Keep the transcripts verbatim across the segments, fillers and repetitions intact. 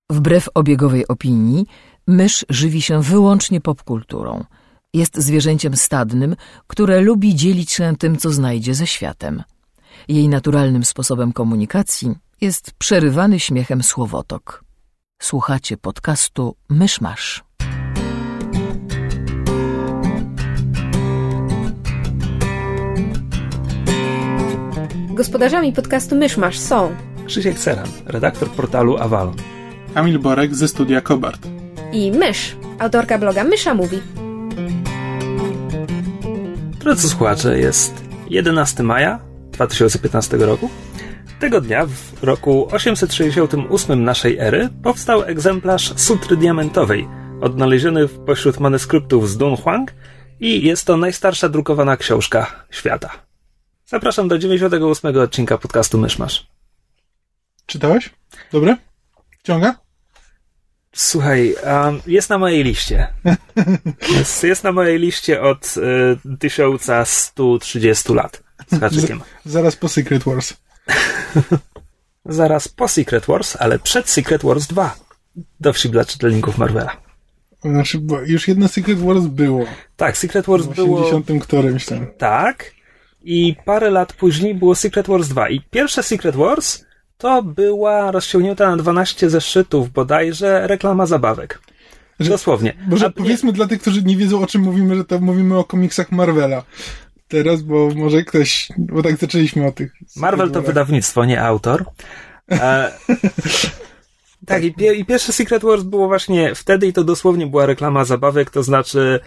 Wbrew obiegowej opinii, mysz żywi się wyłącznie popkulturą. Jest zwierzęciem stadnym, które lubi dzielić się tym, co znajdzie ze światem. Jej naturalnym sposobem komunikacji jest przerywany śmiechem słowotok. Słuchacie podcastu Myszmasz. Gospodarzami podcastu Myszmasz są Krzysiek Ceran, redaktor portalu Avalon, Kamil Borek ze studia Kobart i Mysz, autorka bloga Mysza Mówi. Drodzy słuchacze, jest jedenastego maja dwa tysiące piętnastego roku. Tego dnia, w roku osiemset sześćdziesiątym ósmym naszej ery, powstał egzemplarz Sutry Diamentowej, odnaleziony pośród manuskryptów z Dunhuang i jest to najstarsza drukowana książka świata. Zapraszam do dziewięćdziesiątego ósmego odcinka podcastu Myszmasz. Czytałeś? Dobre? Wciąga? Słuchaj, um, jest na mojej liście. Jest, jest na mojej liście od y, tysiąc sto trzydzieści lat. Z haczykiem. Z, zaraz po Secret Wars. Zaraz po Secret Wars, ale przed Secret Wars dwa. Dowcip dla czytelników Marvela. Znaczy, bo już jedno Secret Wars było. Tak, Secret Wars w było... W osiemdziesiątym którymś tam. Tak. I parę lat później było Secret Wars dwa. I pierwsze Secret Wars to była rozciągnięta na dwanaście zeszytów bodajże reklama zabawek. Że, Dosłownie. Może A, powiedzmy nie... dla tych, którzy nie wiedzą, o czym mówimy, że to mówimy o komiksach Marvela. Teraz, bo może ktoś... Bo tak zaczęliśmy o tych... Marvel to wydawnictwo, nie autor. E... tak, i, pie- i pierwszy Secret Wars było właśnie wtedy i to dosłownie była reklama zabawek, to znaczy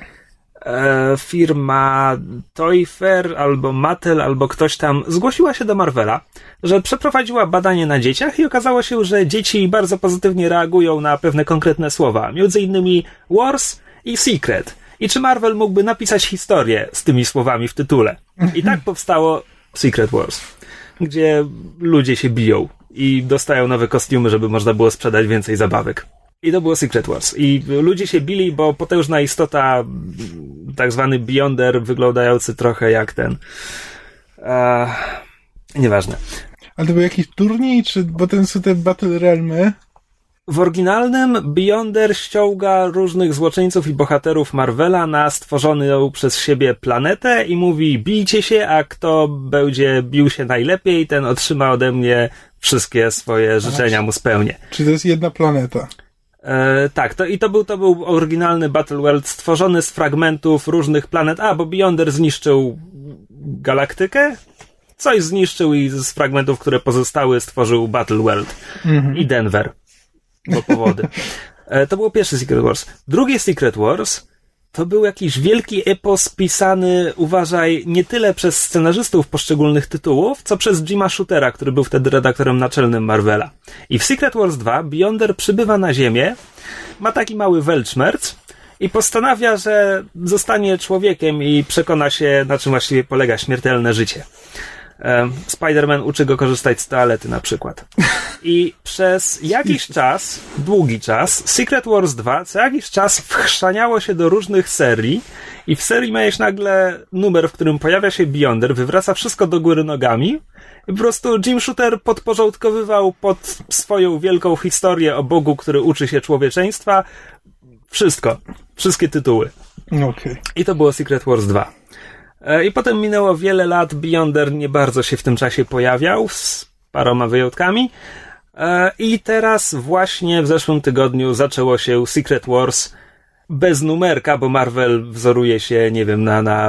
e, firma Toy Fair albo Mattel albo ktoś tam zgłosiła się do Marvela, że przeprowadziła badanie na dzieciach i okazało się, że dzieci bardzo pozytywnie reagują na pewne konkretne słowa, między innymi Wars i Secret. I czy Marvel mógłby napisać historię z tymi słowami w tytule? I tak powstało Secret Wars, gdzie ludzie się biją i dostają nowe kostiumy, żeby można było sprzedać więcej zabawek. I to było Secret Wars. I ludzie się bili, bo potężna istota, tak zwany Beyonder, wyglądający trochę jak ten... Uh, nieważne. Ale to był jakiś turniej, czy... Bo ten są te Battle Realmy... W oryginalnym Beyonder ściąga różnych złoczyńców i bohaterów Marvela na stworzoną przez siebie planetę i mówi: bijcie się, a kto będzie bił się najlepiej, ten otrzyma ode mnie wszystkie swoje życzenia, mu spełnię. Czy to jest jedna planeta? E, tak, to, i to był, to był oryginalny Battle World stworzony z fragmentów różnych planet. A, bo Beyonder zniszczył galaktykę? Coś zniszczył i z fragmentów, które pozostały, stworzył Battle World. Mhm. I Denver. Bo powody. E, to było pierwszy Secret Wars. Drugi Secret Wars to był jakiś wielki epos pisany, uważaj, nie tyle przez scenarzystów poszczególnych tytułów, co przez Jima Shootera, który był wtedy redaktorem naczelnym Marvela. I w Secret Wars dwa Beyonder przybywa na Ziemię, ma taki mały weltschmerz i postanawia, że zostanie człowiekiem i przekona się, na czym właściwie polega śmiertelne życie. Spider-Man uczy go korzystać z toalety na przykład. I przez jakiś czas, długi czas, Secret Wars dwa co jakiś czas wchrzaniało się do różnych serii i w serii miałeś nagle numer, w którym pojawia się Beyonder, wywraca wszystko do góry nogami i po prostu Jim Shooter podporządkowywał pod swoją wielką historię o Bogu, który uczy się człowieczeństwa wszystko. Wszystkie tytuły. Okay. I to było Secret Wars dwa. I potem minęło wiele lat, Beyonder nie bardzo się w tym czasie pojawiał, z paroma wyjątkami. I teraz właśnie w zeszłym tygodniu zaczęło się Secret Wars bez numerka, bo Marvel wzoruje się, nie wiem, na, na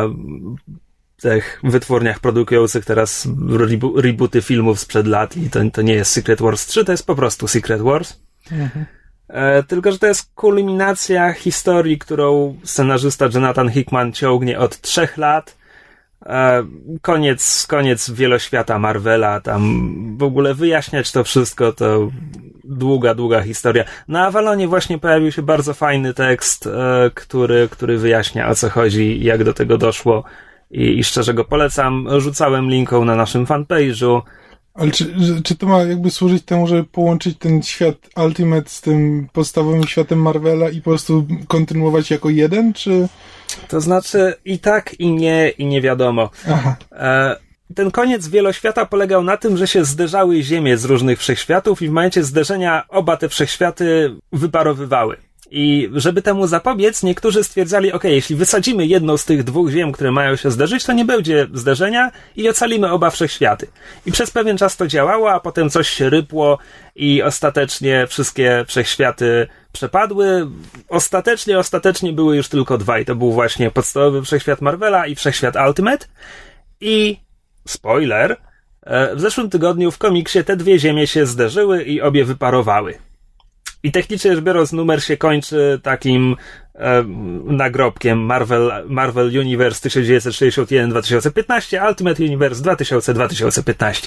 tych wytwórniach produkujących teraz rebo- rebooty filmów sprzed lat i to, to nie jest Secret Wars trzy, to jest po prostu Secret Wars. Mhm. E, tylko, że to jest kulminacja historii, którą scenarzysta Jonathan Hickman ciągnie od trzech lat. E, koniec, koniec wieloświata Marvela, tam w ogóle wyjaśniać to wszystko, to długa, długa historia. Na Avalonie właśnie pojawił się bardzo fajny tekst, e, który, który wyjaśnia, o co chodzi i jak do tego doszło i, i szczerze go polecam. Rzucałem linką na naszym fanpage'u. Ale czy, czy to ma jakby służyć temu, żeby połączyć ten świat Ultimate z tym podstawowym światem Marvela i po prostu kontynuować jako jeden, czy... To znaczy i tak, i nie, i nie wiadomo. Aha. E, ten koniec wieloświata polegał na tym, że się zderzały ziemie z różnych wszechświatów i w momencie zderzenia oba te wszechświaty wyparowywały. I żeby temu zapobiec, niektórzy stwierdzali, ok, jeśli wysadzimy jedną z tych dwóch ziem, które mają się zderzyć, to nie będzie zderzenia i ocalimy oba wszechświaty. I przez pewien czas to działało, a potem coś się rypło i ostatecznie wszystkie wszechświaty przepadły. Ostatecznie, ostatecznie były już tylko dwa i to był właśnie podstawowy wszechświat Marvela i wszechświat Ultimate. I spoiler, w zeszłym tygodniu w komiksie te dwie ziemie się zderzyły i obie wyparowały. I technicznie rzecz biorąc numer się kończy takim e, nagrobkiem Marvel, Marvel Universe tysiąc dziewięćset sześćdziesiąt jeden do dwa tysiące piętnaście, Ultimate Universe dwa tysiące do dwa tysiące piętnaście.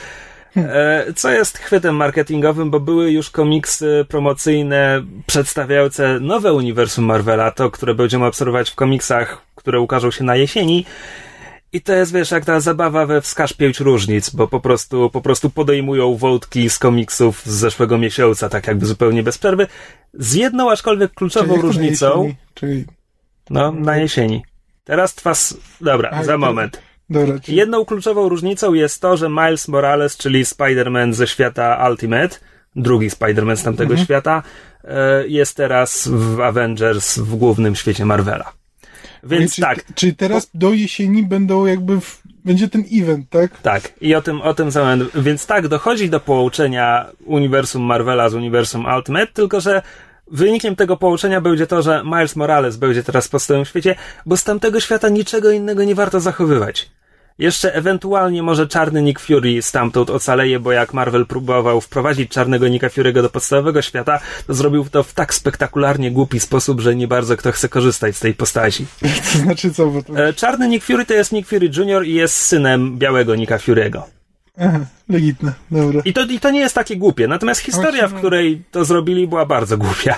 E, co jest chwytem marketingowym, bo były już komiksy promocyjne przedstawiające nowe uniwersum Marvela, to, które będziemy obserwować w komiksach, które ukażą się na jesieni. I to jest, wiesz, jak ta zabawa we wskaż pięć różnic, bo po prostu, po prostu podejmują wątki z komiksów z zeszłego miesiąca, tak jakby zupełnie bez przerwy, z jedną aczkolwiek kluczową czyli różnicą. Czyli... No, na jesieni. Teraz trwa... S... Dobra, A, za to... moment. Dobra, czyli... Jedną kluczową różnicą jest to, że Miles Morales, czyli Spider-Man ze świata Ultimate, drugi Spider-Man z tamtego mhm. świata, jest teraz w Avengers w głównym świecie Marvela. Więc czyli, tak. Czyli teraz do jesieni będą jakby w, będzie ten event, tak? Tak. I o tym, o tym samym. Więc tak, dochodzi do połączenia uniwersum Marvela z uniwersum Ultimate, tylko że wynikiem tego połączenia będzie to, że Miles Morales będzie teraz w podstawowym świecie, bo z tamtego świata niczego innego nie warto zachowywać. Jeszcze ewentualnie może czarny Nick Fury stamtąd ocaleje, bo jak Marvel próbował wprowadzić czarnego Nicka Fury'ego do podstawowego świata, to zrobił to w tak spektakularnie głupi sposób, że nie bardzo kto chce korzystać z tej postaci. To znaczy co? Bo to... Czarny Nick Fury to jest Nick Fury junior i jest synem białego Nicka Fury'ego. Aha, legitne, dobra. I to, I to nie jest takie głupie, natomiast historia, w której to zrobili, była bardzo głupia.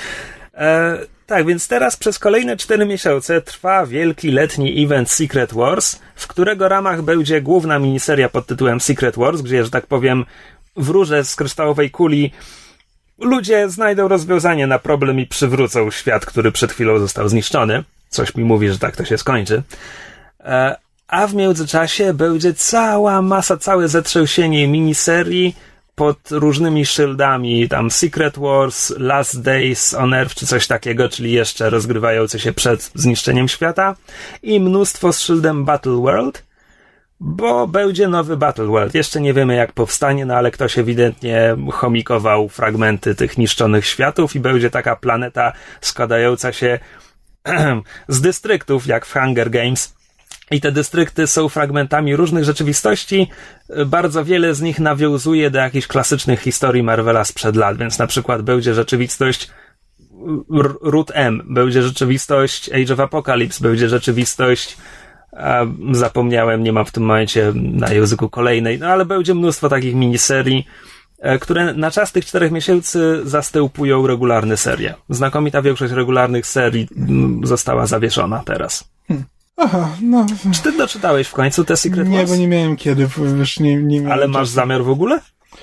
E, tak, więc teraz przez kolejne cztery miesiące trwa wielki letni event Secret Wars, w którego ramach będzie główna miniseria pod tytułem Secret Wars, gdzie, że tak powiem, wróże z kryształowej kuli ludzie znajdą rozwiązanie na problem i przywrócą świat, który przed chwilą został zniszczony. Coś mi mówi, że tak to się skończy. E, a w międzyczasie będzie cała masa, całe zetrzęsienie miniserii pod różnymi szyldami, tam Secret Wars, Last Days on Earth, czy coś takiego, czyli jeszcze rozgrywające się przed zniszczeniem świata, i mnóstwo z szyldem Battle World, bo będzie nowy Battle World. Jeszcze nie wiemy, jak powstanie, no ale ktoś ewidentnie chomikował fragmenty tych niszczonych światów i będzie taka planeta składająca się z dystryktów, jak w Hunger Games. I te dystrykty są fragmentami różnych rzeczywistości. Bardzo wiele z nich nawiązuje do jakichś klasycznych historii Marvela sprzed lat, więc na przykład będzie rzeczywistość Root M, będzie rzeczywistość Age of Apocalypse, będzie rzeczywistość, a zapomniałem, nie mam w tym momencie na języku kolejnej, no ale będzie mnóstwo takich miniserii, które na czas tych czterech miesięcy zastępują regularne serie. Znakomita większość regularnych serii została zawieszona teraz. Hmm. Aha, no. Czy ty doczytałeś w końcu te Secret Wars? Nie, bo nie miałem kiedy, wiesz, nie, nie miałem Ale masz czasu. zamiar w ogóle?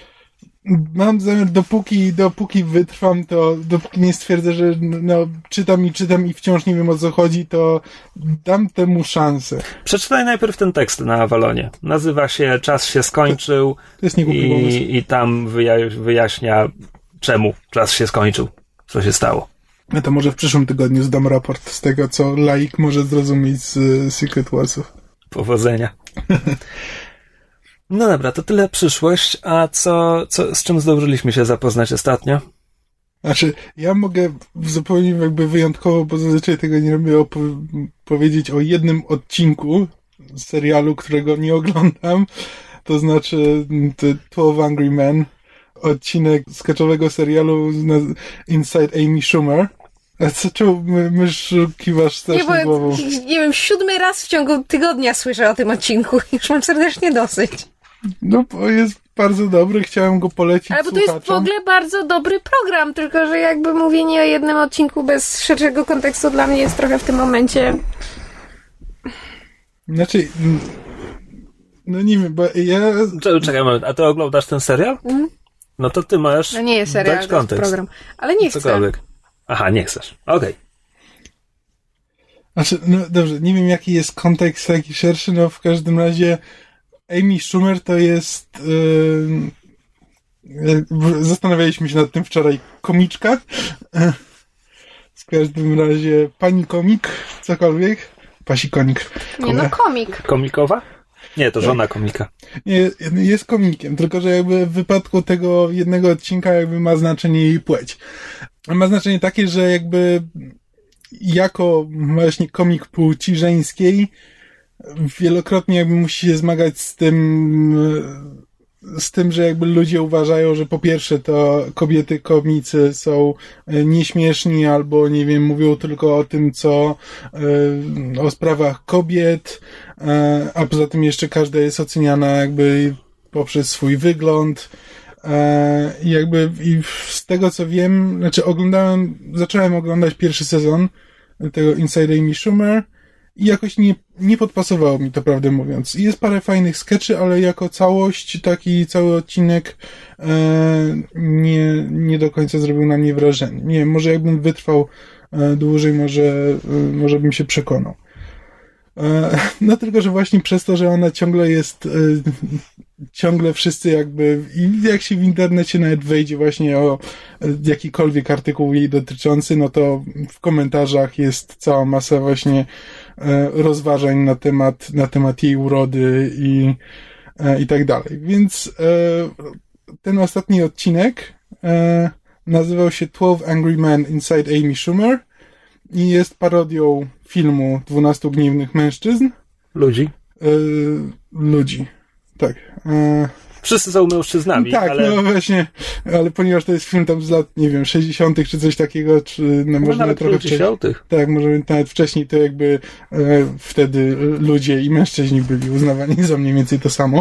Mam zamiar, dopóki, dopóki wytrwam, to dopóki nie stwierdzę, że no, czytam i czytam i wciąż nie wiem, o co chodzi, to dam temu szansę. Przeczytaj najpierw ten tekst na Avalonie. Nazywa się Czas się skończył. To, to jest niegłupi pomysł. I, i tam wyja- wyjaśnia, czemu czas się skończył. Co się stało. No to może w przyszłym tygodniu zdam raport z tego, co laik może zrozumieć z y, Secret Warsów. Powodzenia. No dobra, to tyle przyszłość, a co, co, z czym zdążyliśmy się zapoznać ostatnio? Znaczy, ja mogę zupełnie jakby wyjątkowo, bo zazwyczaj tego nie robię, opow- powiedzieć o jednym odcinku serialu, którego nie oglądam, to znaczy twelve Angry Men, odcinek sketchowego serialu Inside Amy Schumer. A co, czemu my, mysz kiwasz strasznie nie, bo, głową? Nie wiem, siódmy raz w ciągu tygodnia słyszę o tym odcinku. Już mam serdecznie dosyć. No, bo jest bardzo dobry, chciałem go polecić Ale bo to słuchaczom. jest w ogóle bardzo dobry program, tylko że jakby mówienie o jednym odcinku bez szerszego kontekstu dla mnie jest trochę w tym momencie... Znaczy... No nie wiem, bo ja... Czekaj moment, a ty oglądasz ten serial? Mm? No to ty masz No nie jest serial, dać to jest kontekst. program. Ale nie chcę. Cokolwiek. Aha, nie chcesz. Okej. Okay. Znaczy, no dobrze, nie wiem jaki jest kontekst taki szerszy, no w każdym razie Amy Schumer to jest... Yy, zastanawialiśmy się nad tym wczoraj. Komiczka. W każdym razie pani komik, cokolwiek. Pasikonik. Nie no, komik. Komikowa? Nie, to żona komika. Nie, jest komikiem, tylko że jakby w wypadku tego jednego odcinka jakby ma znaczenie jej płeć. Ma znaczenie takie, że jakby jako właśnie komik płci żeńskiej wielokrotnie jakby musi się zmagać z tym, z tym, że jakby ludzie uważają, że po pierwsze to kobiety komicy są nieśmieszni albo, nie wiem, mówią tylko o tym, co o sprawach kobiet, a poza tym jeszcze każda jest oceniana jakby poprzez swój wygląd. I jakby i z tego co wiem, znaczy oglądałem, zacząłem oglądać pierwszy sezon tego Inside Amy Schumer i jakoś nie, nie podpasowało mi to, prawdę mówiąc. Jest parę fajnych skeczy, ale jako całość, taki cały odcinek e, nie, nie do końca zrobił na mnie wrażenie. Nie wiem, może jakbym wytrwał e, dłużej, może, e, może bym się przekonał. E, no tylko, że właśnie przez to, że ona ciągle jest, e, ciągle wszyscy jakby, i jak się w internecie nawet wejdzie właśnie o jakikolwiek artykuł jej dotyczący, no to w komentarzach jest cała masa właśnie rozważań na temat, na temat jej urody i, i tak dalej. Więc ten ostatni odcinek nazywał się twelve Angry Men Inside Amy Schumer i jest parodią filmu dwunastu Gniewnych Mężczyzn. Ludzi. Ludzi, tak. Wszyscy są mężczyznami, tak, ale... no właśnie, ale ponieważ to jest film tam z lat, nie wiem, sześćdziesiątych czy coś takiego, czy no, może nawet trochę wcześniej. Tak, może nawet wcześniej to jakby e, wtedy ludzie i mężczyźni byli uznawani za mniej więcej to samo.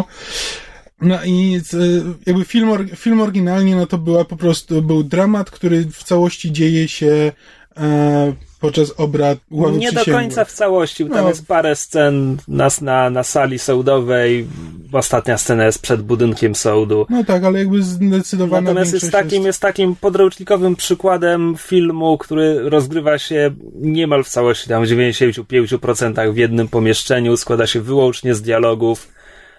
No i e, jakby film, film oryginalnie, no to była po prostu, był dramat, który w całości dzieje się e, podczas obrad ławy Nie przysięgłych. do końca w całości, bo tam no. jest parę scen na, na, na sali sądowej. Ostatnia scena jest przed budynkiem sądu. No tak, ale jakby zdecydowana Natomiast jest takim, jest... jest takim podręcznikowym przykładem filmu, który rozgrywa się niemal w całości, tam w dziewięćdziesiąt pięć procent w jednym pomieszczeniu, składa się wyłącznie z dialogów.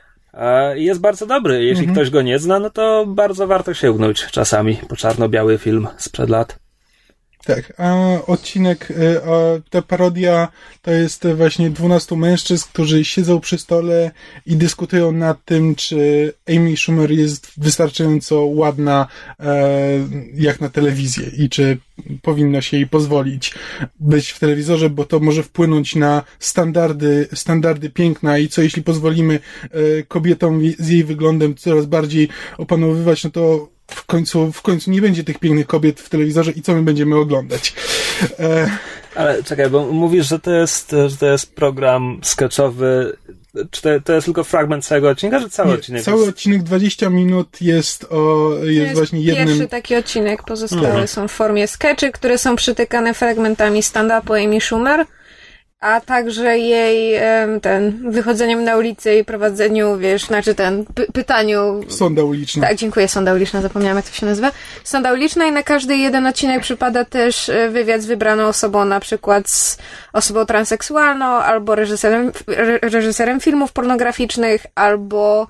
I jest bardzo dobry. Jeśli mhm. ktoś go nie zna, no to bardzo warto sięgnąć czasami po czarno-biały film sprzed lat. Tak, a odcinek, a ta parodia to jest właśnie dwunastu mężczyzn, którzy siedzą przy stole i dyskutują nad tym, czy Amy Schumer jest wystarczająco ładna e, jak na telewizję i czy powinno się jej pozwolić być w telewizorze, bo to może wpłynąć na standardy, standardy piękna i co jeśli pozwolimy e, kobietom z jej wyglądem coraz bardziej opanowywać, no to w końcu, w końcu nie będzie tych pięknych kobiet w telewizorze i co my będziemy oglądać. E... Ale czekaj, bo mówisz, że to jest, że to jest program sketchowy. Czy to, to jest tylko fragment całego odcinka, czy cały nie, odcinek? Cały jest... odcinek dwadzieścia minut jest o, jest, jest właśnie jednym... Pierwszy taki odcinek, pozostałe mhm. są w formie skeczy, które są przytykane fragmentami stand-upu Amy Schumer, a także jej ten wychodzeniem na ulicę i prowadzeniu, wiesz, znaczy ten py- pytaniu... Sonda uliczna. Tak, dziękuję, sonda uliczna, zapomniałam jak to się nazywa. Sonda uliczna i na każdy jeden odcinek przypada też wywiad z wybraną osobą, na przykład z osobą transseksualną, albo reżyserem, re- reżyserem filmów pornograficznych, albo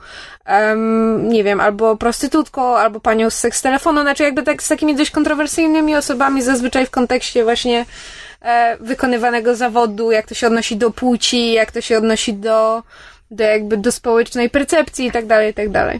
um, nie wiem, albo prostytutką, albo panią z seks telefonu, znaczy jakby tak z takimi dość kontrowersyjnymi osobami, zazwyczaj w kontekście właśnie wykonywanego zawodu, jak to się odnosi do płci, jak to się odnosi do, do jakby do społecznej percepcji i tak dalej, i tak dalej.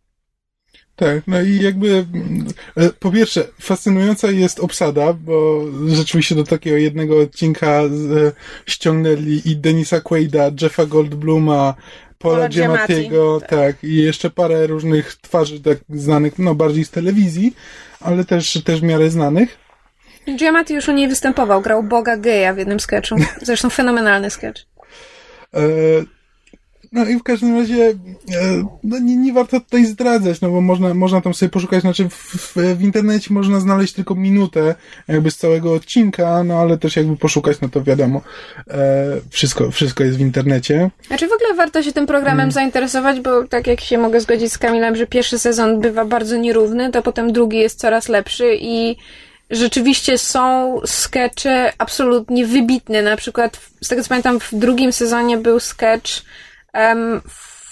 Tak, no i jakby po pierwsze fascynująca jest obsada, bo rzeczywiście do takiego jednego odcinka z, ściągnęli i Denisa Quaida, Jeffa Goldbluma, Paula Giamattiego, tak. tak, i jeszcze parę różnych twarzy tak znanych, no bardziej z telewizji, ale też, też w miarę znanych. Giamatti już u niej występował, grał Boga geja w jednym sketchu. Zresztą fenomenalny sketch. E, no i w każdym razie e, no nie, nie warto tutaj zdradzać, no bo można, można tam sobie poszukać, znaczy w, w, w internecie można znaleźć tylko minutę jakby z całego odcinka, no ale też jakby poszukać, no to wiadomo, e, wszystko, wszystko jest w internecie. Znaczy w ogóle warto się tym programem hmm. zainteresować, bo tak jak się mogę zgodzić z Kamilem, że pierwszy sezon bywa bardzo nierówny, to potem drugi jest coraz lepszy i rzeczywiście są skecze absolutnie wybitne. Na przykład, z tego co pamiętam, w drugim sezonie był sketch um, w,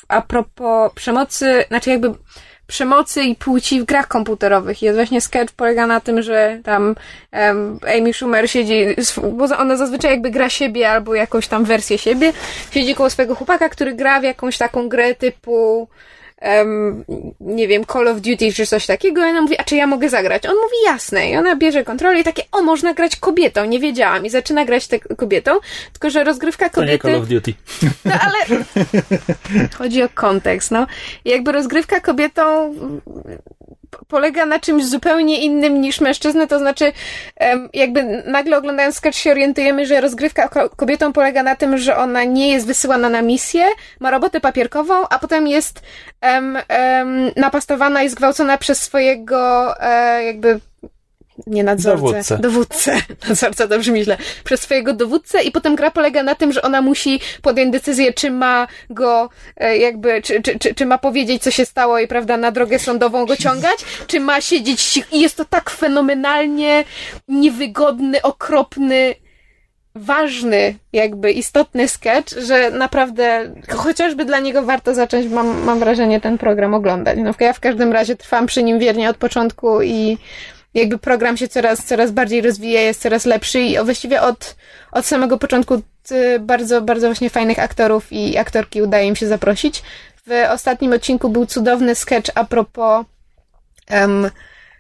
a propos przemocy, znaczy jakby przemocy i płci w grach komputerowych. Jest właśnie sketch, polega na tym, że tam um, Amy Schumer siedzi, bo ona zazwyczaj jakby gra siebie albo jakąś tam wersję siebie, siedzi koło swojego chłopaka, który gra w jakąś taką grę typu Um, nie wiem, Call of Duty czy coś takiego, i ona mówi, a czy ja mogę zagrać? On mówi, jasne, i ona bierze kontrolę i takie, o, można grać kobietą, nie wiedziałam, i zaczyna grać te kobietą, tylko że rozgrywka kobiety... To nie Call of Duty. No ale chodzi o kontekst, no. I jakby rozgrywka kobietą polega na czymś zupełnie innym niż mężczyzny, to znaczy jakby nagle oglądając sketch się orientujemy, że rozgrywka kobietą polega na tym, że ona nie jest wysyłana na misję, ma robotę papierkową, a potem jest um, um, napastowana i zgwałcona przez swojego e, jakby nie nadzorcę, dowódcę. dowódcę. Nadzorca, dobrze myślę. Przez swojego dowódcę i potem gra polega na tym, że ona musi podjąć decyzję, czy ma go e, jakby, czy, czy, czy, czy ma powiedzieć, co się stało i prawda, na drogę sądową go ciągać, czy ma siedzieć cicho. I jest to tak fenomenalnie niewygodny, okropny, ważny, jakby istotny sketch, że naprawdę chociażby dla niego warto zacząć, mam, mam wrażenie, ten program oglądać. No, ja w każdym razie trwam przy nim wiernie od początku i jakby program się coraz, coraz bardziej rozwija, jest coraz lepszy i właściwie od, od samego początku bardzo, bardzo właśnie fajnych aktorów i aktorki udaje im się zaprosić. W ostatnim odcinku był cudowny sketch a propos um,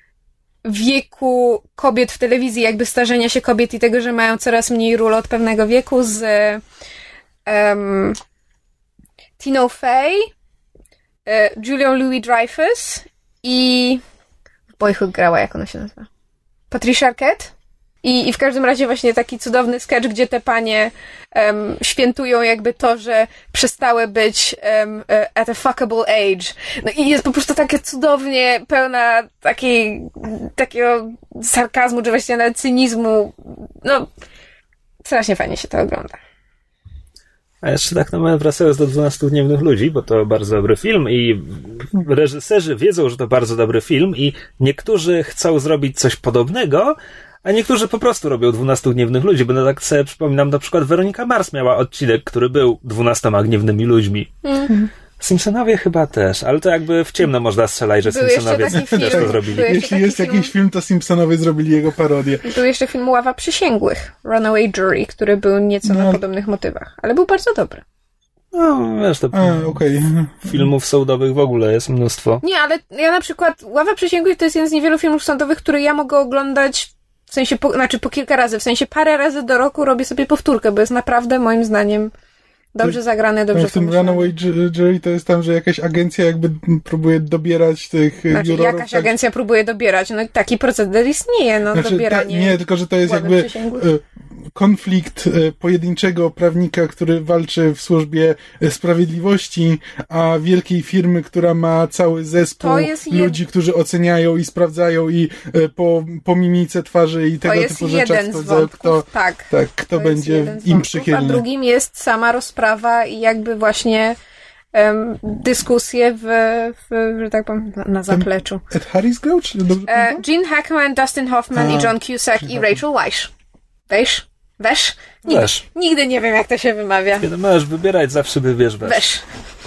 wieku kobiet w telewizji, jakby starzenia się kobiet i tego, że mają coraz mniej ról od pewnego wieku z um, Tiną Fey, Julią Louis-Dreyfus i Boyhood grała, jak ona się nazywa? Patricia Arquette? I, I w każdym razie właśnie taki cudowny sketch, gdzie te panie um, świętują jakby to, że przestały być um, at a fuckable age. No i jest po prostu takie cudownie pełna takiej, takiego sarkazmu, czy właściwie nawet cynizmu. No, strasznie fajnie się to ogląda. A jeszcze tak na moment wracając do dwunastu Gniewnych Ludzi, bo to bardzo dobry film i reżyserzy wiedzą, że to bardzo dobry film i niektórzy chcą zrobić coś podobnego, a niektórzy po prostu robią dwunastu Gniewnych Ludzi, bo no tak sobie przypominam, na przykład Weronika Mars miała odcinek, który był dwunastoma Gniewnymi Ludźmi. Mm. Simpsonowie chyba też, ale to jakby w ciemno można strzelać, że był Simpsonowie też film, to zrobili. Jeśli jest film, jakiś film, to Simpsonowie zrobili jego parodię. Był jeszcze film Ława Przysięgłych, Runaway Jury, który był nieco no. na podobnych motywach, ale był bardzo dobry. No, wiesz, to A, okay. filmów sądowych w ogóle jest mnóstwo. Nie, ale ja na przykład Ława Przysięgłych to jest jeden z niewielu filmów sądowych, które ja mogę oglądać w sensie, po, znaczy po kilka razy, w sensie parę razy do roku robię sobie powtórkę, bo jest naprawdę moim zdaniem dobrze zagrane, dobrze w tym Runaway Jury to jest tam, że jakaś agencja jakby próbuje dobierać tych znaczy, jurorów. Jakaś tak... agencja próbuje dobierać, no taki proceder istnieje, no znaczy, dobieranie. Ta, nie, tylko że to jest jakby konflikt pojedynczego prawnika, który walczy w służbie sprawiedliwości, a wielkiej firmy, która ma cały zespół ludzi, jed... którzy oceniają i sprawdzają i po, po mimice twarzy i tego to jest typu rzeczach, jeden z kto, kto, tak, tak, kto będzie im przychylny. A drugim jest sama rozprawa i jakby właśnie um, dyskusje w, w, że tak powiem, na, na zapleczu. Ed Harris grał? Czy dobrze e, Gene Hackman, Dustin Hoffman a, i John Cusack i Rachel Weisz. Weisz? Wesz? Nigdy, Wesz. Nigdy nie wiem, jak to się wymawia. Kiedy możesz wybierać, zawsze wybierz Wesz. Wesz.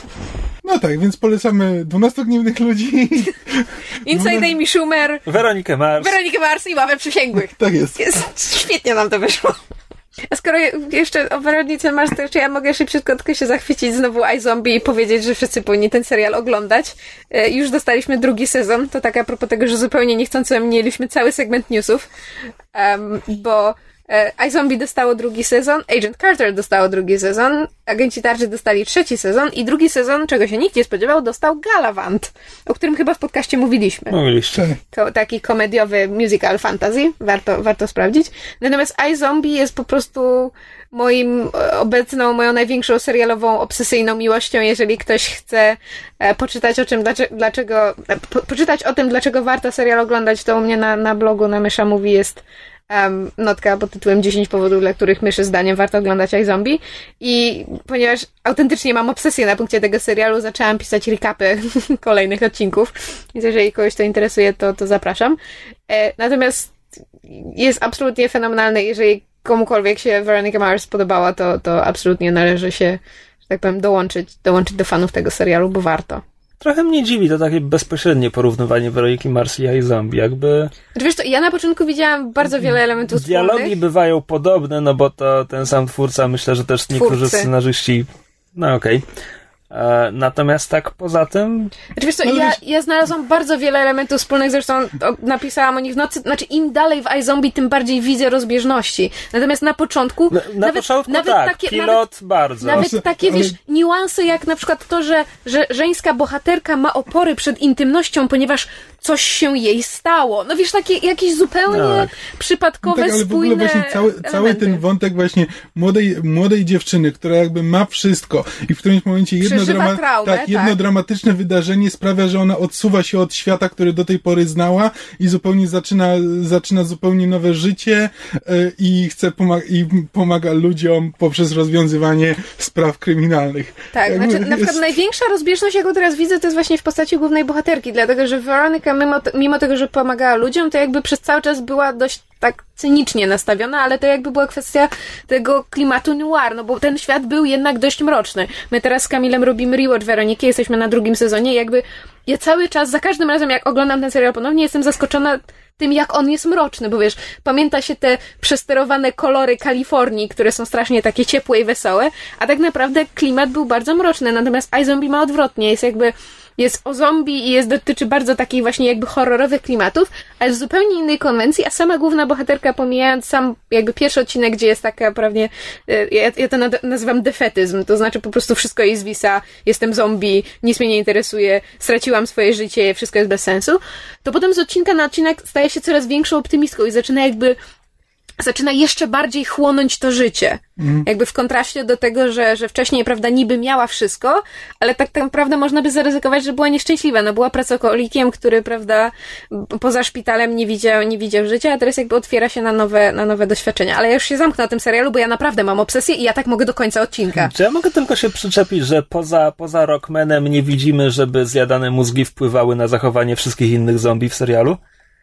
No tak, więc polecamy dwunastu Gniewnych Ludzi. Inside Amy Schumer. Weronikę Mars. Weronikę Mars i Ławę Przysięgłych. Tak jest. jest. Świetnie nam to wyszło. A skoro jeszcze o Weronice Mars, to czy ja mogę szybciutko tylko się zachwycić znowu iZombie i powiedzieć, że wszyscy powinni ten serial oglądać. E, już dostaliśmy drugi sezon, to tak a propos tego, że zupełnie niechcący mieliśmy cały segment newsów, um, bo iZombie dostało drugi sezon, Agent Carter dostało drugi sezon, Agenci Tarczy dostali trzeci sezon i drugi sezon, czego się nikt nie spodziewał, dostał Galavant, o którym chyba w podcaście mówiliśmy. Mówiliście. To taki komediowy musical fantasy, warto, warto sprawdzić. Natomiast iZombie jest po prostu moim obecną, moją największą serialową, obsesyjną miłością. Jeżeli ktoś chce e, poczytać o czym, dlaczego, dlaczego e, po, poczytać o tym, dlaczego warto serial oglądać, to u mnie na, na blogu na Mysza Mówi jest Um, notka pod tytułem dziesięć powodów, dla których myszy zdaniem warto oglądać iZombie. I ponieważ autentycznie mam obsesję na punkcie tego serialu, zaczęłam pisać recapy kolejnych odcinków. Więc jeżeli kogoś to interesuje, to, to zapraszam. E, natomiast jest absolutnie fenomenalny. Jeżeli komukolwiek się Veronica Mars podobała, to, to absolutnie należy się, że tak powiem, dołączyć, dołączyć do fanów tego serialu, bo warto. Trochę mnie dziwi to takie bezpośrednie porównywanie Weroniki Mars i iZombie, jakby... Znaczy, wiesz co, ja na początku widziałam bardzo wiele elementów Dialogi wspólnych. bywają podobne, no bo to ten sam twórca, myślę, że też niektórzy Twórcy. scenarzyści... No okej. Okay. Natomiast tak poza tym... Znaczy, wiesz co, ja, ja znalazłam bardzo wiele elementów wspólnych, zresztą o, napisałam o nich w nocy. Znaczy, im dalej w iZombie, tym bardziej widzę rozbieżności. Natomiast na początku... Na, na nawet, początku nawet tak, takie, pilot nawet, bardzo. Nawet Ale- takie, ale- wiesz, niuanse jak na przykład to, że, że żeńska bohaterka ma opory przed intymnością, ponieważ coś się jej stało. No wiesz, takie jakieś zupełnie Tak. przypadkowe, No tak, ale w ogóle spójne właśnie cały, cały elementy. ten wątek właśnie młodej, młodej dziewczyny, która jakby ma wszystko i w którymś momencie jedno, Przeżywa drama- traumę, tak, jedno tak. dramatyczne wydarzenie sprawia, że ona odsuwa się od świata, który do tej pory znała i zupełnie zaczyna, zaczyna zupełnie nowe życie yy, i chce pomag- i pomaga ludziom poprzez rozwiązywanie spraw kryminalnych. Tak, Jakby znaczy na przykład jest- największa rozbieżność, jaką teraz widzę, to jest właśnie w postaci głównej bohaterki, dlatego że Weronika, mimo, te, mimo tego, że pomagała ludziom, to jakby przez cały czas była dość tak cynicznie nastawiona, ale to jakby była kwestia tego klimatu noir, no bo ten świat był jednak dość mroczny. My teraz z Kamilem robimy rewatch Weroniki, jesteśmy na drugim sezonie i jakby ja cały czas, za każdym razem jak oglądam ten serial ponownie, jestem zaskoczona tym, jak on jest mroczny, bo wiesz, pamięta się te przesterowane kolory Kalifornii, które są strasznie takie ciepłe i wesołe, a tak naprawdę klimat był bardzo mroczny, natomiast iZombie ma odwrotnie, jest jakby jest o zombie i jest, dotyczy bardzo takich właśnie jakby horrorowych klimatów, ale z zupełnie innej konwencji, a sama główna bohaterka, pomijając sam jakby pierwszy odcinek, gdzie jest taka prawnie, ja, ja to nad- nazywam defetyzm, to znaczy po prostu wszystko jej zwisa, jestem zombie, nic mnie nie interesuje, straciłam swoje życie, wszystko jest bez sensu, to potem z odcinka na odcinek staje się coraz większą optymistką i zaczyna jakby zaczyna jeszcze bardziej chłonąć to życie. Mm. Jakby w kontraście do tego, że, że wcześniej, prawda, niby miała wszystko, ale tak naprawdę można by zaryzykować, że była nieszczęśliwa. No była pracokolikiem, który, prawda, poza szpitalem nie widział, nie widział życia, a teraz jakby otwiera się na nowe, na nowe doświadczenia. Ale ja już się zamknę o tym serialu, bo ja naprawdę mam obsesję i ja tak mogę do końca odcinka. Czy ja mogę tylko się przyczepić, że poza, poza Rockmanem nie widzimy, żeby zjadane mózgi wpływały na zachowanie wszystkich innych zombie w serialu?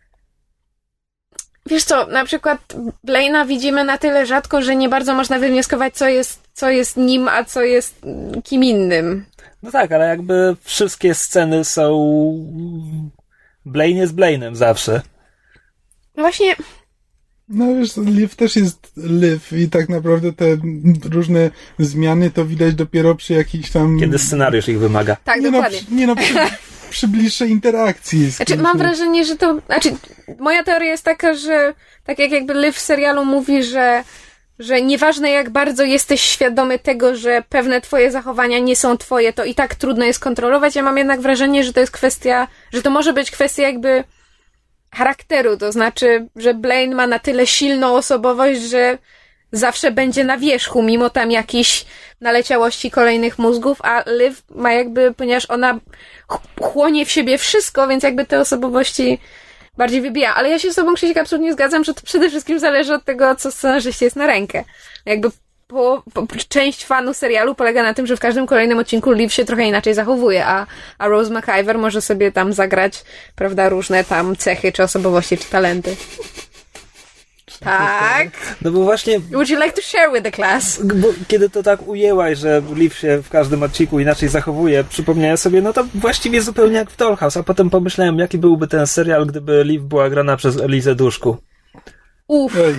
Wiesz co, na przykład Blaina widzimy na tyle rzadko, że nie bardzo można wywnioskować, co jest, co jest nim, a co jest kim innym. No tak, ale jakby wszystkie sceny są... Blaine jest Blaine'em zawsze. No właśnie... No wiesz, Liv też jest Liv i tak naprawdę te różne zmiany to widać dopiero przy jakichś tam... Kiedy scenariusz ich wymaga. Tak, nie dokładnie. No, nie no, przy, przy bliższej interakcji. Z Znaczy, kimś. mam wrażenie, że to... Znaczy, moja teoria jest taka, że tak jak jakby Liv w serialu mówi, że że nieważne jak bardzo jesteś świadomy tego, że pewne twoje zachowania nie są twoje, to i tak trudno jest kontrolować. Ja mam jednak wrażenie, że to jest kwestia, że to może być kwestia jakby charakteru, to znaczy, że Blaine ma na tyle silną osobowość, że zawsze będzie na wierzchu, mimo tam jakichś naleciałości kolejnych mózgów, a Liv ma jakby, ponieważ ona ch- chłonie w siebie wszystko, więc jakby te osobowości bardziej wybija. Ale ja się z tobą, Krzysiek, absolutnie zgadzam, że to przede wszystkim zależy od tego, co scenarzyście jest na rękę. Jakby po, po, część fanów serialu polega na tym, że w każdym kolejnym odcinku Liv się trochę inaczej zachowuje, a, a Rose McIver może sobie tam zagrać, prawda, różne tam cechy, czy osobowości, czy talenty. Tak. No bo właśnie... Would you like to share with the class? Bo kiedy to tak ujęłaś, że Liv się w każdym odcinku inaczej zachowuje, przypomniałem sobie, no to właściwie zupełnie jak w Dollhouse, a potem pomyślałem, jaki byłby ten serial, gdyby Liv była grana przez Elizę Duszku. Uff. Ej.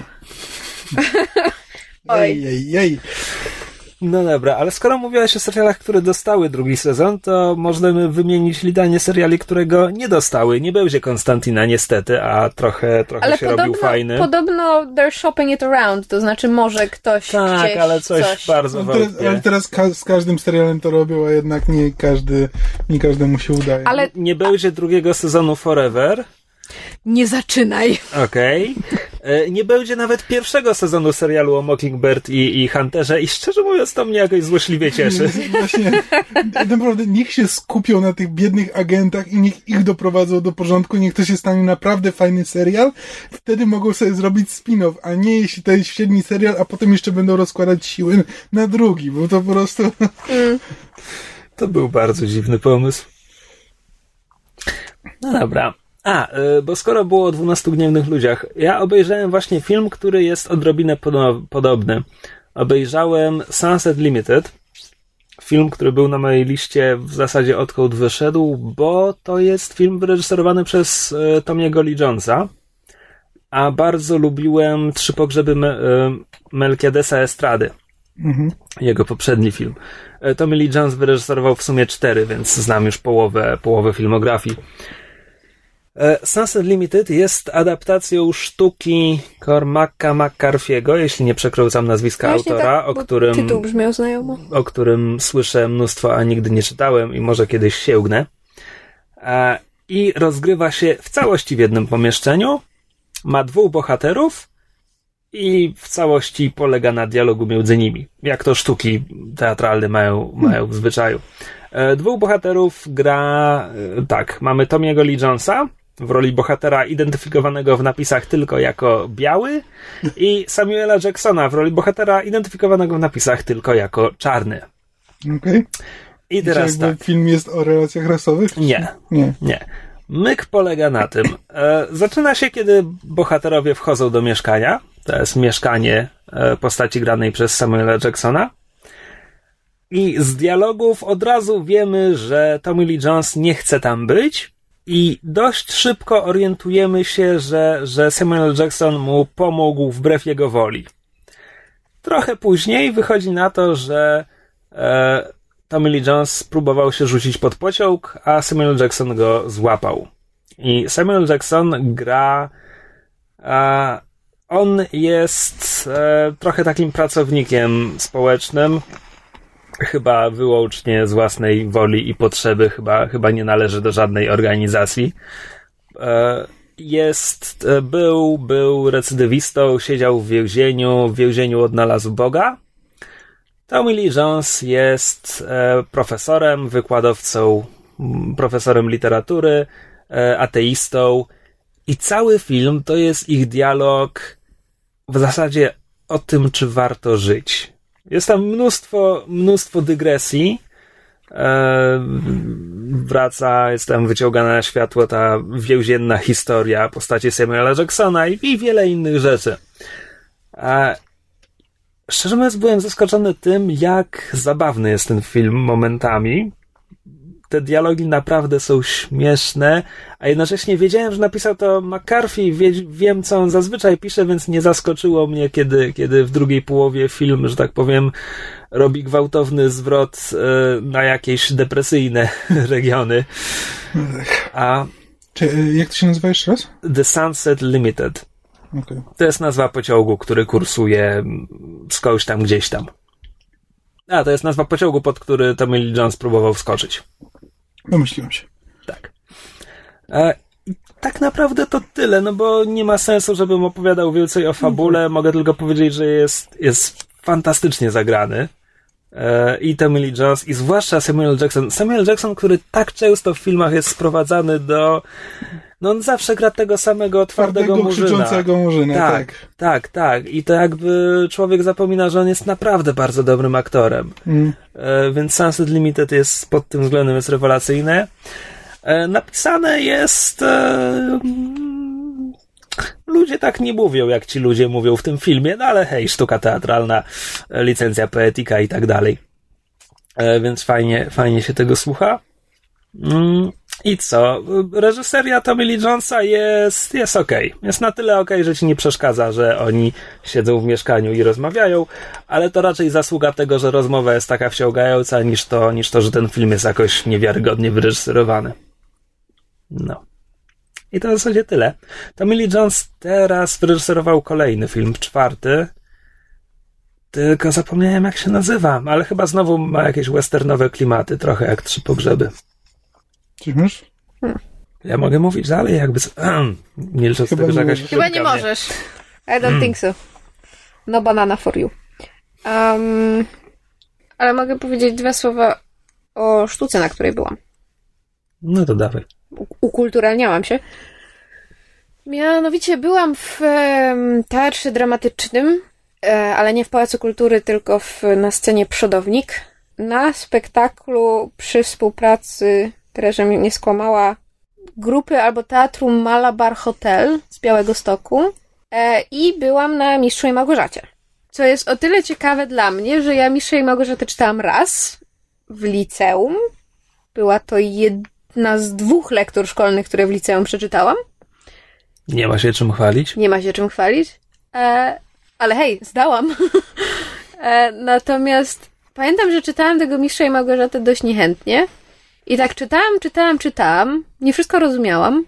Oj. Ej, ej, ej. No dobra, ale skoro mówiłaś o serialach, które dostały drugi sezon, to możemy wymienić litanię seriali, które go nie dostały. Nie będzie Konstantina niestety, a trochę, trochę Ale się podobno, robił fajny. podobno they're shopping it around, to znaczy może ktoś Tak, gdzieś ale coś, coś. bardzo No teraz, wątpię. ale teraz ka- z każdym serialem to robią, a jednak nie każdy, nie każdemu się udaje. Ale Nie będzie drugiego sezonu Forever. nie zaczynaj. Okej. Okay. Nie będzie nawet pierwszego sezonu serialu o Mockingbird i, i Hunterze i szczerze mówiąc to mnie jakoś złośliwie cieszy. Właśnie, naprawdę niech się skupią na tych biednych agentach i niech ich doprowadzą do porządku, niech to się stanie naprawdę fajny serial, wtedy mogą sobie zrobić spin-off, a nie jeśli to jest średni serial, a potem jeszcze będą rozkładać siły na drugi, bo to po prostu... Mm. To był bardzo dziwny pomysł. No dobra. A, bo skoro było o dwunastu gniewnych ludziach, ja obejrzałem właśnie film, który jest odrobinę podo- podobny. Obejrzałem Sunset Limited film, który był na mojej liście w zasadzie odkąd wyszedł, bo to jest film wyreżyserowany przez e, Tommy'ego Lee Jonesa, a bardzo lubiłem Trzy pogrzeby Me- e, Melquiadesa Estrady. Mhm. Jego poprzedni film. E, Tommy Lee Jones wyreżyserował w sumie cztery, więc znam już połowę, połowę filmografii. E, Sunset Limited jest adaptacją sztuki Cormaca McCarthy'ego, jeśli nie przekręcam nazwiska Właśnie autora, tak, o którym tytuł brzmiał znajomo. o którym słyszę mnóstwo, a nigdy nie czytałem i może kiedyś sięgnę. E, I rozgrywa się w całości w jednym pomieszczeniu. Ma dwóch bohaterów i w całości polega na dialogu między nimi. Jak to sztuki teatralne mają, mają w zwyczaju. E, dwóch bohaterów gra... E, tak, mamy Tommy'ego Lee Jonesa w roli bohatera identyfikowanego w napisach tylko jako biały i Samuela Jacksona w roli bohatera identyfikowanego w napisach tylko jako czarny. Okej. Okay. I teraz tak. Film jest o relacjach rasowych? Nie. Nie. Nie. Myk polega na tym. E, zaczyna się, kiedy bohaterowie wchodzą do mieszkania. To jest mieszkanie e, postaci granej przez Samuela Jacksona. I z dialogów od razu wiemy, że Tommy Lee Jones nie chce tam być. I dość szybko orientujemy się, że, że Samuel Jackson mu pomógł wbrew jego woli. Trochę później wychodzi na to, że e, Tommy Lee Jones próbował się rzucić pod pociąg, a Samuel Jackson go złapał. I Samuel Jackson gra... E, on jest e, trochę takim pracownikiem społecznym. Chyba wyłącznie z własnej woli i potrzeby, chyba, chyba nie należy do żadnej organizacji. Jest, był, był recydywistą, siedział w więzieniu, w więzieniu odnalazł Boga. Tommy Lee Jones jest profesorem, wykładowcą, profesorem literatury, ateistą i cały film to jest ich dialog w zasadzie o tym, czy warto żyć. Jest tam mnóstwo, mnóstwo dygresji. E, wraca, jest tam wyciągana na światło ta więzienna historia postaci Samuela Jacksona i, i wiele innych rzeczy. E, szczerze mówiąc, byłem zaskoczony tym, jak zabawny jest ten film momentami. Te dialogi naprawdę są śmieszne, a jednocześnie wiedziałem, że napisał to McCarthy, wie, wiem, co on zazwyczaj pisze, więc nie zaskoczyło mnie, kiedy, kiedy w drugiej połowie film, że tak powiem, robi gwałtowny zwrot y, na jakieś depresyjne regiony. A Czy, jak to się nazywa jeszcze raz? The Sunset Limited. Okay. To jest nazwa pociągu, który kursuje skądś tam, gdzieś tam. A, to jest nazwa pociągu, pod który Tommy Lee Jones próbował wskoczyć. Domyśliłem się. Tak. E, tak naprawdę to tyle, no bo nie ma sensu, żebym opowiadał więcej o fabule. Mm-hmm. Mogę tylko powiedzieć, że jest, jest fantastycznie zagrany. E, I Tommy Lee Jones, i zwłaszcza Samuel Jackson. Samuel Jackson, który tak często w filmach jest sprowadzany do... No on zawsze gra tego samego twardego, twardego murzyna. krzyczącego murzyna, tak, tak. Tak, tak. I to jakby człowiek zapomina, że on jest naprawdę bardzo dobrym aktorem. Mm. E, więc Sunset Limited jest pod tym względem jest rewelacyjne. E, napisane jest... E, ludzie tak nie mówią, jak ci ludzie mówią w tym filmie, no ale hej, sztuka teatralna, licencja poetyka i tak dalej. E, więc fajnie, fajnie się tego słucha. Mm. I co? Reżyseria Tommy Lee Jonesa jest, jest okej. Okay. Jest na tyle okej, okay, że ci nie przeszkadza, że oni siedzą w mieszkaniu i rozmawiają, ale to raczej zasługa tego, że rozmowa jest taka wciągająca, niż to, niż to, że ten film jest jakoś niewiarygodnie wyreżyserowany. No. I to w zasadzie tyle. Tommy Lee Jones teraz wyreżyserował kolejny film, czwarty. Tylko zapomniałem, jak się nazywa, ale chyba znowu ma jakieś westernowe klimaty, trochę jak Trzy pogrzeby. Coś masz? Hmm. Ja mogę mówić dalej, jakby... Nie licząc tego, że jakaś... Chyba nie możesz. I don't hmm. think so. No banana for you. Um, ale mogę powiedzieć dwa słowa o sztuce, na której byłam. No to dawaj. U- ukulturalniałam się. Mianowicie byłam w um, teatrze dramatycznym, e, ale nie w Pałacu Kultury, tylko w, na scenie Przodownik. Na spektaklu przy współpracy... Tyle, że mnie nie skłamała, grupy albo teatru Malabar Hotel z Białegostoku e, i byłam na Mistrzu i Małgorzacie. Co jest o tyle ciekawe dla mnie, że ja Mistrza i Małgorzatę czytałam raz w liceum. Była to jedna z dwóch lektur szkolnych, które w liceum przeczytałam. Nie ma się czym chwalić. Nie ma się czym chwalić. E, ale hej, zdałam. e, natomiast pamiętam, że czytałam tego Mistrza i Małgorzatę dość niechętnie. I tak czytałam, czytałam, czytałam. Nie wszystko rozumiałam.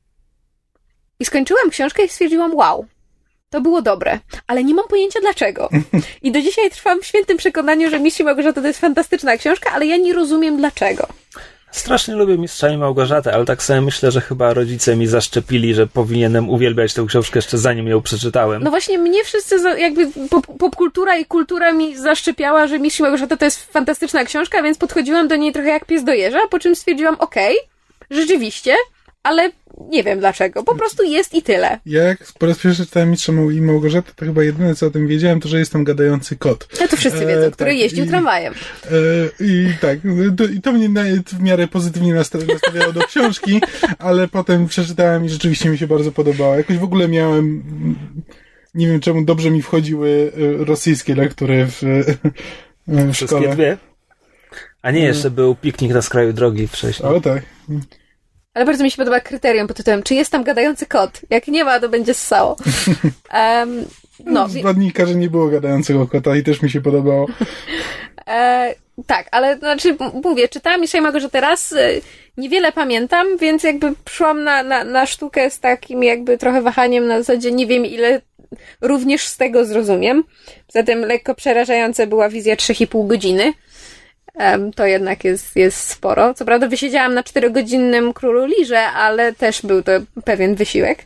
I skończyłam książkę i stwierdziłam, wow, to było dobre, ale nie mam pojęcia dlaczego. I do dzisiaj trwam w świętym przekonaniu, że Mistrz i Małgorzata to jest fantastyczna książka, ale ja nie rozumiem dlaczego. Strasznie lubię Mistrza i Małgorzatę, ale tak sobie myślę, że chyba rodzice mi zaszczepili, że powinienem uwielbiać tę książkę jeszcze zanim ją przeczytałem. No właśnie, mnie wszyscy, jakby pop, popkultura i kultura mi zaszczepiała, że Mistrz i Małgorzata to jest fantastyczna książka, więc podchodziłam do niej trochę jak pies do jeża, po czym stwierdziłam, okej, okay, rzeczywiście, ale nie wiem dlaczego. Po prostu jest i tyle. Ja jak po raz pierwszy czytałem Mistrza i Małgorzatę, to chyba jedyne, co o tym wiedziałem, to, że jest tam gadający kot. No to wszyscy wiedzą, e, który tak, jeździł i, tramwajem. E, I tak, to, i to mnie na, w miarę pozytywnie nastawiało do książki, ale potem przeczytałem i rzeczywiście mi się bardzo podobało. Jakoś w ogóle miałem, nie wiem czemu, dobrze mi wchodziły rosyjskie lektury w, w Wszystkie szkole. dwie? A nie, jeszcze był Piknik na skraju drogi wcześniej. O tak. Ale bardzo mi się podoba kryterium pod tytułem, czy jest tam gadający kot? Jak nie ma, to będzie ssało. Um, no. W Badnika, że nie było gadającego kota i też mi się podobało. E, tak, ale znaczy mówię, czytałam Mistrza i Małgorzatę raz, niewiele pamiętam, więc jakby szłam na, na, na sztukę z takim jakby trochę wahaniem na zasadzie nie wiem ile również z tego zrozumiem. Zatem lekko przerażająca była wizja trzech i pół godziny. Um, to jednak jest, jest sporo. Co prawda wysiedziałam na czterogodzinnym Królu Lirze, ale też był to pewien wysiłek.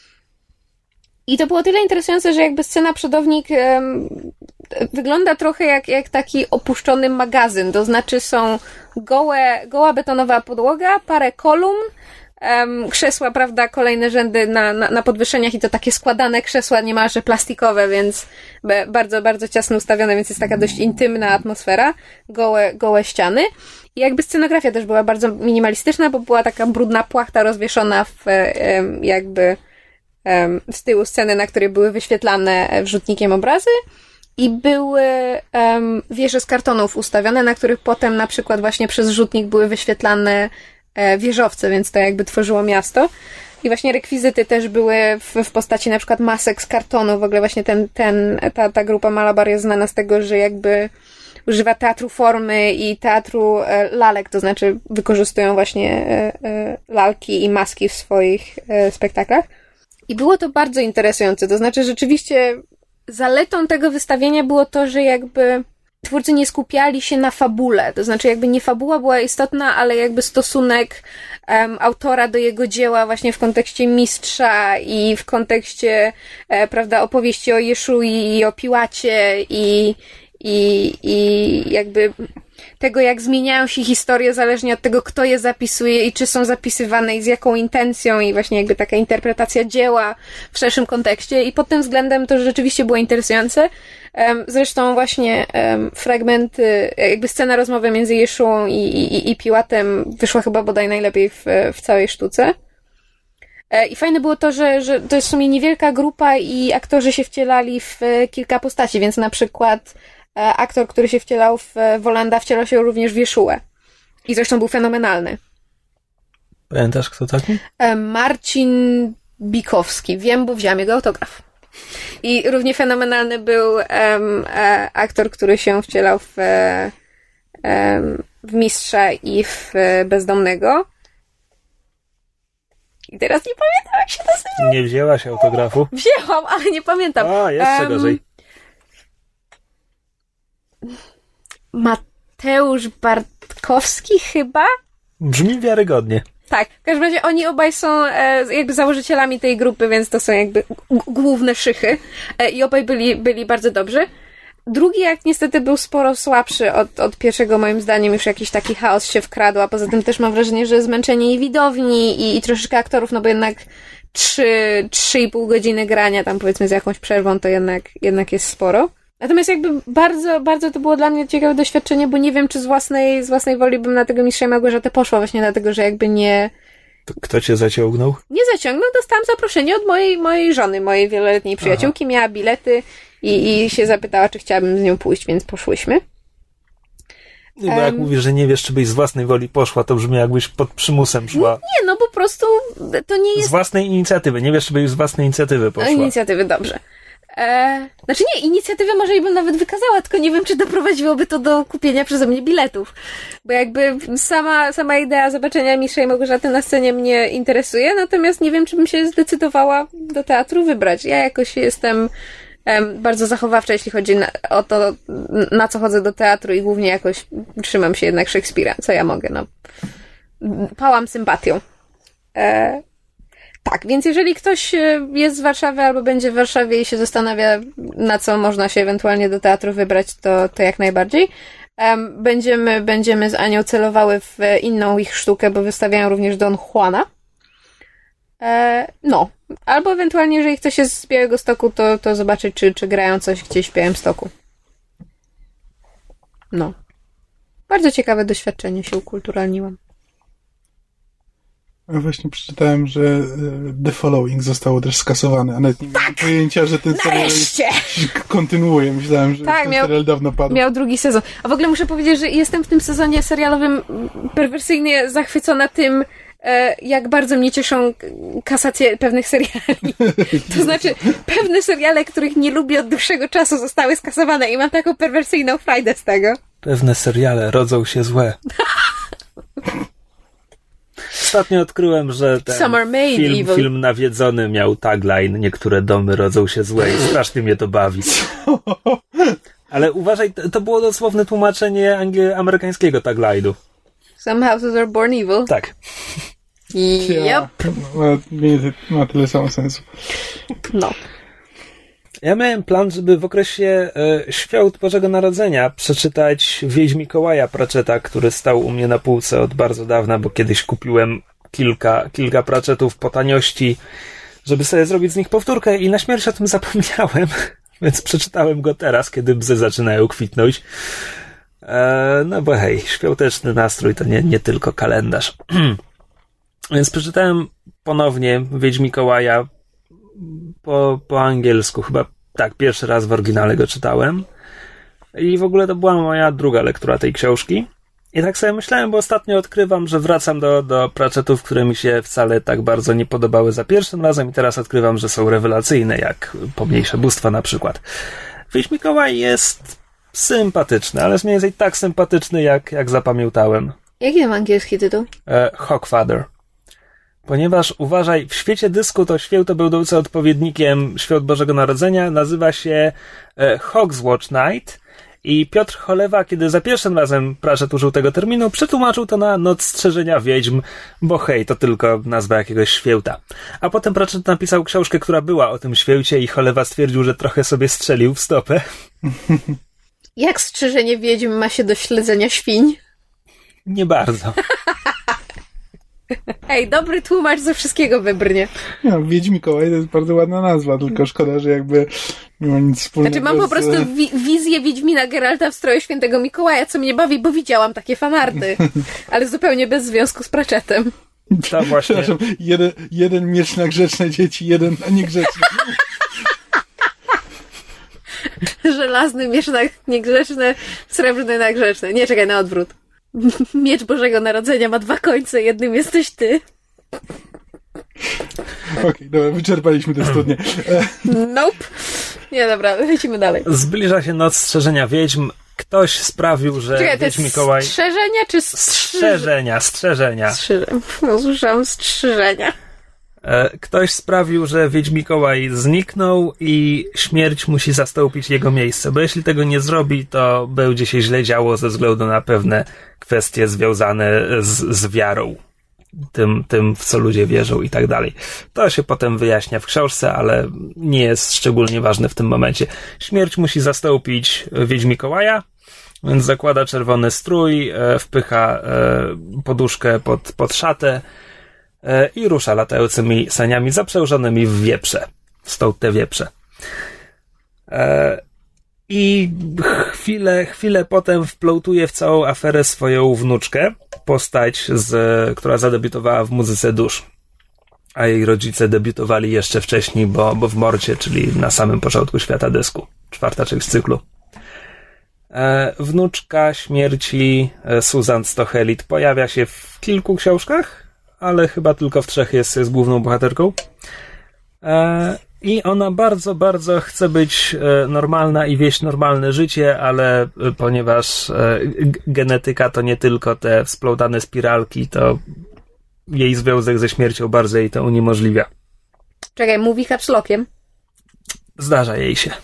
I to było tyle interesujące, że jakby scena przodownik um, wygląda trochę jak, jak taki opuszczony magazyn. To znaczy są gołe, goła betonowa podłoga, parę kolumn, um, krzesła, prawda, kolejne rzędy na, na, na podwyższeniach i to takie składane krzesła, niemalże plastikowe, więc bardzo, bardzo ciasno ustawione, więc jest taka dość intymna atmosfera, gołe, gołe ściany. I jakby scenografia też była bardzo minimalistyczna, bo była taka brudna płachta rozwieszona w jakby z tyłu sceny, na której były wyświetlane wrzutnikiem obrazy i były um, wieże z kartonów ustawione, na których potem na przykład właśnie przez rzutnik były wyświetlane e, wieżowce, więc to jakby tworzyło miasto. I właśnie rekwizyty też były w, w postaci na przykład masek z kartonu. W ogóle właśnie ten, ten, ta, ta grupa Malabar jest znana z tego, że jakby używa teatru formy i teatru e, lalek, to znaczy wykorzystują właśnie e, e, lalki i maski w swoich e, spektaklach. I było to bardzo interesujące, to znaczy rzeczywiście zaletą tego wystawienia było to, że jakby twórcy nie skupiali się na fabule, to znaczy jakby nie fabuła była istotna, ale jakby stosunek um, autora do jego dzieła właśnie w kontekście mistrza i w kontekście, e, prawda, opowieści o Jeszui i o Piłacie i, i, i jakby tego, jak zmieniają się historie zależnie od tego, kto je zapisuje i czy są zapisywane i z jaką intencją i właśnie jakby taka interpretacja dzieła w szerszym kontekście i pod tym względem to rzeczywiście było interesujące. Zresztą właśnie fragmenty, jakby scena rozmowy między Jeszuą i, i, i Piłatem wyszła chyba bodaj najlepiej w, w całej sztuce. I fajne było to, że, że to jest w sumie niewielka grupa i aktorzy się wcielali w kilka postaci, więc na przykład aktor, który się wcielał w Wolanda, wcielał się również w Jeszułę. I zresztą był fenomenalny. Pamiętasz, kto taki? Marcin Bikowski. Wiem, bo wziąłem jego autograf. I równie fenomenalny był um, aktor, który się wcielał w, um, w Mistrza i w Bezdomnego. I teraz nie pamiętam, jak się nazywa. Nie wzięłaś autografu? Wzięłam, ale nie pamiętam. A, jeszcze um, gorzej. Mateusz Bartkowski chyba? Brzmi wiarygodnie. Tak, w każdym razie oni obaj są e, jakby założycielami tej grupy, więc to są jakby g- główne szychy e, i obaj byli, byli bardzo dobrzy. Drugi akt niestety był sporo słabszy od, od pierwszego, moim zdaniem już jakiś taki chaos się wkradł, a poza tym też mam wrażenie, że zmęczenie i widowni i, i troszeczkę aktorów, no bo jednak trzy, trzy i pół godziny grania tam powiedzmy z jakąś przerwą to jednak, jednak jest sporo. Natomiast jakby bardzo, bardzo to było dla mnie ciekawe doświadczenie, bo nie wiem, czy z własnej, z własnej woli bym na tego Mistrza i Małgorzatę poszła, właśnie dlatego, że jakby nie... Kto cię zaciągnął? Nie zaciągnął, dostałam zaproszenie od mojej, mojej żony, mojej wieloletniej przyjaciółki, Aha. miała bilety i, i się zapytała, czy chciałabym z nią pójść, więc poszłyśmy. Nie, bo jak um, mówisz, że nie wiesz, czy byś z własnej woli poszła, to brzmi jakbyś pod przymusem szła. Nie, no po prostu to nie jest... Z własnej inicjatywy. Nie wiesz, czy byś z własnej inicjatywy poszła. No, inicjatywy, dobrze. E, znaczy nie, inicjatywę może i bym nawet wykazała, tylko nie wiem, czy doprowadziłoby to do kupienia przeze mnie biletów. Bo jakby sama, sama idea zobaczenia Misza i Małgorzaty na scenie mnie interesuje, natomiast nie wiem, czy bym się zdecydowała do teatru wybrać. Ja jakoś jestem em, bardzo zachowawcza, jeśli chodzi na, o to, na co chodzę do teatru i głównie jakoś trzymam się jednak Szekspira, co ja mogę, no. Pałam sympatią. E, Tak, więc jeżeli ktoś jest z Warszawy albo będzie w Warszawie i się zastanawia, na co można się ewentualnie do teatru wybrać, to, to jak najbardziej. Um, będziemy, będziemy z Anią celowały w inną ich sztukę, bo wystawiają również Don Juana. E, no, albo ewentualnie, jeżeli ktoś jest z Białegostoku, to, to zobaczyć, czy, czy grają coś gdzieś w Białymstoku. No. Bardzo ciekawe doświadczenie, się ukulturalniłam. Ja właśnie przeczytałem, że The Following zostało też skasowane, a nawet nie tak! miałem pojęcia, że ten serial Nareszcie! kontynuuje. Myślałem, że tak, ten miał, serial dawno padł. Miał drugi sezon. A w ogóle muszę powiedzieć, że jestem w tym sezonie serialowym perwersyjnie zachwycona tym, jak bardzo mnie cieszą kasacje pewnych seriali. To znaczy, pewne seriale, których nie lubię od dłuższego czasu, zostały skasowane i mam taką perwersyjną frajdę z tego. Pewne seriale rodzą się złe. Ostatnio odkryłem, że ten film, film Nawiedzony miał tagline "Niektóre domy rodzą się złe" i strasznie mnie to bawi. Ale uważaj, to było dosłowne tłumaczenie anglie- amerykańskiego tagline'u. Some houses are born evil. Tak. Yep. Ma, ma tyle samo sensu. No. Ja miałem plan, żeby w okresie e, Świąt Bożego Narodzenia przeczytać Wieść Mikołaja Pratchetta, który stał u mnie na półce od bardzo dawna, bo kiedyś kupiłem kilka, kilka Pratchettów po taniości, żeby sobie zrobić z nich powtórkę i na śmierć o tym zapomniałem, więc przeczytałem go teraz, kiedy bzy zaczynają kwitnąć. E, no bo hej, świąteczny nastrój to nie, nie tylko kalendarz. Więc przeczytałem ponownie Wieść Mikołaja po, po angielsku, chyba tak, pierwszy raz w oryginale go czytałem i w ogóle to była moja druga lektura tej książki i tak sobie myślałem, bo ostatnio odkrywam, że wracam do, do Pratchettów, które mi się wcale tak bardzo nie podobały za pierwszym razem i teraz odkrywam, że są rewelacyjne, jak Pomniejsze Bóstwa na przykład. Wieść Mikołaj jest sympatyczny, ale jest mniej więcej tak sympatyczny, jak, jak zapamiętałem. Jaki tam angielski tytuł? E, Hogfather. Ponieważ, uważaj, w świecie dysku to święto będące odpowiednikiem Świąt Bożego Narodzenia nazywa się e, Hogswatch Night i Piotr Cholewa, kiedy za pierwszym razem Pratchett użył tego terminu, przetłumaczył to na Noc Strzeżenia Wiedźm, bo hej, to tylko nazwa jakiegoś święta. A potem Pratchett napisał książkę, która była o tym święcie i Cholewa stwierdził, że trochę sobie strzelił w stopę. Jak strzeżenie wiedźm ma się do śledzenia świń? Nie bardzo. Ej, dobry tłumacz ze wszystkiego wybrnie. No, Wiedź Mikołaj to jest bardzo ładna nazwa, tylko szkoda, że jakby nie ma nic wspólnego. Znaczy mam po prostu z... wi- wizję Wiedźmina Geralta w stroju Świętego Mikołaja, co mnie bawi, bo widziałam takie fanarty. Ale zupełnie bez związku z Pratchettem. Ta właśnie. Przepraszam, jeden, jeden miecz na grzeczne dzieci, jeden na niegrzeczne. Żelazny miecz na niegrzeczne, srebrny na grzeczne. Nie, czekaj, na odwrót. Miecz Bożego Narodzenia ma dwa końce, jednym jesteś ty. Okej, okay, dobra, wyczerpaliśmy te studnie. Nope. Nie, dobra, lecimy dalej. Zbliża się Noc Strzeżenia Wiedźm. Ktoś sprawił, że Czekaj, Wiedź Mikołaj... strzeżenia czy strzeżenia? Strzeżenia, strzeżenia. No, słyszałam strzeżenia. Ktoś sprawił, że Wiedź Mikołaj zniknął i śmierć musi zastąpić jego miejsce, bo jeśli tego nie zrobi, to będzie się źle działo ze względu na pewne kwestie związane z, z wiarą, tym, tym, w co ludzie wierzą i tak dalej. To się potem wyjaśnia w książce, ale nie jest szczególnie ważne w tym momencie. Śmierć musi zastąpić Wiedź Mikołaja, więc zakłada czerwony strój, wpycha poduszkę pod, pod szatę i rusza latającymi saniami zaprzężonymi w wieprze. Stąd te wieprze. I chwilę, chwilę potem wplątuje w całą aferę swoją wnuczkę, postać, z, która zadebiutowała w Muzyce dusz. A jej rodzice debiutowali jeszcze wcześniej, bo, bo w Morcie, czyli na samym początku świata dysku. Czwarta część cyklu. E, wnuczka śmierci Susan Stochelit pojawia się w kilku książkach, ale chyba tylko w trzech jest, jest główną bohaterką. E, I ona bardzo, bardzo chce być normalna i wieść normalne życie, ale ponieważ genetyka to nie tylko te splątane spiralki, to jej związek ze śmiercią bardzo jej to uniemożliwia. Czekaj, mówi capslockiem? Zdarza jej się.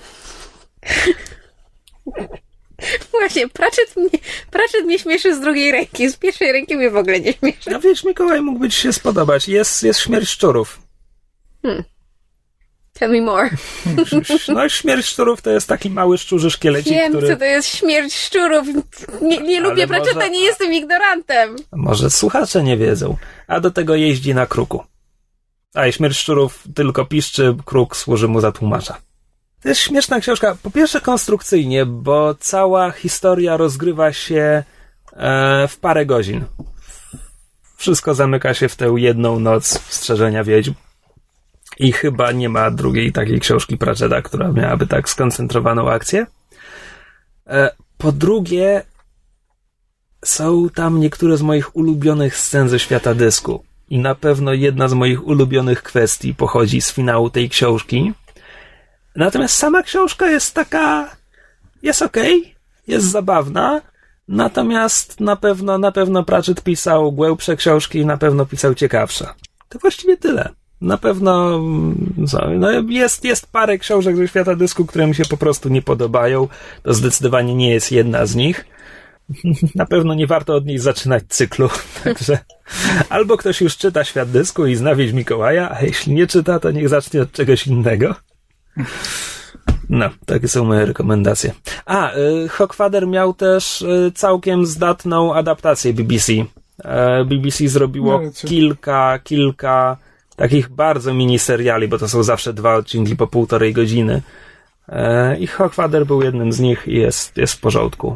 Właśnie, Pratchett mnie, Pratchett mnie śmieszy z drugiej ręki, z pierwszej ręki mnie w ogóle nie śmieszy. No wiesz, Mikołaj, mógłby ci się spodobać. Jest, jest śmierć szczurów. Hmm. Tell me more. No, śmierć szczurów to jest taki mały szczurzy szkielecik, Wiem, który... co to jest śmierć szczurów. Nie, nie lubię Pratchetta, może... nie jestem ignorantem. Może słuchacze nie wiedzą. A do tego jeździ na kruku. A i śmierć szczurów tylko piszczy, kruk służy mu za tłumacza. To jest śmieszna książka. Po pierwsze konstrukcyjnie, bo cała historia rozgrywa się e, w parę godzin. Wszystko zamyka się w tę jedną noc strzeżenia wiedźm. I chyba nie ma drugiej takiej książki Pratchetta, która miałaby tak skoncentrowaną akcję. E, po drugie, są tam niektóre z moich ulubionych scen ze świata dysku. I na pewno jedna z moich ulubionych kwestii pochodzi z finału tej książki. Natomiast sama książka jest taka... jest okej, okay, jest zabawna, natomiast na pewno, na pewno Pratchett pisał głębsze książki i na pewno pisał ciekawsze. To właściwie tyle. Na pewno no jest, jest parę książek ze świata dysku, które mi się po prostu nie podobają. To zdecydowanie nie jest jedna z nich. Na pewno nie warto od niej zaczynać cyklu. Także albo ktoś już czyta świat dysku i zna Wieść Mikołaja, a jeśli nie czyta, to niech zacznie od czegoś innego. No, takie są moje rekomendacje. A, y, Hogfather miał też y, całkiem zdatną adaptację B B C. Y, B B C zrobiło no, kilka, kilka takich bardzo mini seriali, bo to są zawsze dwa odcinki po półtorej godziny. Y, I Hogfather był jednym z nich i jest, jest w porządku.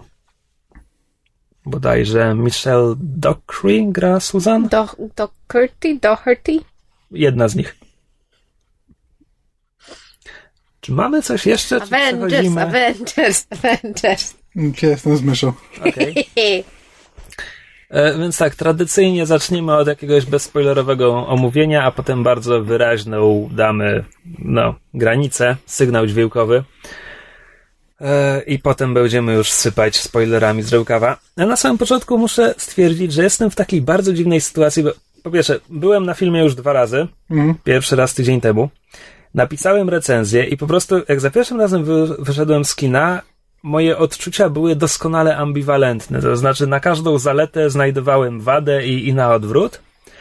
Bodajże Michelle Dockery gra Susan? Do, Doherty? Doherty? Jedna z nich. Czy mamy coś jeszcze? Czy Avengers, Avengers, Avengers. Ja jestem z myszą. Okay. E, więc tak, tradycyjnie zaczniemy od jakiegoś bezspoilerowego omówienia, a potem bardzo wyraźną damy, no, granicę, sygnał dźwiękowy. E, I potem będziemy już sypać spoilerami z rękawa. A na samym początku muszę stwierdzić, że jestem w takiej bardzo dziwnej sytuacji, bo po pierwsze, byłem na filmie już dwa razy. Mm. Pierwszy raz tydzień temu. Napisałem recenzję i po prostu jak za pierwszym razem wy, wyszedłem z kina, moje odczucia były doskonale ambiwalentne. To znaczy na każdą zaletę znajdowałem wadę i, i na odwrót.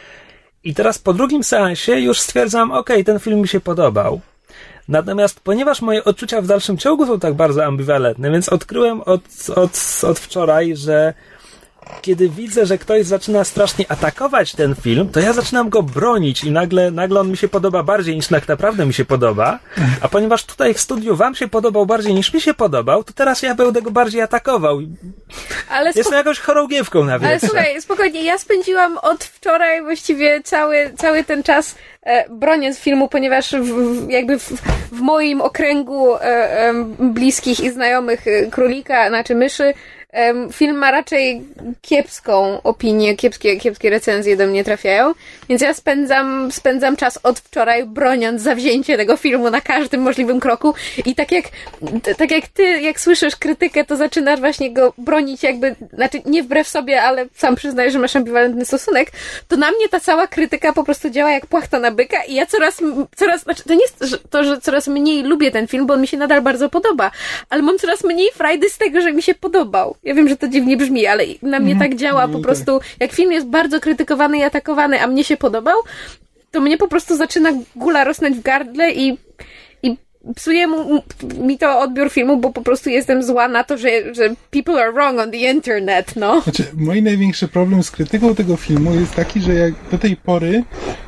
I teraz po drugim seansie już stwierdzam, okej, okay, ten film mi się podobał. Natomiast ponieważ moje odczucia w dalszym ciągu są tak bardzo ambiwalentne, więc odkryłem od, od, od wczoraj, że kiedy widzę, że ktoś zaczyna strasznie atakować ten film, to ja zaczynam go bronić i nagle, nagle on mi się podoba bardziej niż tak naprawdę mi się podoba, a ponieważ tutaj w studiu wam się podobał bardziej niż mi się podobał, to teraz ja będę go bardziej atakował. Ale Jestem spoko- jakąś chorągiewką na wietrze. Ale słuchaj, spokojnie, ja spędziłam od wczoraj właściwie cały, cały ten czas e, broniąc filmu, ponieważ w, w, jakby w, w moim okręgu e, e, bliskich i znajomych e, królika, znaczy myszy, film ma raczej kiepską opinię, kiepskie, kiepskie recenzje do mnie trafiają, więc ja spędzam, spędzam czas od wczoraj broniąc zawzięcie tego filmu na każdym możliwym kroku i tak jak, tak jak ty, jak słyszysz krytykę, to zaczynasz właśnie go bronić jakby, znaczy nie wbrew sobie, ale sam przyznajesz, że masz ambiwalentny stosunek, to na mnie ta cała krytyka po prostu działa jak płachta na byka i ja coraz, coraz, znaczy to nie jest to, że coraz mniej lubię ten film, bo on mi się nadal bardzo podoba, ale mam coraz mniej frajdy z tego, że mi się podobał. Ja wiem, że to dziwnie brzmi, ale na mnie tak działa po prostu. Jak film jest bardzo krytykowany i atakowany, a mnie się podobał, to mnie po prostu zaczyna gula rosnąć w gardle i, i psuje mu, mi to odbiór filmu, bo po prostu jestem zła na to, że, że people are wrong on the internet, no. Znaczy, mój największy problem z krytyką tego filmu jest taki, że jak do tej pory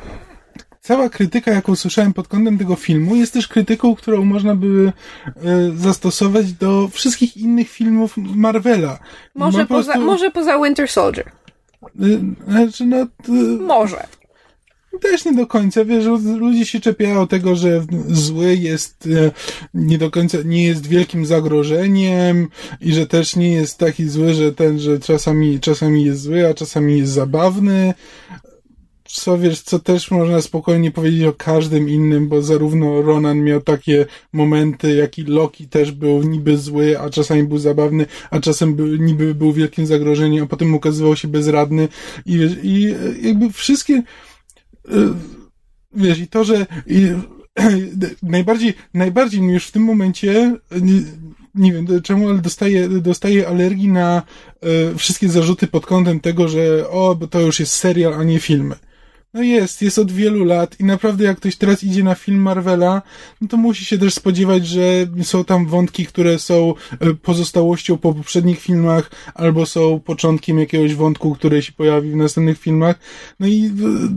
cała krytyka, jaką słyszałem pod kątem tego filmu, jest też krytyką, którą można by e, zastosować do wszystkich innych filmów Marvela. Może poza, prostu... może poza Winter Soldier. E, znaczy, no, to... Może. Też nie do końca, wiesz, ludzie się czepiają tego, że zły jest nie do końca, nie jest wielkim zagrożeniem i że też nie jest taki zły, że ten, że czasami, czasami jest zły, a czasami jest zabawny. Co wiesz, co też można spokojnie powiedzieć o każdym innym, bo zarówno Ronan miał takie momenty, jak i Loki też był niby zły, a czasami był zabawny, a czasem był, niby był wielkim zagrożeniem, a potem okazywał się bezradny i wiesz, i jakby wszystkie wiesz, i to, że i, najbardziej, najbardziej mi już w tym momencie nie, nie wiem czemu, ale dostaję, dostaję alergii na e, wszystkie zarzuty pod kątem tego, że o, bo to już jest serial, a nie filmy. No jest, jest od wielu lat i naprawdę jak ktoś teraz idzie na film Marvela, no to musi się też spodziewać, że są tam wątki, które są pozostałością po poprzednich filmach, albo są początkiem jakiegoś wątku, który się pojawi w następnych filmach. No i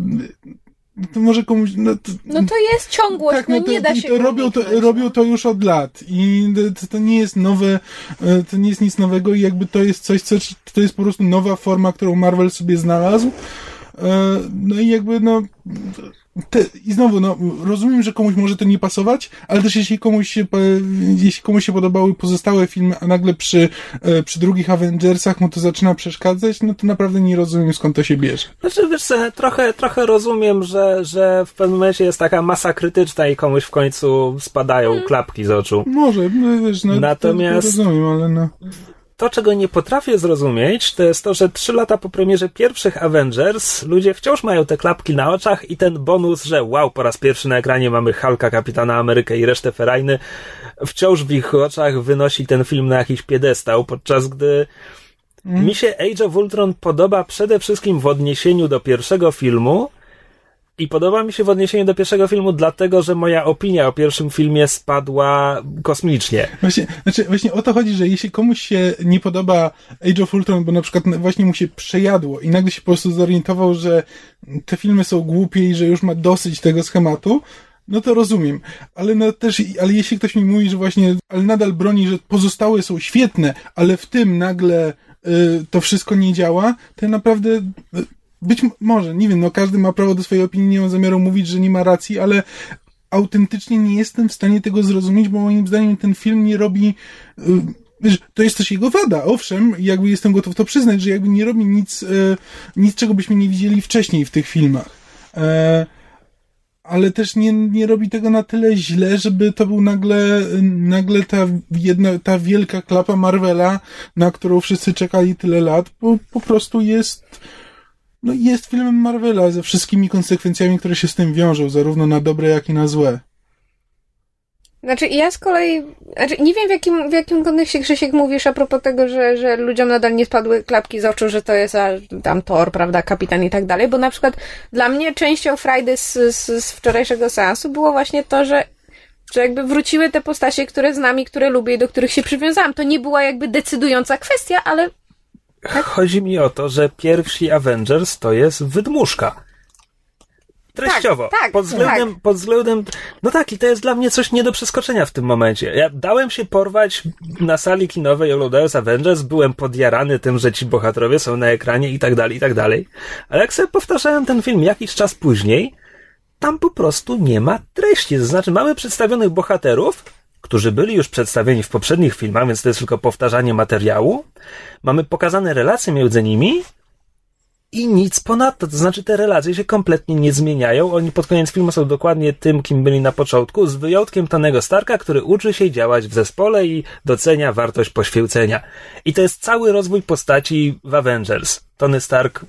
to może komuś... No to, no to jest ciągłość, tak, no, no to, nie da się to robią, to, robią to już od lat i to, to nie jest nowe, to nie jest nic nowego i jakby to jest coś, co to jest po prostu nowa forma, którą Marvel sobie znalazł. No i jakby, no, te, i znowu, no, rozumiem, że komuś może to nie pasować, ale też jeśli komuś się, jeśli komuś się podobały pozostałe filmy, a nagle przy, przy drugich Avengersach mu to zaczyna przeszkadzać, no to naprawdę nie rozumiem, skąd to się bierze. Znaczy, wiesz co, trochę, trochę rozumiem, że, że w pewnym momencie jest taka masa krytyczna i komuś w końcu spadają hmm. klapki z oczu. Może, no, wiesz, no, Natomiast... to, to rozumiem, ale no... To, czego nie potrafię zrozumieć, to jest to, że trzy lata po premierze pierwszych Avengers ludzie wciąż mają te klapki na oczach i ten bonus, że wow, po raz pierwszy na ekranie mamy Hulka, Kapitana Amerykę i resztę ferajny, wciąż w ich oczach wynosi ten film na jakiś piedestał, podczas gdy mm. mi się Age of Ultron podoba przede wszystkim w odniesieniu do pierwszego filmu. I podoba mi się w odniesieniu do pierwszego filmu dlatego, że moja opinia o pierwszym filmie spadła kosmicznie. Właśnie, znaczy, właśnie o to chodzi, że jeśli komuś się nie podoba Age of Ultron, bo na przykład właśnie mu się przejadło i nagle się po prostu zorientował, że te filmy są głupie i że już ma dosyć tego schematu, no to rozumiem. Ale no też, ale jeśli ktoś mi mówi, że właśnie, ale nadal broni, że pozostałe są świetne, ale w tym nagle y, to wszystko nie działa, to ja naprawdę... Y, Być może, nie wiem, no każdy ma prawo do swojej opinii, nie mam zamiaru mówić, że nie ma racji, ale autentycznie nie jestem w stanie tego zrozumieć, bo moim zdaniem ten film nie robi, wiesz, to jest też jego wada, owszem, jakby jestem gotów to przyznać, że jakby nie robi nic, nic czego byśmy nie widzieli wcześniej w tych filmach. Ale też nie, nie robi tego na tyle źle, żeby to był nagle, nagle ta jedna, ta wielka klapa Marvela, na którą wszyscy czekali tyle lat, bo po prostu jest... No jest filmem Marvela ze wszystkimi konsekwencjami, które się z tym wiążą, zarówno na dobre, jak i na złe. Znaczy ja z kolei, znaczy nie wiem w jakim, w jakim kontekście, Krzysiek, mówisz a propos tego, że, że ludziom nadal nie spadły klapki z oczu, że to jest a, tam Thor, prawda, Kapitan i tak dalej, bo na przykład dla mnie częścią frajdy z, z, z wczorajszego seansu było właśnie to, że że jakby wróciły te postacie, które znam i które lubię i do których się przywiązałam. To nie była jakby decydująca kwestia, ale... Tak? Chodzi mi o to, że pierwsi Avengers to jest wydmuszka. Treściowo. Tak, tak, pod względem, tak. pod względem, no tak, i to jest dla mnie coś nie do przeskoczenia w tym momencie. Ja dałem się porwać na sali kinowej oglądając Avengers, byłem podjarany tym, że ci bohaterowie są na ekranie i tak dalej, i tak dalej. Ale jak sobie powtarzałem ten film jakiś czas później, tam po prostu nie ma treści. To znaczy mamy przedstawionych bohaterów, którzy byli już przedstawieni w poprzednich filmach, więc to jest tylko powtarzanie materiału. Mamy pokazane relacje między nimi i nic ponadto. To znaczy te relacje się kompletnie nie zmieniają. Oni pod koniec filmu są dokładnie tym, kim byli na początku, z wyjątkiem Tonego Starka, który uczy się działać w zespole i docenia wartość poświęcenia. I to jest cały rozwój postaci w Avengers. Tony Stark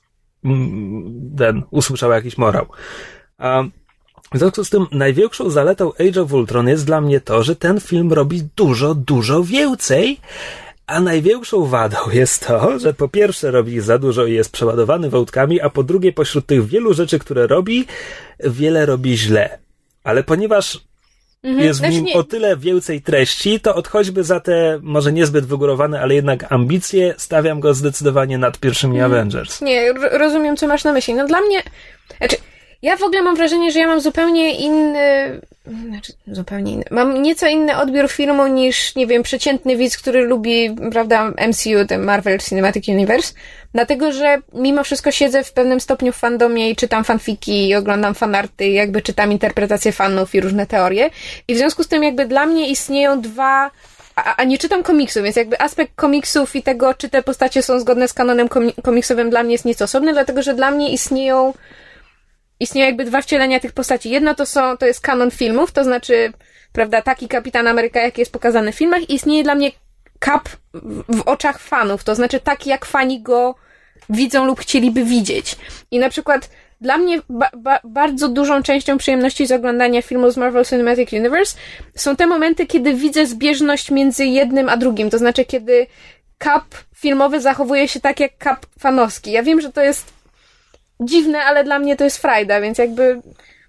ten, usłyszał jakiś morał. A w związku z tym największą zaletą Age of Ultron jest dla mnie to, że ten film robi dużo, dużo więcej, a największą wadą jest to, że po pierwsze robi za dużo i jest przeładowany wątkami, a po drugie pośród tych wielu rzeczy, które robi, wiele robi źle. Ale ponieważ mhm, jest w nim nie... o tyle więcej treści, to odchoćby za te może niezbyt wygórowane, ale jednak ambicje, stawiam go zdecydowanie nad pierwszymi mhm. Avengers. Nie, rozumiem, co masz na myśli. No dla mnie... Znaczy... Ja w ogóle mam wrażenie, że ja mam zupełnie inny, znaczy zupełnie inny, mam nieco inny odbiór filmu niż, nie wiem, przeciętny widz, który lubi, prawda, M C U, ten Marvel Cinematic Universe, dlatego, że mimo wszystko siedzę w pewnym stopniu w fandomie i czytam fanfiki i oglądam fanarty i jakby czytam interpretacje fanów i różne teorie i w związku z tym jakby dla mnie istnieją dwa, a, a nie czytam komiksów, więc jakby aspekt komiksów i tego, czy te postacie są zgodne z kanonem komi- komiksowym dla mnie jest nieco osobny, dlatego, że dla mnie istnieją Istnieją jakby dwa wcielenia tych postaci. Jedno to są, to jest kanon filmów, to znaczy, prawda, taki Kapitan Ameryka, jaki jest pokazany w filmach i istnieje dla mnie Cap w, w oczach fanów, to znaczy taki, jak fani go widzą lub chcieliby widzieć. I na przykład dla mnie ba- ba- bardzo dużą częścią przyjemności z oglądania filmu z Marvel Cinematic Universe są te momenty, kiedy widzę zbieżność między jednym a drugim, to znaczy, kiedy Cap filmowy zachowuje się tak, jak Cap fanowski. Ja wiem, że to jest dziwne, ale dla mnie to jest frajda, więc jakby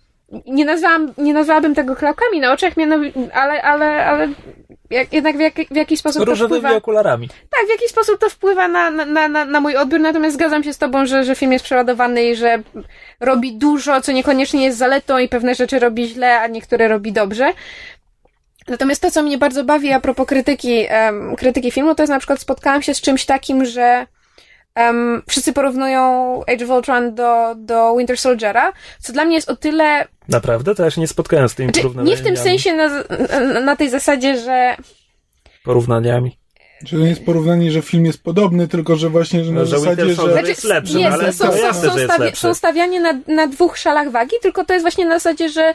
nie nazwałam, nie nazwałabym tego klapkami na oczach, mianowicie, ale, ale, ale jak, jednak w, jak, w jakiś sposób to wpływa... okularami. Tak, w jakiś sposób to wpływa na, na, na, na mój odbiór, natomiast zgadzam się z tobą, że, że film jest przeładowany i że robi dużo, co niekoniecznie jest zaletą i pewne rzeczy robi źle, a niektóre robi dobrze. Natomiast to, co mnie bardzo bawi a propos krytyki, um, krytyki filmu, to jest na przykład spotkałam się z czymś takim, że Um, wszyscy porównują Age of Ultron do, do Winter Soldiera, co dla mnie jest o tyle... Naprawdę? To ja się nie spotkałem z tymi znaczy, porównaniami. Nie w tym sensie na, na, na tej zasadzie, że... Porównaniami. Czyli nie jest porównanie, że film jest podobny, tylko że właśnie, że na no, że zasadzie, Winter Soldier że... jest lepszy, jest, no, ale są, to są, jasne, są, że jest stawi- lepszy. są stawiani na, na dwóch szalach wagi, tylko to jest właśnie na zasadzie, że,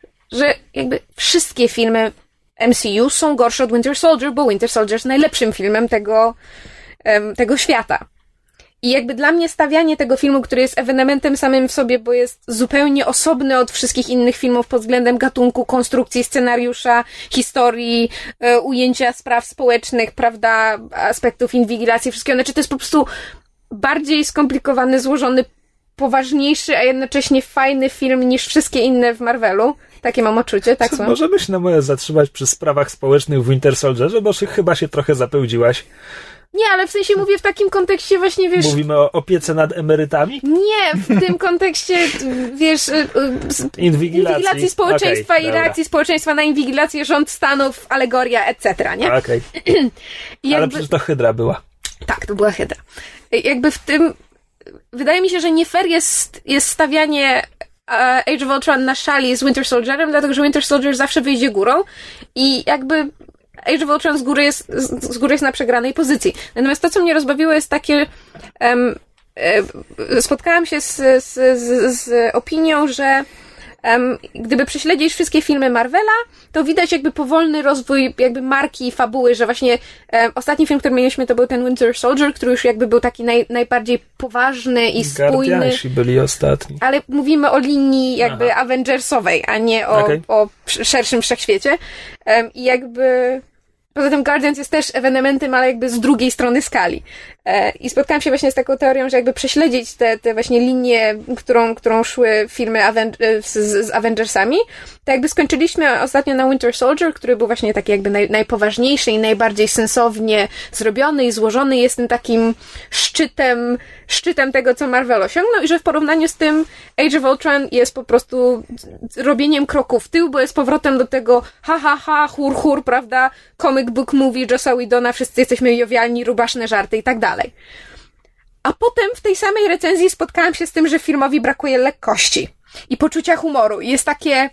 że jakby wszystkie filmy M C U są gorsze od Winter Soldier, bo Winter Soldier jest najlepszym filmem tego, um, tego świata. I jakby dla mnie stawianie tego filmu, który jest ewenementem samym w sobie, bo jest zupełnie osobny od wszystkich innych filmów pod względem gatunku, konstrukcji, scenariusza, historii, e, ujęcia spraw społecznych, prawda, aspektów inwigilacji, wszystkiego. Znaczy to jest po prostu bardziej skomplikowany, złożony, poważniejszy, a jednocześnie fajny film niż wszystkie inne w Marvelu. Takie mam odczucie, tak są. Możemy się na moje zatrzymać przy sprawach społecznych w Winter Soldierze, bo chyba się trochę zapełdziłaś. Nie, ale w sensie mówię w takim kontekście właśnie, wiesz... Mówimy o opiece nad emerytami? Nie, w tym kontekście, wiesz... Inwigilacji. Inwigilacji społeczeństwa okay, i reakcji dobra. społeczeństwa na inwigilację, rząd Stanów, alegoria, et cetera, nie? Okej. Okay. Jakby... Ale przecież to Hydra była. Tak, to była Hydra. Jakby w tym... Wydaje mi się, że nie fair jest, jest stawianie Age of Ultron na szali z Winter Soldierem, dlatego że Winter Soldier zawsze wyjdzie górą i jakby... Age of Ultron z góry jest, z góry jest na przegranej pozycji. Natomiast to, co mnie rozbawiło, jest takie... Um, e, spotkałam się z, z, z, z opinią, że um, gdyby prześledzić wszystkie filmy Marvela, to widać jakby powolny rozwój jakby marki i fabuły, że właśnie um, ostatni film, który mieliśmy, to był ten Winter Soldier, który już jakby był taki naj, najbardziej poważny i spójny. Guardiansi byli ostatni. Ale mówimy o linii jakby Aha. Avengersowej, a nie o, okay. o szerszym wszechświecie. Um, I jakby... Poza tym Guardians jest też ewenementem, ale jakby z drugiej strony skali. E, I spotkałam się właśnie z taką teorią, że jakby prześledzić te, te właśnie linię, którą, którą szły filmy Aven- z, z Avengersami, to jakby skończyliśmy ostatnio na Winter Soldier, który był właśnie taki jakby naj, najpoważniejszy i najbardziej sensownie zrobiony i złożony, jest tym takim szczytem, szczytem tego, co Marvel osiągnął i że w porównaniu z tym Age of Ultron jest po prostu robieniem kroku w tył, bo jest powrotem do tego ha, ha, ha, hur, hur, prawda, comic book movie Jossa Whedona, wszyscy jesteśmy jowialni, rubaszne żarty i tak dalej. A potem w tej samej recenzji spotkałam się z tym, że filmowi brakuje lekkości i poczucia humoru. I jest takie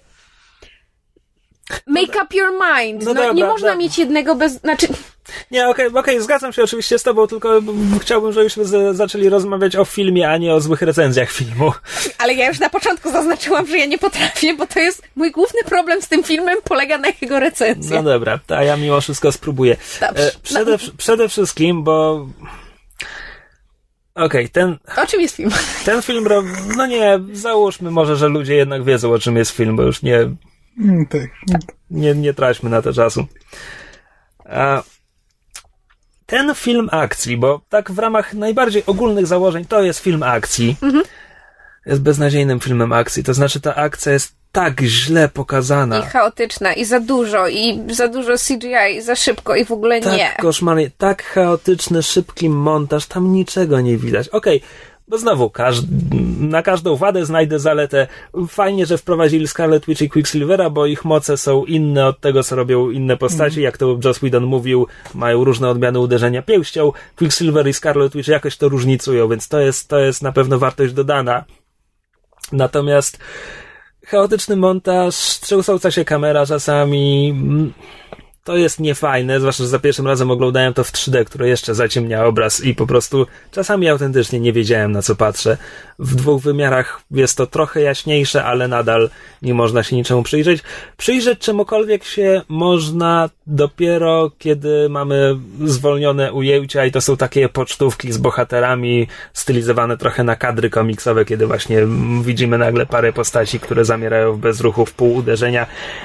make up your mind. No, no dobra, nie można dobra. mieć jednego bez... Znaczy... Nie, okej, okay, okay, zgadzam się oczywiście z tobą, tylko chciałbym, żebyśmy z- zaczęli rozmawiać o filmie, a nie o złych recenzjach filmu. Ale ja już na początku zaznaczyłam, że ja nie potrafię, bo to jest mój główny problem z tym filmem, polega na jego recenzji. No dobra, a ja mimo wszystko spróbuję. Dobrze. E, przede, no. przede wszystkim, bo... Okej, okay, ten... O czym jest film? Ten film, no nie, załóżmy może, że ludzie jednak wiedzą, o czym jest film, bo już nie... Mm, tak. Nie, nie traćmy na to czasu. A... Ten film akcji, bo tak w ramach najbardziej ogólnych założeń to jest film akcji, mhm. jest beznadziejnym filmem akcji. To znaczy ta akcja jest tak źle pokazana. I chaotyczna, i za dużo, i za dużo C G I, i za szybko, i w ogóle tak nie. Tak koszmarnie, tak chaotyczny, szybki montaż, tam niczego nie widać. Okej, okay, Bo znowu, każd- na każdą wadę znajdę zaletę. Fajnie, że wprowadzili Scarlet Witch i Quicksilvera, bo ich moce są inne od tego, co robią inne postaci. Mm. Jak to Joss Whedon mówił, mają różne odmiany uderzenia pięścią. Quicksilver i Scarlet Witch jakoś to różnicują, więc to jest, to jest na pewno wartość dodana. Natomiast chaotyczny montaż, trzęsąca się kamera czasami... To jest niefajne, zwłaszcza, że za pierwszym razem oglądałem to w trzy D, które jeszcze zaciemnia obraz i po prostu czasami autentycznie nie wiedziałem, na co patrzę. W dwóch wymiarach jest to trochę jaśniejsze, ale nadal nie można się niczemu przyjrzeć. Przyjrzeć czemukolwiek się można dopiero, kiedy mamy zwolnione ujęcia i to są takie pocztówki z bohaterami stylizowane trochę na kadry komiksowe, kiedy właśnie widzimy nagle parę postaci, które zamierają w bezruchu w pół uderzenia.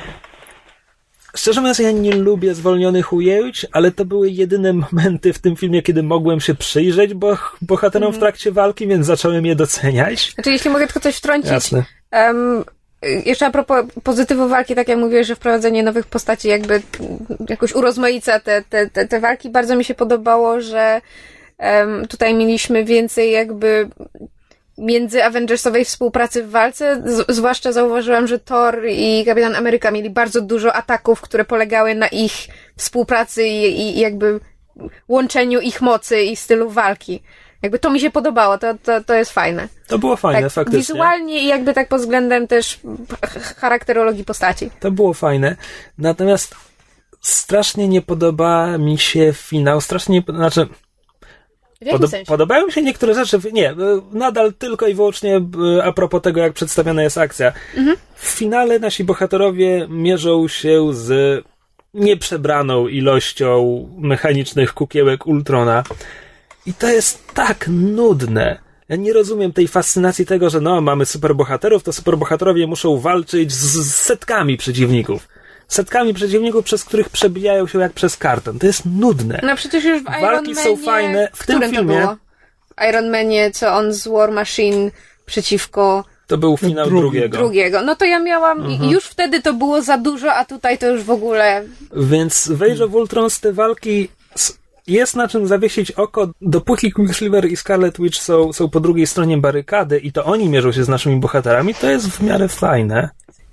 Szczerze mówiąc, ja nie lubię zwolnionych ujęć, ale to były jedyne momenty w tym filmie, kiedy mogłem się przyjrzeć bo bohaterom w trakcie walki, więc zacząłem je doceniać. Znaczy, jeśli mogę tylko coś wtrącić. Jasne. Um, jeszcze a propos pozytywu walki, tak jak mówiłeś, że wprowadzenie nowych postaci jakby jakoś urozmaica te, te, te, te walki. Bardzo mi się podobało, że um, tutaj mieliśmy więcej jakby między Avengersowej współpracy w walce, z, zwłaszcza zauważyłam, że Thor i Kapitan Ameryka mieli bardzo dużo ataków, które polegały na ich współpracy i, i jakby łączeniu ich mocy i stylu walki. Jakby to mi się podobało, to, to, to jest fajne. To było fajne, tak, faktycznie. Wizualnie i jakby tak pod względem też charakterologii postaci. To było fajne, natomiast strasznie nie podoba mi się finał, strasznie nie, znaczy W jakim Pod- sensie? Podobają mi się niektóre rzeczy, nie, nadal tylko i wyłącznie a propos tego, jak przedstawiona jest akcja. Mhm. W finale nasi bohaterowie mierzą się z nieprzebraną ilością mechanicznych kukiełek Ultrona i to jest tak nudne. Ja nie rozumiem tej fascynacji tego, że no, mamy superbohaterów, to superbohaterowie muszą walczyć z, z setkami przeciwników. Setkami przeciwników, przez których przebijają się jak przez karton. To jest nudne. No przecież już w Iron Walki Manie, są fajne. W, w tym filmie to było? W Iron Manie, co on z War Machine przeciwko... To był finał Drugi. drugiego. Drugiego. No to ja miałam... Mhm. Już wtedy to było za dużo, a tutaj to już w ogóle... Więc w Age of Ultron te walki... Jest na czym zawiesić oko, dopóki Quicksilver i Scarlet Witch są, są po drugiej stronie barykady i to oni mierzą się z naszymi bohaterami, to jest w miarę fajne.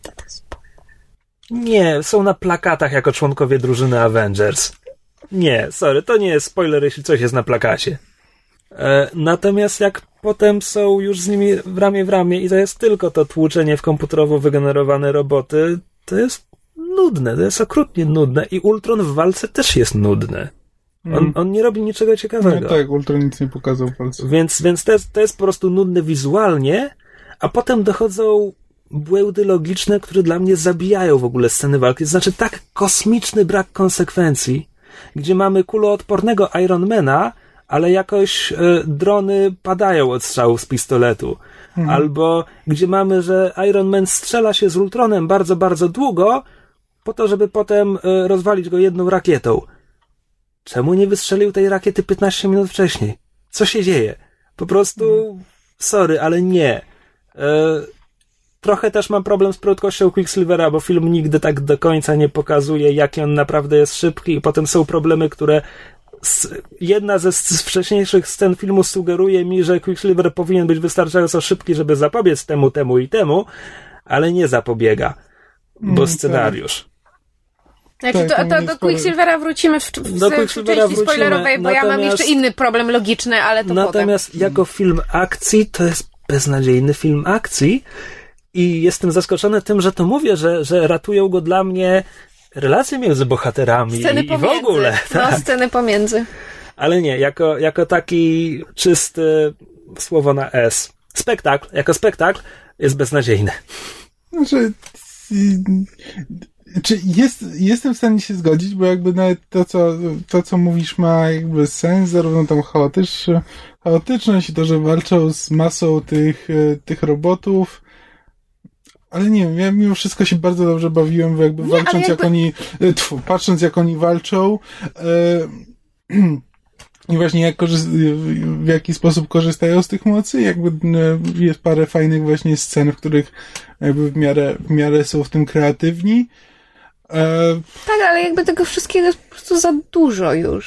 Nie, są na plakatach jako członkowie drużyny Avengers. Nie, sorry, to nie jest spoiler, jeśli coś jest na plakacie. E, natomiast jak potem są już z nimi w ramię w ramię i to jest tylko to tłuczenie w komputerowo wygenerowane roboty, to jest nudne, to jest okrutnie nudne i Ultron w walce też jest nudny. On, on nie robi niczego ciekawego. No tak, Ultron nic nie pokazał w walce. Więc, więc to, jest, to jest po prostu nudne wizualnie, a potem dochodzą błędy logiczne, które dla mnie zabijają w ogóle sceny walki. To znaczy tak kosmiczny brak konsekwencji, gdzie mamy kuloodpornego Ironmana, ale jakoś y, drony padają od strzałów z pistoletu. Mhm. Albo gdzie mamy, że Iron Man strzela się z Ultronem bardzo, bardzo długo, po to, żeby potem y, rozwalić go jedną rakietą. Czemu nie wystrzelił tej rakiety piętnaście minut wcześniej? Co się dzieje? Po prostu, sorry, ale nie. Y, Trochę też mam problem z prędkością Quicksilvera, bo film nigdy tak do końca nie pokazuje, jaki on naprawdę jest szybki i potem są problemy, które jedna ze z wcześniejszych scen filmu sugeruje mi, że Quicksilver powinien być wystarczająco szybki, żeby zapobiec temu, temu i temu, ale nie zapobiega, bo mm, scenariusz. Znaczy, tak, to, to do Quicksilvera wrócimy w, w, do w, Quicksilvera części wrócimy, spoilerowej, bo natomiast, ja mam jeszcze inny problem logiczny, ale to natomiast potem. jako film akcji to jest beznadziejny film akcji i jestem zaskoczony tym, że to mówię, że, że ratują go dla mnie relacje między bohaterami Sceny i, pomiędzy. i w ogóle. No, Tak. sceny pomiędzy. Ale nie, jako, jako taki czysty słowo na S. Spektakl, jako spektakl jest beznadziejny. Znaczy, czy jest, jestem w stanie się zgodzić, bo jakby nawet to, co, to, co mówisz, ma jakby sens, zarówno tam chaotycz, chaotyczność i to, że walczą z masą tych, tych robotów. Ale nie wiem, ja mimo wszystko się bardzo dobrze bawiłem, bo jakby nie, walcząc jakby... jak oni, tfu, patrząc jak oni walczą, e, i właśnie jak korzyst- w jaki sposób korzystają z tych mocy, jakby jest parę fajnych właśnie scen, w których jakby w miarę, w miarę są w tym kreatywni. E... Tak, ale jakby tego wszystkiego jest po prostu za dużo już.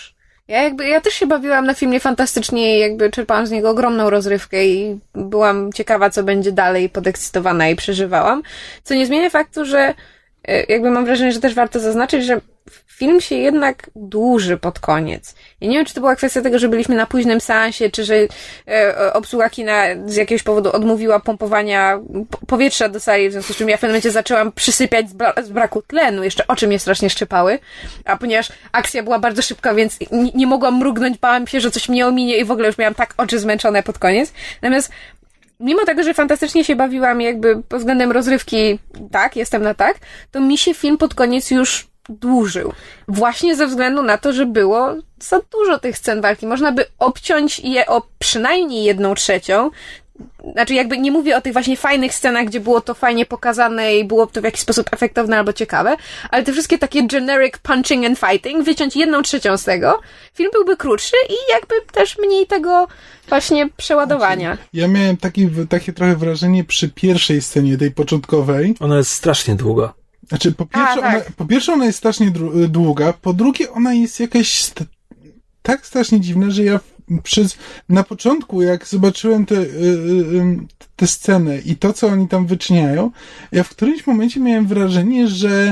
Ja jakby, ja też się bawiłam na filmie fantastycznie i jakby czerpałam z niego ogromną rozrywkę i byłam ciekawa, co będzie dalej, podekscytowana i przeżywałam. Co nie zmienia faktu, że jakby mam wrażenie, że też warto zaznaczyć, że film się jednak dłuży pod koniec. Ja nie wiem, czy to była kwestia tego, że byliśmy na późnym seansie, czy że e, obsługa kina z jakiegoś powodu odmówiła pompowania powietrza do sali, w związku z czym ja w pewnym momencie zaczęłam przysypiać z, bra- z braku tlenu, jeszcze oczy mnie strasznie szczypały, a ponieważ akcja była bardzo szybka, więc nie, nie mogłam mrugnąć, bałam się, że coś mnie ominie i w ogóle już miałam tak oczy zmęczone pod koniec. Natomiast mimo tego, że fantastycznie się bawiłam jakby pod względem rozrywki, tak, jestem na tak, to mi się film pod koniec już dłużył. Właśnie ze względu na to, że było za dużo tych scen walki. Można by obciąć je o przynajmniej jedną trzecią. Znaczy jakby nie mówię o tych właśnie fajnych scenach, gdzie było to fajnie pokazane i było to w jakiś sposób efektowne albo ciekawe, ale te wszystkie takie generic punching and fighting, wyciąć jedną trzecią z tego, film byłby krótszy i jakby też mniej tego właśnie przeładowania. Znaczy, ja miałem taki, takie trochę wrażenie przy pierwszej scenie, tej początkowej. Ona jest strasznie długa. Znaczy, po pierwsze, A, tak. ona, po pierwsze ona jest strasznie dru- długa, po drugie ona jest jakaś st- tak strasznie dziwna, że ja przez, na początku, jak zobaczyłem tę y, y, te scenę i to, co oni tam wyczyniają, ja w którymś momencie miałem wrażenie, że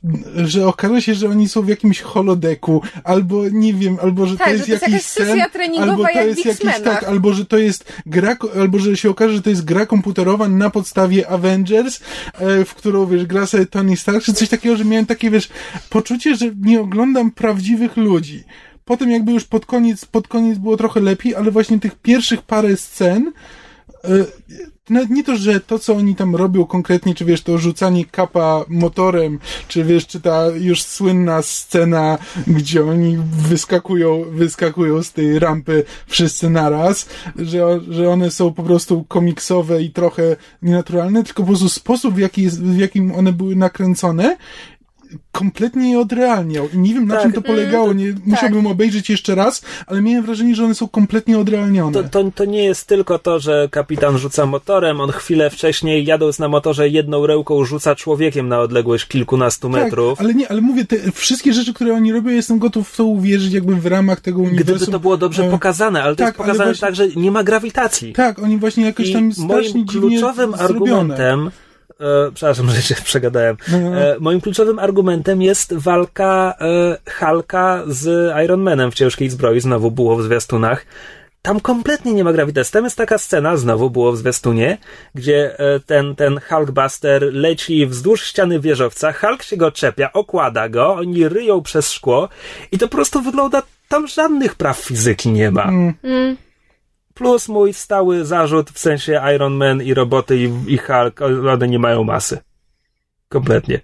że okaże się, że oni są w jakimś holodeku, albo nie wiem, albo że tak, to jest, że to jest jakiś jakaś sesja sen, treningowa albo to jak jest w jakiś X-Menach. tak, albo że to jest gra, albo że się okaże, że to jest gra komputerowa na podstawie Avengers, e, w którą, wiesz, gra sobie Tony Stark, czy coś takiego, że miałem takie, wiesz, poczucie, że nie oglądam prawdziwych ludzi. Potem jakby już pod koniec, pod koniec było trochę lepiej, ale właśnie tych pierwszych parę scen, e, nawet nie to, że to, co oni tam robią konkretnie, czy wiesz, to rzucanie kapa motorem, czy wiesz, czy ta już słynna scena, gdzie oni wyskakują, wyskakują z tej rampy wszyscy naraz, że, że one są po prostu komiksowe i trochę nienaturalne, tylko po prostu sposób, w, jaki jest, w jakim one były nakręcone, kompletnie je odrealniał. I nie wiem, na tak, czym to polegało. Nie, tak. musiałbym obejrzeć jeszcze raz, ale miałem wrażenie, że one są kompletnie odrealnione. To, to, to nie jest tylko to, że kapitan rzuca motorem, on chwilę wcześniej, jadąc na motorze, jedną ręką rzuca człowiekiem na odległość kilkunastu tak, metrów. ale nie, ale mówię, te wszystkie rzeczy, które oni robią, jestem gotów w to uwierzyć jakby w ramach tego uniwersum. Gdyby to było dobrze e, pokazane, ale to tak, jest pokazane właśnie, tak, że nie ma grawitacji. Tak, oni właśnie jakoś I tam strasznie moim dziwnie kluczowym zrobione. argumentem E, przepraszam, że się przegadałem. E, moim kluczowym argumentem jest walka e, Hulka z Iron Manem w ciężkiej zbroi, znowu było w zwiastunach. Tam kompletnie nie ma grawitacji. Tam jest taka scena, znowu było w zwiastunie, gdzie e, ten, ten Hulkbuster leci wzdłuż ściany wieżowca, Hulk się go czepia, okłada go, oni ryją przez szkło i to po prostu wygląda, tam żadnych praw fizyki nie ma. Mm. Mm. Plus mój stały zarzut, w sensie Iron Man i roboty i, i Hulk, one nie mają masy. Kompletnie.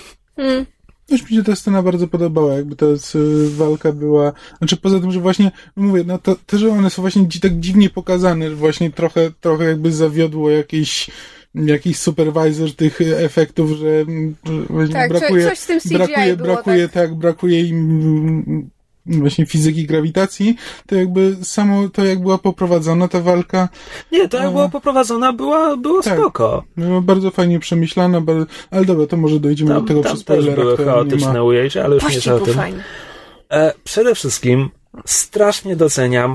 Mm. Też mi się ta scena bardzo podobała, jakby ta y, walka była, znaczy poza tym, że właśnie, no mówię, no to, to, że one są właśnie dzi- tak dziwnie pokazane, że właśnie trochę, trochę jakby zawiodło jakiś jakiś supervisor tych efektów, że, że właśnie Tak, brakuje, coś z tym C G I brakuje, było, brakuje, tak. tak, brakuje im właśnie fizyki grawitacji, to jakby samo to, jak była poprowadzona ta walka. Nie, to jak e, była poprowadzona, była, było tak. spoko. Była bardzo fajnie przemyślana, bardzo, ale dobra, to może dojdziemy Tam, do tego tam przy też spoilerach. były to nie chaotyczne ma. ujęcia, ale już Pościg nie o był tym. fajny. E, przede wszystkim strasznie doceniam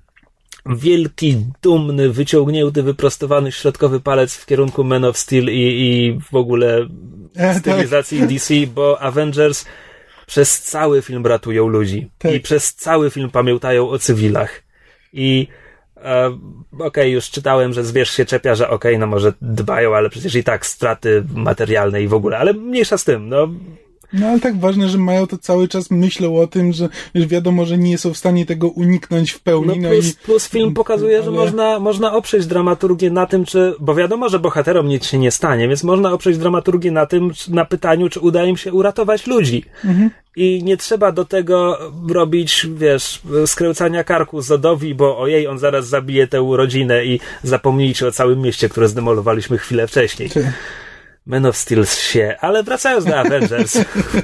wielki, dumny, wyciągnięty, wyprostowany środkowy palec w kierunku Man of Steel i, i w ogóle E, stylizacji tak. D C, bo Avengers przez cały film ratują ludzi. Tak. I przez cały film pamiętają o cywilach. I e, okej, okay, już czytałem, że zwierz się czepia, że okej, okay, no może dbają, ale przecież i tak straty materialne i w ogóle, ale mniejsza z tym, no. No ale tak ważne, że mają to cały czas, myślą o tym, że już wiadomo, że nie są w stanie tego uniknąć w pełni. No no plus, i, plus film pokazuje, że ale... można, można oprzeć dramaturgię na tym, czy, bo wiadomo, że bohaterom nic się nie stanie, więc można oprzeć dramaturgię na tym, na pytaniu, czy uda im się uratować ludzi. Mhm. I nie trzeba do tego robić, wiesz, skręcania karku Zodowi, bo ojej, on zaraz zabije tę rodzinę i zapomnijcie o całym mieście, które zdemolowaliśmy chwilę wcześniej. Czy... Man of Steel się, ale wracając do Avengers.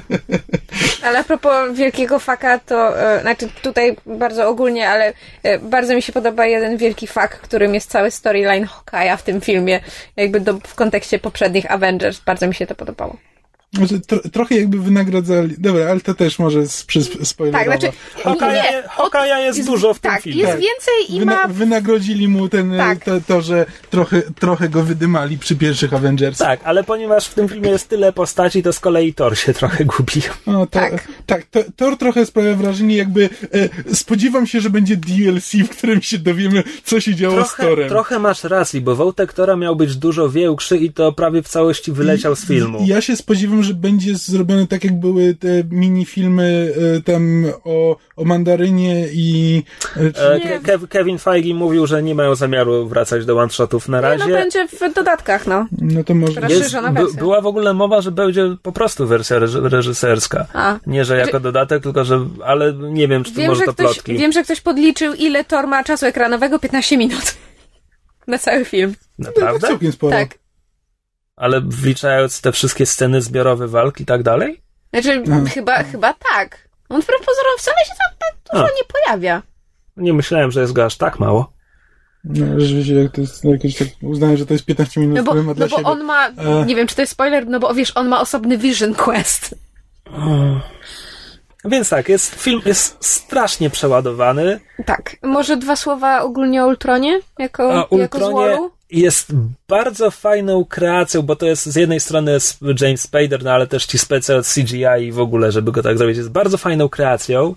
Ale a propos wielkiego faka, to e, znaczy tutaj bardzo ogólnie, ale e, bardzo mi się podoba jeden wielki fak, którym jest cały storyline Hawkeye'a w tym filmie, jakby do, w kontekście poprzednich Avengers. Bardzo mi się to podobało. Znaczy, tro, trochę jakby wynagradzali... Dobra, ale to też może spoilerowo. Tak, znaczy... Hokaja, Hokaja jest, jest dużo w tym tak, filmie. Jest więcej i Wyna, ma... Wynagrodzili mu ten, tak. to, to, że trochę, trochę go wydymali przy pierwszych Avengersach. Tak, ale ponieważ w tym filmie jest tyle postaci, to z kolei Thor się trochę gubi. O, to, tak, tak to, Thor trochę sprawia wrażenie, jakby e, spodziewam się, że będzie D L C, w którym się dowiemy, co się działo trochę, z Thorem. Trochę masz racji, bo wątek Thora miał być dużo większy i to prawie w całości wyleciał I, z filmu. Ja się spodziewam, że będzie zrobione tak, jak były te minifilmy e, tam o, o mandarynie i... E, Ke- Kevin Feige mówił, że nie mają zamiaru wracać do one-shotów na razie. Nie, no będzie w dodatkach, no. No to może... Jest, by, była w ogóle mowa, że będzie po prostu wersja reż- reżyserska. A. Nie, że jako dodatek, tylko że... Ale nie wiem, czy to wiem, może to ktoś, plotki. Wiem, że ktoś podliczył, ile Thor ma czasu ekranowego. piętnaście minut. Na cały film. Naprawdę? Całkiem sporo. Tak. Ale wliczając te wszystkie sceny zbiorowe walk i tak dalej? Znaczy, no. chyba, chyba tak. On wbrew pozorom wcale się tam tak dużo A. nie pojawia. Nie myślałem, że jest go aż tak mało. No, rzeczywiście, jak to jest jakieś tak, uznałem, że to jest piętnaście minut, no bo, które ma dla no bo siebie. on ma, e... nie wiem, czy to jest spoiler, no bo wiesz, on ma osobny Vision Quest. Hmm. Więc tak, jest, film jest strasznie przeładowany. Tak. Może dwa słowa ogólnie o Ultronie? Jako, o Ultronie jako złoru? Jest bardzo fajną kreacją, bo to jest z jednej strony James Spader, no ale też ci specy od C G I i w ogóle, żeby go tak zrobić, jest bardzo fajną kreacją.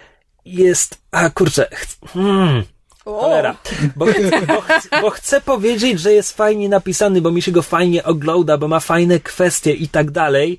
Jest, a kurczę, ch- hmm, cholera, bo, ch- bo, ch- bo chcę powiedzieć, że jest fajnie napisany, bo mi się go fajnie ogląda, bo ma fajne kwestie i tak dalej.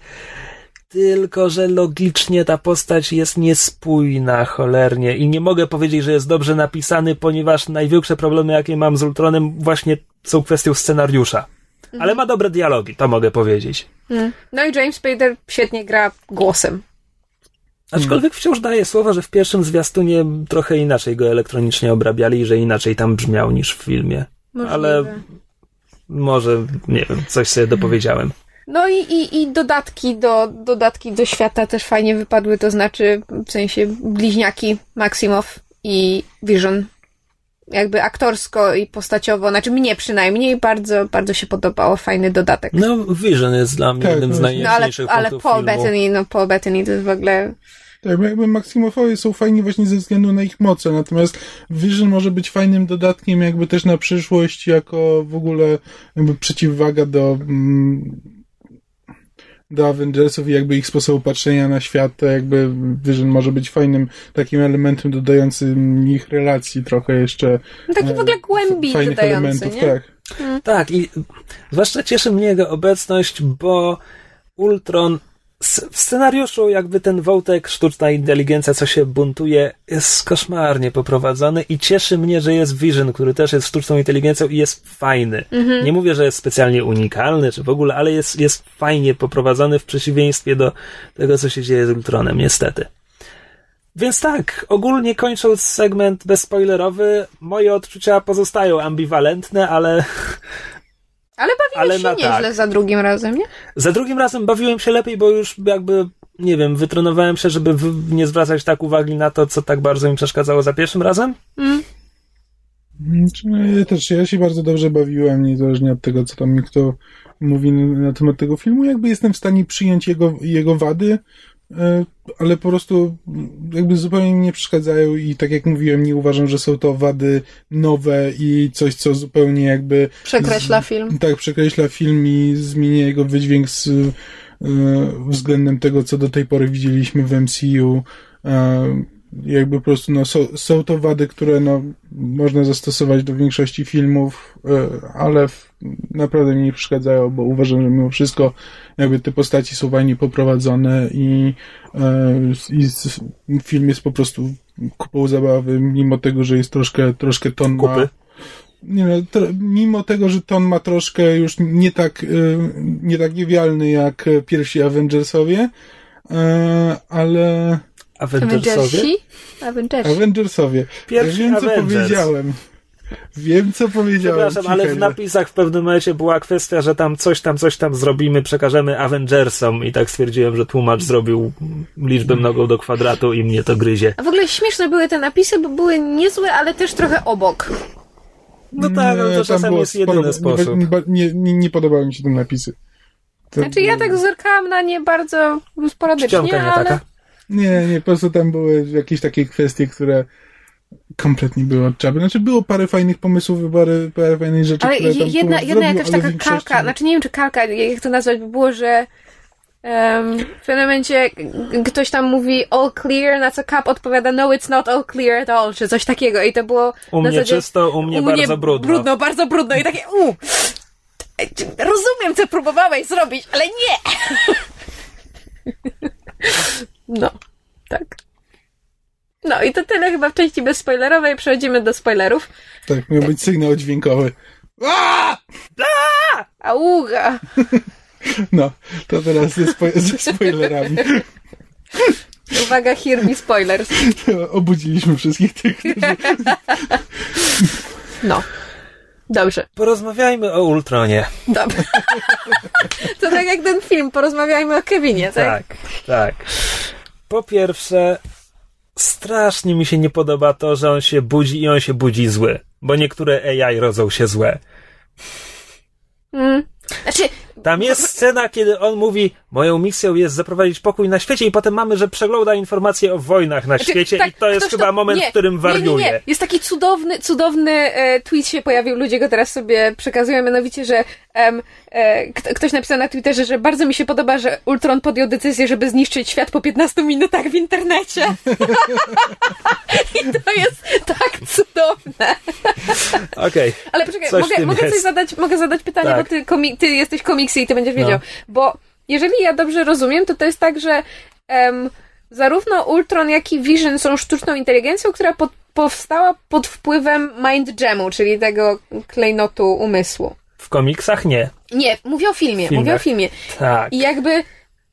Tylko że logicznie ta postać jest niespójna cholernie i nie mogę powiedzieć, że jest dobrze napisany, ponieważ największe problemy, jakie mam z Ultronem, właśnie są kwestią scenariusza. Mhm. Ale ma dobre dialogi, to mogę powiedzieć. Mhm. No i James Spader świetnie gra głosem. Aczkolwiek wciąż daje słowa, że w pierwszym zwiastunie trochę inaczej go elektronicznie obrabiali i że inaczej tam brzmiał niż w filmie. Możliwe. Ale może, nie wiem, coś sobie dopowiedziałem. No i, i, i dodatki do, dodatki do świata też fajnie wypadły, to znaczy w sensie bliźniaki Maximoff i Vision. Jakby aktorsko i postaciowo, znaczy mnie przynajmniej bardzo, bardzo się podobało, fajny dodatek. No Vision jest dla mnie tak, jednym z najjaśniejszych no, ale, punktów ale Paul filmu. Bettany, no Paul Bettany to jest w ogóle... Tak, jakby Maximoffowie są fajni właśnie ze względu na ich moce, natomiast Vision może być fajnym dodatkiem jakby też na przyszłość, jako w ogóle jakby przeciwwaga do do Avengersów i jakby ich sposobu patrzenia na świat, to jakby Vision może być fajnym takim elementem dodającym ich relacji trochę jeszcze. No taki w ogóle głębi fajnych dodający, elementów, nie? tak. Hmm. Tak, i zwłaszcza cieszy mnie jego obecność, bo Ultron w scenariuszu jakby ten wątek sztuczna inteligencja, co się buntuje, jest koszmarnie poprowadzony i cieszy mnie, że jest Vision, który też jest sztuczną inteligencją i jest fajny. Mm-hmm. Nie mówię, że jest specjalnie unikalny, czy w ogóle, ale jest, jest fajnie poprowadzony w przeciwieństwie do tego, co się dzieje z Ultronem, niestety. Więc tak, ogólnie kończąc segment bezspoilerowy, moje odczucia pozostają ambiwalentne, ale... Ale bawiłeś ale się nieźle tak. za drugim razem, nie? Za drugim razem bawiłem się lepiej, bo już jakby, nie wiem, wytrenowałem się, żeby w- nie zwracać tak uwagi na to, co tak bardzo mi przeszkadzało za pierwszym razem. Mm. Ja też, ja się bardzo dobrze bawiłem, niezależnie od tego, co tam mi kto mówi na temat tego filmu. Jakby jestem w stanie przyjąć jego, jego wady, ale po prostu jakby zupełnie mi nie przeszkadzają i tak jak mówiłem, nie uważam, że są to wady nowe i coś, co zupełnie jakby... Przekreśla z, film. Tak, przekreśla film i zmienia jego wydźwięk z, y, względem tego, co do tej pory widzieliśmy w M C U. Y, jakby po prostu no, są, są to wady, które no, można zastosować do większości filmów, y, ale w, naprawdę mi nie przeszkadzają, bo uważam, że mimo wszystko jakby te postaci są fajnie poprowadzone i, y, i film jest po prostu kupą zabawy, mimo tego, że jest troszkę, troszkę ton ma... Kupy? Nie no, to, mimo tego, że ton ma troszkę już nie tak, y, nie tak niewialny jak pierwsi Avengersowie, y, ale... Avengersowie? Avengersi? Avengersowie. Pierwsi ja wiem, co Avengers. powiedziałem. Wiem, co powiedziałem. Przepraszam, ale w napisach w pewnym momencie była kwestia, że tam coś tam, coś tam zrobimy, przekażemy Avengersom i tak stwierdziłem, że tłumacz zrobił liczbę mnogą do kwadratu i mnie to gryzie. A w ogóle śmieszne były te napisy, bo były niezłe, ale też trochę obok. No tak, ale to czasem jest jedyny sposób. Nie, nie, nie, nie podobały mi się te napisy. To... Znaczy ja tak zerkałam na nie bardzo sporadycznie, Czcionka nie ale... taka? Nie, nie, po prostu tam były jakieś takie kwestie, które kompletnie były od czapy. Znaczy było parę fajnych pomysłów, parę, parę fajnych rzeczy, ale które tam jedna, zrobił, jedna jakaś taka większości... kalka, znaczy nie wiem czy kalka, jak to nazwać by było, że um, w pewnym momencie ktoś tam mówi all clear, na co Cap odpowiada no it's not all clear at all, czy coś takiego i to było U mnie zasadzie, czysto, u mnie u bardzo mnie brudno. brudno, bardzo brudno i takie u rozumiem, co próbowałeś zrobić, ale nie! No, tak. No i to tyle chyba w części bezspoilerowej. Przechodzimy do spoilerów. Tak, miał być sygnał dźwiękowy. Aaaa! Auga! No, to teraz ze, spo- ze spoilerami. Uwaga, hear me spoilers. Obudziliśmy wszystkich tych, którzy... No. Dobrze. Porozmawiajmy o Ultronie. Dobrze. To tak jak ten film, porozmawiajmy o Kevinie, tak? Tak, tak. Po pierwsze, strasznie mi się nie podoba to, że on się budzi i on się budzi zły. Bo niektóre A I rodzą się złe. Mm. Znaczy... Tam jest scena, kiedy on mówi, moją misją jest zaprowadzić pokój na świecie i potem mamy, że przegląda informacje o wojnach na znaczy, świecie tak, i to jest chyba to... moment, nie, w którym wariuje. Nie, nie, nie. Jest taki cudowny, cudowny e, tweet się pojawił, ludzie go teraz sobie przekazują, mianowicie, że em, e, k- ktoś napisał na Twitterze, że bardzo mi się podoba, że Ultron podjął decyzję, żeby zniszczyć świat po piętnastu minutach w internecie. I to jest tak cudowne. Okej. Okay. Ale poczekaj, coś mogę, mogę coś zadać, mogę zadać pytanie, tak. bo ty, komi- ty jesteś komiksy i ty będziesz wiedział. No. Bo jeżeli ja dobrze rozumiem, to to jest tak, że um, zarówno Ultron, jak i Vision są sztuczną inteligencją, która pod, powstała pod wpływem Mind Jamu, czyli tego klejnotu umysłu. W komiksach nie. Nie, mówię o filmie, Filmach. mówię o filmie. Tak. I jakby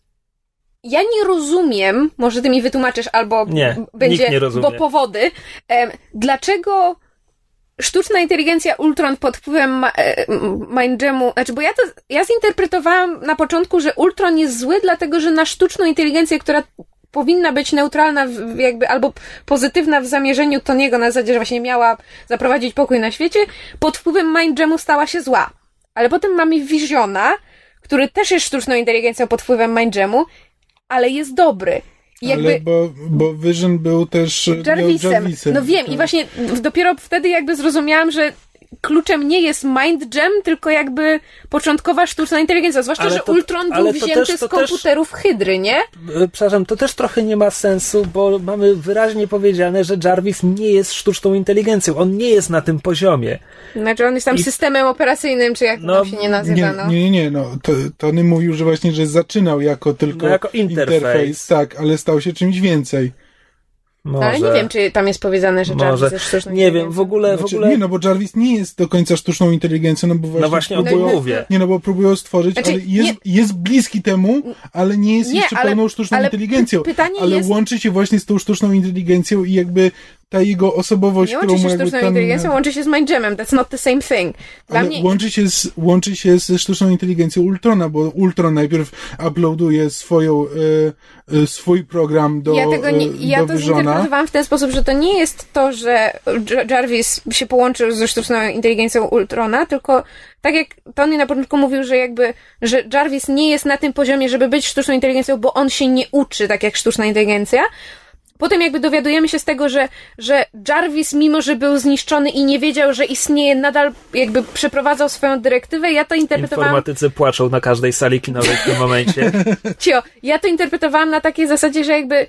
ja nie rozumiem, może ty mi wytłumaczysz, albo nie, będzie, nikt nie rozumie. bo powody, um, dlaczego sztuczna inteligencja Ultron pod wpływem ma, e, Mind Jamu, znaczy, bo ja to, ja zinterpretowałam na początku, że Ultron jest zły, dlatego, że na sztuczną inteligencję, która powinna być neutralna w, jakby, albo pozytywna w zamierzeniu Tony'ego na zasadzie, że właśnie miała zaprowadzić pokój na świecie, pod wpływem Mind Jamu stała się zła. Ale potem mamy Visiona, który też jest sztuczną inteligencją pod wpływem Mind Jamu, ale jest dobry. I jakby... Ale bo, bo Vision był też Jarvisem. Jarvisem. No wiem, tak. i właśnie dopiero wtedy jakby zrozumiałam, że kluczem nie jest Mind Jam, tylko jakby początkowa sztuczna inteligencja. Zwłaszcza, ale że to, Ultron był wzięty też, z komputerów też, Hydry, nie? Przepraszam, to też trochę nie ma sensu, bo mamy wyraźnie powiedziane, że Jarvis nie jest sztuczną inteligencją. On nie jest na tym poziomie. Znaczy on jest tam I... systemem operacyjnym, czy jak no, to się nie nazywa, nie, no. Nie, nie, nie, no. To, Tony mówił, że właśnie, że zaczynał jako tylko no, jako interfejs. interfejs. Tak, ale stał się czymś więcej. Może. Ale nie wiem, czy tam jest powiedziane, że Jarvis Może. jest sztuczną Nie wiem, w ogóle, znaczy, w ogóle... Nie, no bo Jarvis nie jest do końca sztuczną inteligencją, no bo właśnie, no właśnie próbują, o tym mówię. Nie, no bo próbują stworzyć, znaczy, ale jest, nie, jest bliski temu, ale nie jest nie, jeszcze ale, pełną sztuczną ale inteligencją. Pytanie ale jest... łączy się właśnie z tą sztuczną inteligencją i jakby ta jego osobowość, nie którą łączy się z jakby sztuczną ten... inteligencją, łączy się z Mind Jamem. That's not the same thing. Dla ale mnie... łączy, się z, łączy się ze sztuczną inteligencją Ultrona, bo Ultron najpierw uploaduje swoją, e, e, swój program do Ja tego nie, e, ja do to Visiona. zinterpretowałam w ten sposób, że to nie jest to, że Jarvis się połączył ze sztuczną inteligencją Ultrona, tylko tak jak Tony na początku mówił, że jakby, że Jarvis nie jest na tym poziomie, żeby być sztuczną inteligencją, bo on się nie uczy tak jak sztuczna inteligencja. Potem jakby dowiadujemy się z tego, że, że Jarvis, mimo że był zniszczony i nie wiedział, że istnieje, nadal jakby przeprowadzał swoją dyrektywę. Ja to interpretowałam... Informatycy płaczą na każdej sali kinowej w tym momencie. Cio, ja to interpretowałam na takiej zasadzie, że jakby,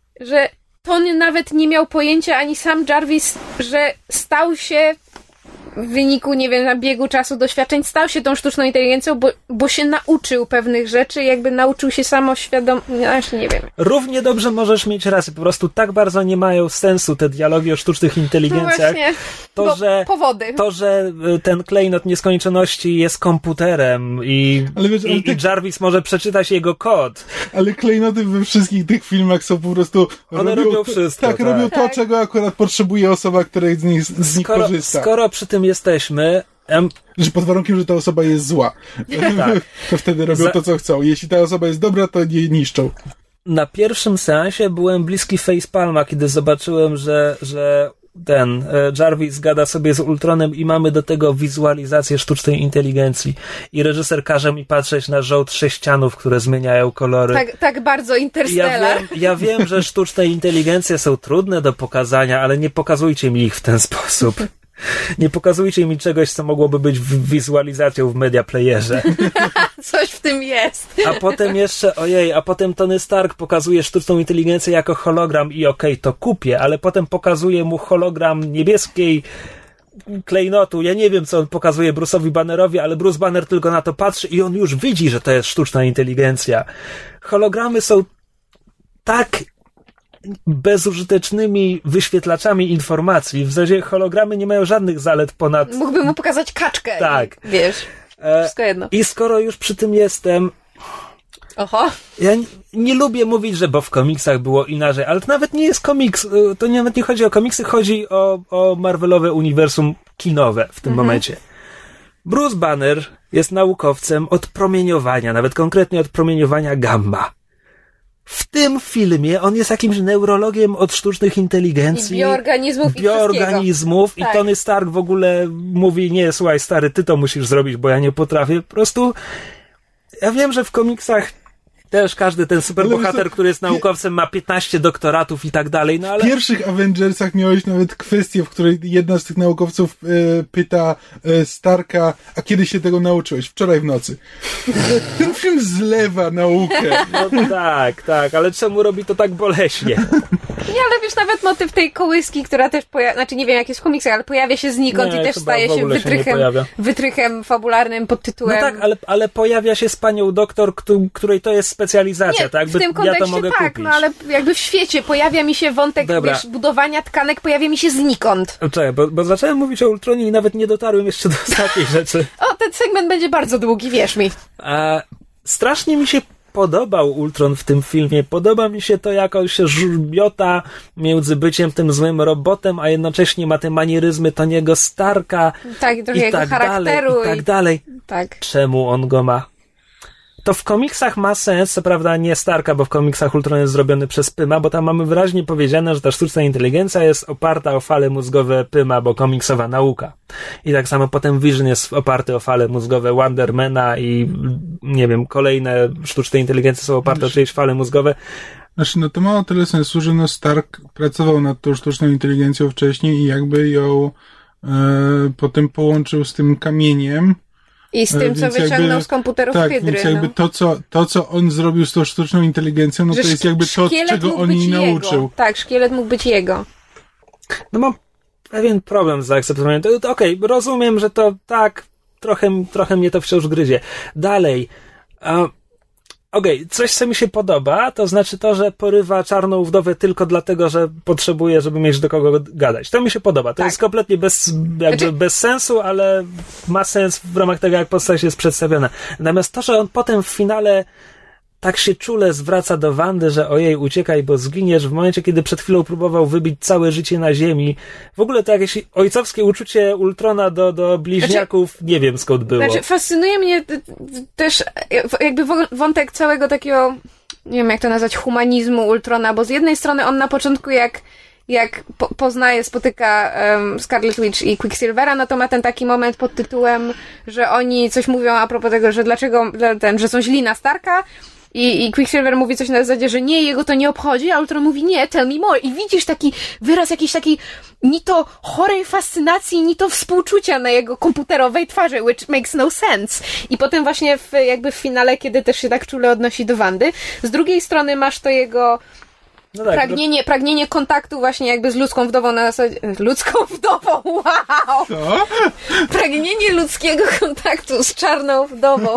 że Tony nawet nie miał pojęcia, ani sam Jarvis, że stał się w wyniku, nie wiem, na biegu czasu, doświadczeń, stał się tą sztuczną inteligencją, bo, bo się nauczył pewnych rzeczy, jakby nauczył się samoświadom... Aż nie wiem. Równie dobrze możesz mieć rację, po prostu tak bardzo nie mają sensu te dialogi o sztucznych inteligencjach. No właśnie, to, że, powody. To, że ten klejnot nieskończoności jest komputerem i, ale wiesz, ale i, ty... i Jarvis może przeczytać jego kod. Ale klejnoty we wszystkich tych filmach są po prostu... One robią, robią wszystko. Tak, tak, robią to, tak. czego akurat potrzebuje osoba, która z nich, z nich skoro, korzysta. Skoro przy tym jesteśmy... Em... Że pod warunkiem, że ta osoba jest zła. Tak. To wtedy robią Za... to, co chcą. Jeśli ta osoba jest dobra, to nie niszczą. Na pierwszym seansie byłem bliski facepalma, kiedy zobaczyłem, że, że ten Jarvis gada sobie z Ultronem i mamy do tego wizualizację sztucznej inteligencji. I reżyser każe mi patrzeć na żołd sześcianów, które zmieniają kolory. Tak, tak bardzo Interstellar. Ja wiem, ja wiem, że sztuczne inteligencje są trudne do pokazania, ale nie pokazujcie mi ich w ten sposób. Nie pokazujcie mi czegoś, co mogłoby być wizualizacją w media playerze. Coś w tym jest. A potem jeszcze, ojej, a potem Tony Stark pokazuje sztuczną inteligencję jako hologram i okej, okay, to kupię, ale potem pokazuje mu hologram niebieskiej klejnotu. Ja nie wiem, co on pokazuje Bruce'owi Bannerowi, ale Bruce Banner tylko na to patrzy i on już widzi, że to jest sztuczna inteligencja. Hologramy są tak bezużytecznymi wyświetlaczami informacji. W zasadzie hologramy nie mają żadnych zalet ponad... Mógłby mu pokazać kaczkę. Tak. I, wiesz, wszystko jedno. I skoro już przy tym jestem... Oho. Ja nie, nie lubię mówić, że bo w komiksach było inaczej, ale to nawet nie jest komiks. To nawet nie chodzi o komiksy, chodzi o, o Marvelowe uniwersum kinowe w tym mhm. momencie. Bruce Banner jest naukowcem od promieniowania, nawet konkretnie od promieniowania gamma. W tym filmie on jest jakimś neurologiem od sztucznych inteligencji. I bioorganizmów i bioorganizmów i, tak. Tony Stark w ogóle mówi, nie, słuchaj stary, ty to musisz zrobić, bo ja nie potrafię. Po prostu ja wiem, że w komiksach też każdy ten superbohater, który jest naukowcem, ma piętnaście doktoratów i tak dalej, no ale... W pierwszych Avengersach miałeś nawet kwestię, w której jedna z tych naukowców e, pyta e, Starka, a kiedy się tego nauczyłeś? Wczoraj w nocy. Ten film zlewa naukę. No tak, tak, ale czemu robi to tak boleśnie? Nie, ale wiesz, nawet motyw tej kołyski, która też pojawia, znaczy nie wiem jak jest w komiksach, ale pojawia się znikąd nie, i też staje się wytrychem, się wytrychem fabularnym pod tytułem... No tak, ale, ale pojawia się z panią doktor, której to jest specjalizacja, nie, tak? w tym kontekście ja to mogę tak, kupić. No ale jakby w świecie pojawia mi się wątek, Dobra. wiesz, budowania tkanek, pojawia mi się znikąd. Czekaj, bo, bo zacząłem mówić o Ultronie i nawet nie dotarłem jeszcze do ostatniej rzeczy. O, ten segment będzie bardzo długi, wierz mi. A, strasznie mi się podobał Ultron w tym filmie. Podoba mi się to, jak on się żmiota między byciem tym złym robotem, a jednocześnie ma te manieryzmy Tony'ego Starka tak, i jego tak charakteru dalej, i tak dalej. Tak. Czemu on go ma? To w komiksach ma sens, co prawda nie Starka, bo w komiksach Ultron jest zrobiony przez Pyma, bo tam mamy wyraźnie powiedziane, że ta sztuczna inteligencja jest oparta o fale mózgowe Pyma, bo komiksowa nauka. I tak samo potem Vision jest oparty o fale mózgowe Wondermana i nie wiem, kolejne sztuczne inteligencje są oparte o czyjeś fale mózgowe. Znaczy, no to ma o tyle sensu, że no Stark pracował nad tą sztuczną inteligencją wcześniej i jakby ją e, potem połączył z tym kamieniem. I z tym, co wyciągnął jakby, z komputerów tak, Hydry. Więc jakby no. to, co, to, co on zrobił z tą sztuczną inteligencją, no że to jest jakby to, czego on jej nauczył. Tak, szkielet mógł być jego. No mam pewien problem z zaakceptowaniem. To, to okej, okay, rozumiem, że to tak, trochę, trochę mnie to wciąż gryzie. Dalej. Uh, Okej, okay, coś, co mi się podoba, to znaczy to, że porywa czarną wdowę tylko dlatego, że potrzebuje, żeby mieć do kogo gadać. To mi się podoba. To tak. jest kompletnie bez, jakby znaczy... bez sensu, ale ma sens w ramach tego, jak postać jest przedstawiona. Natomiast to, że on potem w finale tak się czule zwraca do Wandy, że ojej, uciekaj, bo zginiesz, w momencie, kiedy przed chwilą próbował wybić całe życie na ziemi. W ogóle to jakieś ojcowskie uczucie Ultrona do, do bliźniaków, znaczy, nie wiem skąd było. Znaczy, fascynuje mnie też jakby wątek całego takiego, nie wiem jak to nazwać, humanizmu Ultrona, bo z jednej strony on na początku jak jak po, poznaje, spotyka um, Scarlet Witch i Quicksilvera, no to ma ten taki moment pod tytułem, że oni coś mówią a propos tego, że dlaczego ten, że są źli na Starka i, i Quicksilver mówi coś na zasadzie, że nie, jego to nie obchodzi, a Ultron mówi nie, tell me more. I widzisz taki wyraz jakiejś takiej ni to chorej fascynacji, ni to współczucia na jego komputerowej twarzy, which makes no sense. I potem właśnie w, jakby w finale, kiedy też się tak czule odnosi do Wandy. Z drugiej strony masz to jego No tak, pragnienie, to... pragnienie kontaktu właśnie jakby z ludzką wdową na zasadzie... Ludzką wdową, wow! Co? Pragnienie ludzkiego kontaktu z czarną wdową.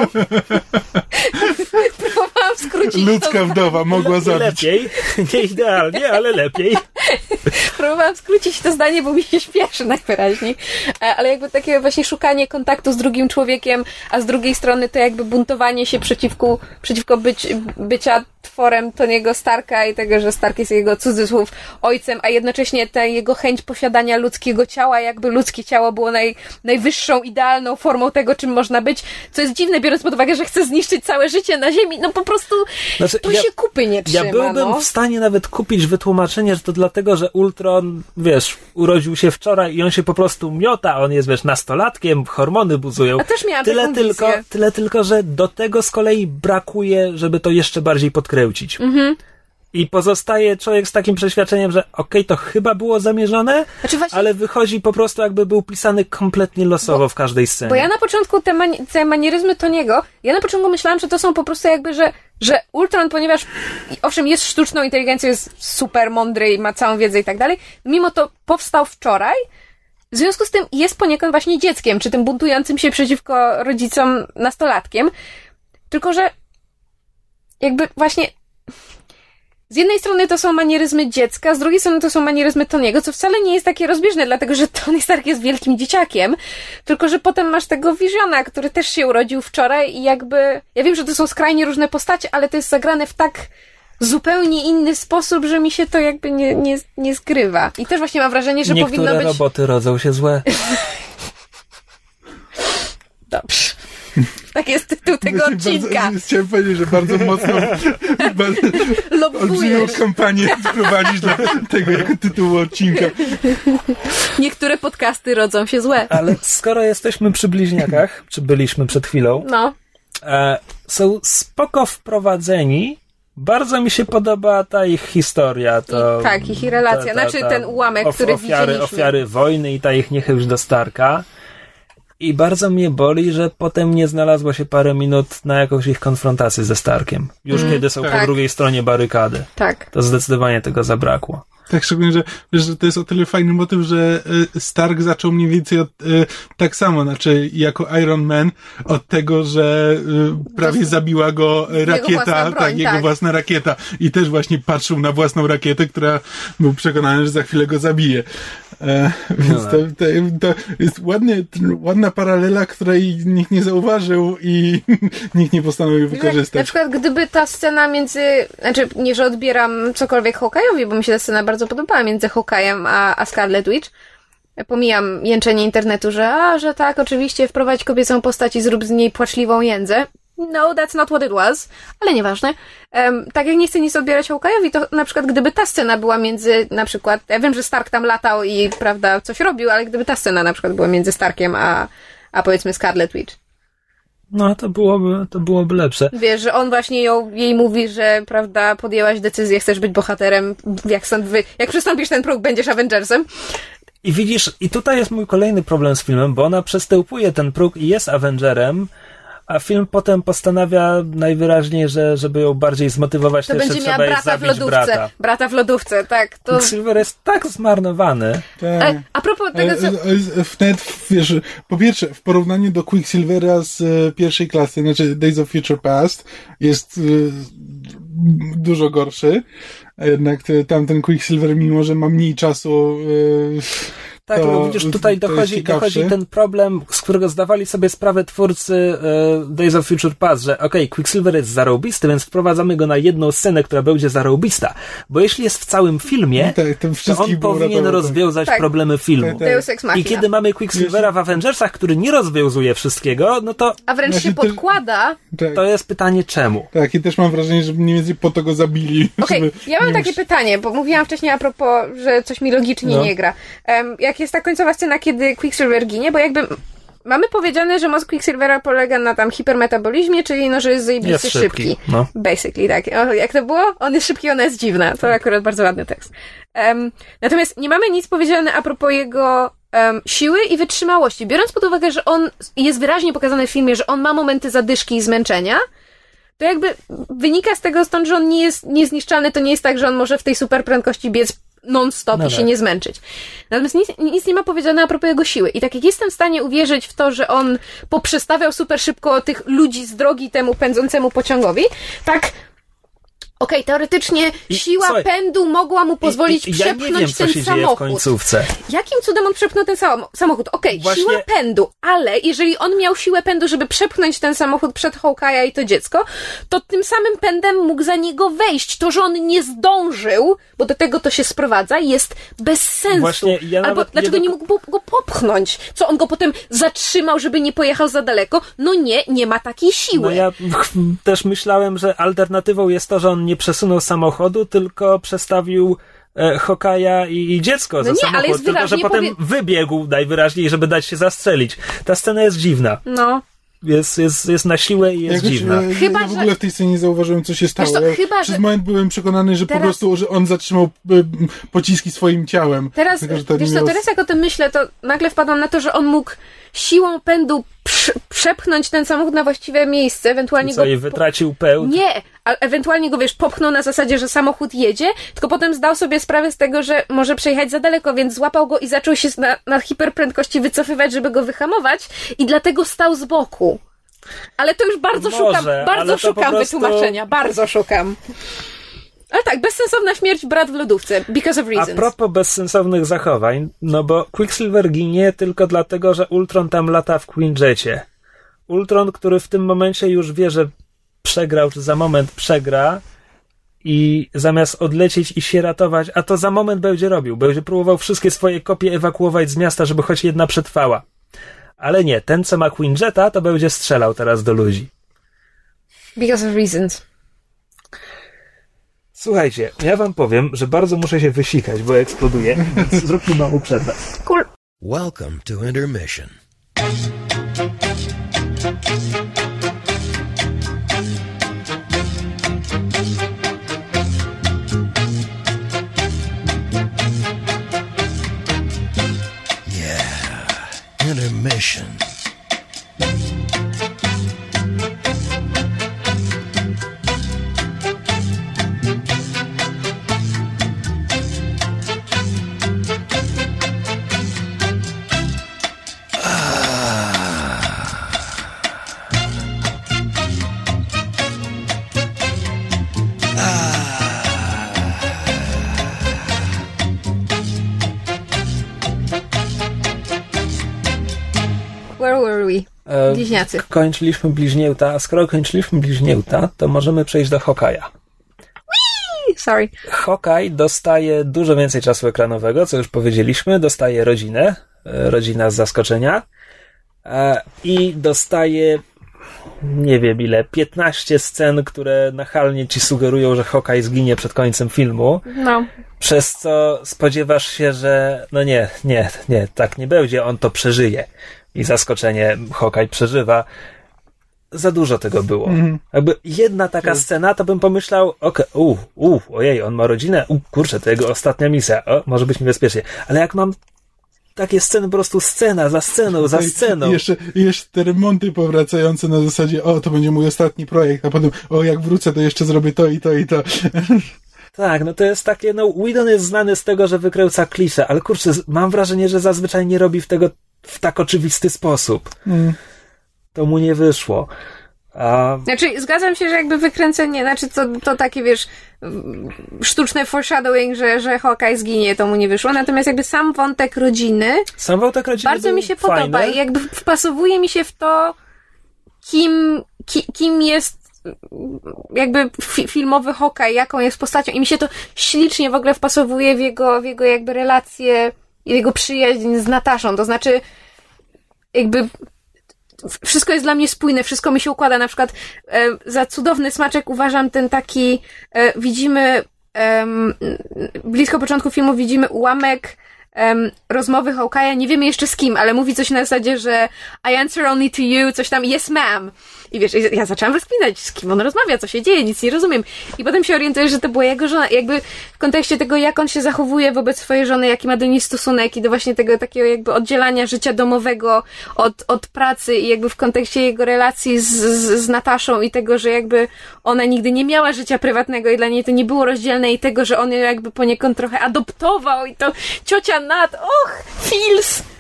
Próbowałam skrócić Ludzka to... wdowa mogła zabić. Lepiej, nie idealnie, ale lepiej. Próbowałam skrócić to zdanie, bo mi się śpieszy najwyraźniej. Ale jakby takie właśnie szukanie kontaktu z drugim człowiekiem, a z drugiej strony to jakby buntowanie się przeciwko, przeciwko być, bycia tworem Tony'ego Starka i tego, że Stark jest jego cudzysłów ojcem, a jednocześnie ta jego chęć posiadania ludzkiego ciała, jakby ludzkie ciało było naj, najwyższą, idealną formą tego, czym można być, co jest dziwne, biorąc pod uwagę, że chce zniszczyć całe życie na Ziemi. No po prostu znaczy, to ja, się kupy nie trzyma. Ja byłbym no. w stanie nawet kupić wytłumaczenie, że to dlatego, że Ultron, wiesz, urodził się wczoraj i on się po prostu miota, on jest, wiesz, nastolatkiem, hormony buzują. A też miałam tyle taką tylko, wizję. Tyle tylko, że do tego z kolei brakuje, żeby to jeszcze bardziej podkręcić. Mhm. I pozostaje człowiek z takim przeświadczeniem, że okej, okay, to chyba było zamierzone, znaczy właśnie, ale wychodzi po prostu jakby był pisany kompletnie losowo bo, w każdej scenie. Bo ja na początku te, mani- te manieryzmy Tony'ego, ja na początku myślałam, że to są po prostu jakby, że, że Ultron, ponieważ owszem jest sztuczną inteligencją, jest super mądry i ma całą wiedzę i tak dalej, mimo to powstał wczoraj, w związku z tym jest poniekąd właśnie dzieckiem, czy tym buntującym się przeciwko rodzicom nastolatkiem, tylko że jakby właśnie z jednej strony to są manieryzmy dziecka, z drugiej strony to są manieryzmy Tony'ego, co wcale nie jest takie rozbieżne, dlatego że Tony Stark jest wielkim dzieciakiem, tylko że potem masz tego Visiona, który też się urodził wczoraj i jakby... Ja wiem, że to są skrajnie różne postacie, ale to jest zagrane w tak zupełnie inny sposób, że mi się to jakby nie, nie, nie zgrywa. I też właśnie mam wrażenie, że Niektóre powinno być... Niektóre roboty rodzą się złe. Dobrze. Tak jest tytuł tego odcinka. Bardzo, chciałem powiedzieć, że bardzo mocno olbrzymią kampanię prowadzisz dla tego jako tytułu odcinka. Niektóre podcasty rodzą się złe. Ale skoro jesteśmy przy bliźniakach, czy byliśmy przed chwilą, no. e, są spoko wprowadzeni. Bardzo mi się podoba ta ich historia. To, I, tak, ich relacja. Ta, ta, ta, znaczy ten ułamek, of, który ofiary, widzieliśmy. Ofiary wojny i ta ich niechęć do Starka. I bardzo mnie boli, że potem nie znalazło się parę minut na jakąś ich konfrontację ze Starkiem. Już mm, kiedy są tak. po drugiej stronie barykady. Tak. To zdecydowanie tego zabrakło. Tak, szczególnie, że, że to jest o tyle fajny motyw, że Stark zaczął mniej więcej od, tak samo, znaczy jako Iron Man, od tego, że prawie to zabiła go rakieta, broń, tak, jego tak. własna rakieta. I też właśnie patrzył na własną rakietę, która był przekonany, że za chwilę go zabije. E, więc no to, to, to jest ładnie, ładna paralela, której nikt nie zauważył i nikt nie postanowił wykorzystać. Na przykład, gdyby ta scena między, znaczy nie, że odbieram cokolwiek Hawkeye'owi, bo mi się ta scena bardzo podobała między Hawkeye'em a, a Scarlet Witch. Pomijam jęczenie internetu, że a, że tak, oczywiście wprowadź kobiecą postać i zrób z niej płaczliwą jędzę. No, that's not what it was. Ale nieważne. Um, tak jak nie chcę nic odbierać Hawkeye'owi, to na przykład gdyby ta scena była między, na przykład, ja wiem, że Stark tam latał i, prawda, coś robił, ale gdyby ta scena na przykład była między Starkiem a, a powiedzmy Scarlet Witch. No, to byłoby, to byłoby lepsze. Wiesz, że on właśnie ją, jej mówi, że, prawda, podjęłaś decyzję, chcesz być bohaterem, jak stąd wy, jak przystąpisz ten próg, będziesz Avengersem. I widzisz, i tutaj jest mój kolejny problem z filmem, bo ona przestępuje ten próg i jest Avengerem, a film potem postanawia najwyraźniej, że żeby ją bardziej zmotywować, to to będzie jeszcze miała trzeba brata zabić w lodówce. brata. Brata w lodówce, tak. To... Quicksilver jest tak zmarnowany. Tak. A, a propos tego, co... Wnet, wiesz, po pierwsze, w porównaniu do Quicksilvera z e, pierwszej klasy, znaczy Days of Future Past, jest e, dużo gorszy. A jednak te, tamten Quicksilver, mimo że ma mniej czasu... E, Tak, to, bo widzisz, tutaj dochodzi, dochodzi ten problem, z którego zdawali sobie sprawę twórcy e, Days of Future Past, że okej, okay, Quicksilver jest zarąbisty, więc wprowadzamy go na jedną scenę, która będzie zarąbista. Bo jeśli jest w całym filmie, no tak, to, to on powinien rozwiązać tak. problemy filmu. Tak, tak. Deus Ex Machina. I kiedy mamy Quicksilvera w Avengersach, który nie rozwiązuje wszystkiego, no to... A wręcz się podkłada. Tak. To jest pytanie czemu. Tak, i też mam wrażenie, że mniej więcej po to go zabili. Okej, okay, ja mam takie pytanie, bo mówiłam wcześniej a propos, że coś mi logicznie no. nie gra. Um, jak jest ta końcowa scena, kiedy Quicksilver ginie, bo jakby mamy powiedziane, że mózg Quicksilvera polega na tam hipermetabolizmie, czyli no, że jest zajebiście jest szybki. szybki. No. Basically, tak. O, jak to było? On jest szybki, ona jest dziwna. To akurat bardzo ładny tekst. Um, natomiast nie mamy nic powiedziane a propos jego um, siły i wytrzymałości. Biorąc pod uwagę, że on jest wyraźnie pokazane w filmie, że on ma momenty zadyszki i zmęczenia, to jakby wynika z tego stąd, że on nie jest niezniszczalny, to nie jest tak, że on może w tej super prędkości biec non-stop no i tak. się nie zmęczyć. Natomiast nic, nic nie ma powiedziane a propos jego siły. I tak jak jestem w stanie uwierzyć w to, że on poprzestawiał super szybko tych ludzi z drogi temu pędzącemu pociągowi, tak Okej, okay, teoretycznie I, siła słuchaj, pędu mogła mu pozwolić i, i, przepchnąć ja nie wiem, co ten się samochód. dzieje w końcówce. Jakim cudem on przepchnął ten sam- samochód? Okej, okay, Właśnie... siła pędu, ale jeżeli on miał siłę pędu, żeby przepchnąć ten samochód przed Hawkeye'a i to dziecko, to tym samym pędem mógł za niego wejść. To, że on nie zdążył, bo do tego to się sprowadza, jest bez sensu. Właśnie ja Albo dlaczego nie, do... nie mógł go popchnąć? Co, on go potem zatrzymał, żeby nie pojechał za daleko? No nie, nie ma takiej siły. No ja też myślałem, że alternatywą jest to, że on nie przesunął samochodu, tylko przestawił e, Hawkeye'a i, i dziecko no za nie, samochód. Ale jest tylko, że potem powie... wybiegł najwyraźniej, żeby dać się zastrzelić. Ta scena jest dziwna. No. Jest, jest, jest na siłę i jest Jakoś, dziwna. Ja, chyba, ja w ogóle że... w tej scenie nie zauważyłem, co się stało. Co, ja chyba, przez że... moment byłem przekonany, że teraz... po prostu, że on zatrzymał y, pociski swoim ciałem. Teraz, tylko, że to wiesz nie co, miało... teraz jak o tym myślę, to nagle wpadłam na to, że on mógł siłą pędu prze- przepchnąć ten samochód na właściwe miejsce, ewentualnie I co, go... i wytracił pełd? Nie, a ewentualnie go, wiesz, popchnął na zasadzie, że samochód jedzie, tylko potem zdał sobie sprawę z tego, że może przejechać za daleko, więc złapał go i zaczął się na, na hiperprędkości wycofywać, żeby go wyhamować i dlatego stał z boku. Ale to już bardzo Może, szukam, bardzo szukam prostu... wytłumaczenia, bardzo szukam. Ale tak, bezsensowna śmierć, brat w lodówce, because of reasons. A propos bezsensownych zachowań, no bo Quicksilver ginie tylko dlatego, że Ultron tam lata w Quinjecie. Ultron, który w tym momencie już wie, że przegrał, czy za moment przegra i zamiast odlecieć i się ratować, a to za moment będzie robił, będzie próbował wszystkie swoje kopie ewakuować z miasta, żeby choć jedna przetrwała. Ale nie, ten co ma Quinjeta, to będzie strzelał teraz do ludzi. Because of reasons. Słuchajcie, ja wam powiem, że bardzo muszę się wysikać, bo eksploduję, więc zróbmy małą przerwę. Cool. Welcome to intermission. Yeah, intermission. Where were we? Bliźniacy. E, kończyliśmy bliźnięta, a skoro kończyliśmy bliźnięta, to możemy przejść do Hawkeye'a. Sorry. Hawkeye dostaje dużo więcej czasu ekranowego, co już powiedzieliśmy, dostaje rodzinę, rodzina z zaskoczenia i dostaje, nie wiem ile, piętnaście scen, które nachalnie ci sugerują, że Hawkeye zginie przed końcem filmu. No. Przez co spodziewasz się, że no nie, nie, nie, tak nie będzie, on to przeżyje. I zaskoczenie Hawkeye przeżywa. Za dużo tego było. Mm. Jakby jedna taka scena, to bym pomyślał, okej, okay, u, u, ojej, on ma rodzinę, u, kurczę, to jego ostatnia misja, o, może być niebezpiecznie. Ale jak mam takie sceny, po prostu scena za sceną, za sceną. I jeszcze, i jeszcze te remonty powracające na zasadzie, o, to będzie mój ostatni projekt, a potem, o, jak wrócę, to jeszcze zrobię to i to i to. Tak, no to jest takie, no, Whedon jest znany z tego, że wykręca klisze, ale kurczę, mam wrażenie, że zazwyczaj nie robi w tego w tak oczywisty sposób. Mm. To mu nie wyszło. A... Znaczy, zgadzam się, że jakby wykręcenie, znaczy to, to takie, wiesz, sztuczne foreshadowing, że, że Hawkeye zginie, to mu nie wyszło. Natomiast jakby sam wątek rodziny sam wątek rodziny bardzo mi się fajny. podoba i jakby wpasowuje mi się w to, kim, ki, kim jest jakby fi, filmowy Hawkeye, jaką jest postacią i mi się to ślicznie w ogóle wpasowuje w jego, w jego jakby relacje i jego przyjaźń z Nataszą. To znaczy, jakby wszystko jest dla mnie spójne, wszystko mi się układa. Na przykład e, za cudowny smaczek uważam ten taki, e, widzimy e, blisko początku filmu widzimy ułamek um, rozmowy Hawkeye'a, nie wiemy jeszcze z kim, ale mówi coś na zasadzie, że I answer only to you, coś tam, yes ma'am. I wiesz, ja zaczęłam rozkminać, z kim on rozmawia, co się dzieje, nic nie rozumiem. I potem się orientuję, że to była jego żona. Jakby w kontekście tego, jak on się zachowuje wobec swojej żony, jaki ma do niej stosunek i do właśnie tego takiego jakby oddzielania życia domowego od, od pracy i jakby w kontekście jego relacji z, z, z Nataszą i tego, że jakby ona nigdy nie miała życia prywatnego i dla niej to nie było rozdzielne i tego, że on ją jakby poniekąd trochę adoptował i to ciocia Nat, och, feels!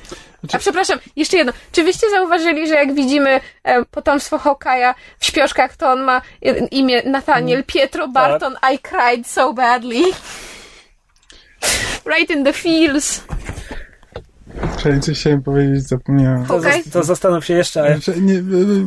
A przepraszam, jeszcze jedno. Czy wyście zauważyli, że jak widzimy e, potomstwo Hawkeye'a w śpioszkach, to on ma e, imię Nathaniel Pietro Barton, I cried so badly. Right in the feels. Czyli coś chciałem powiedzieć, zapomniałem. To, Okay. zas- to zastanów się jeszcze. Ale... Znaczy, nie,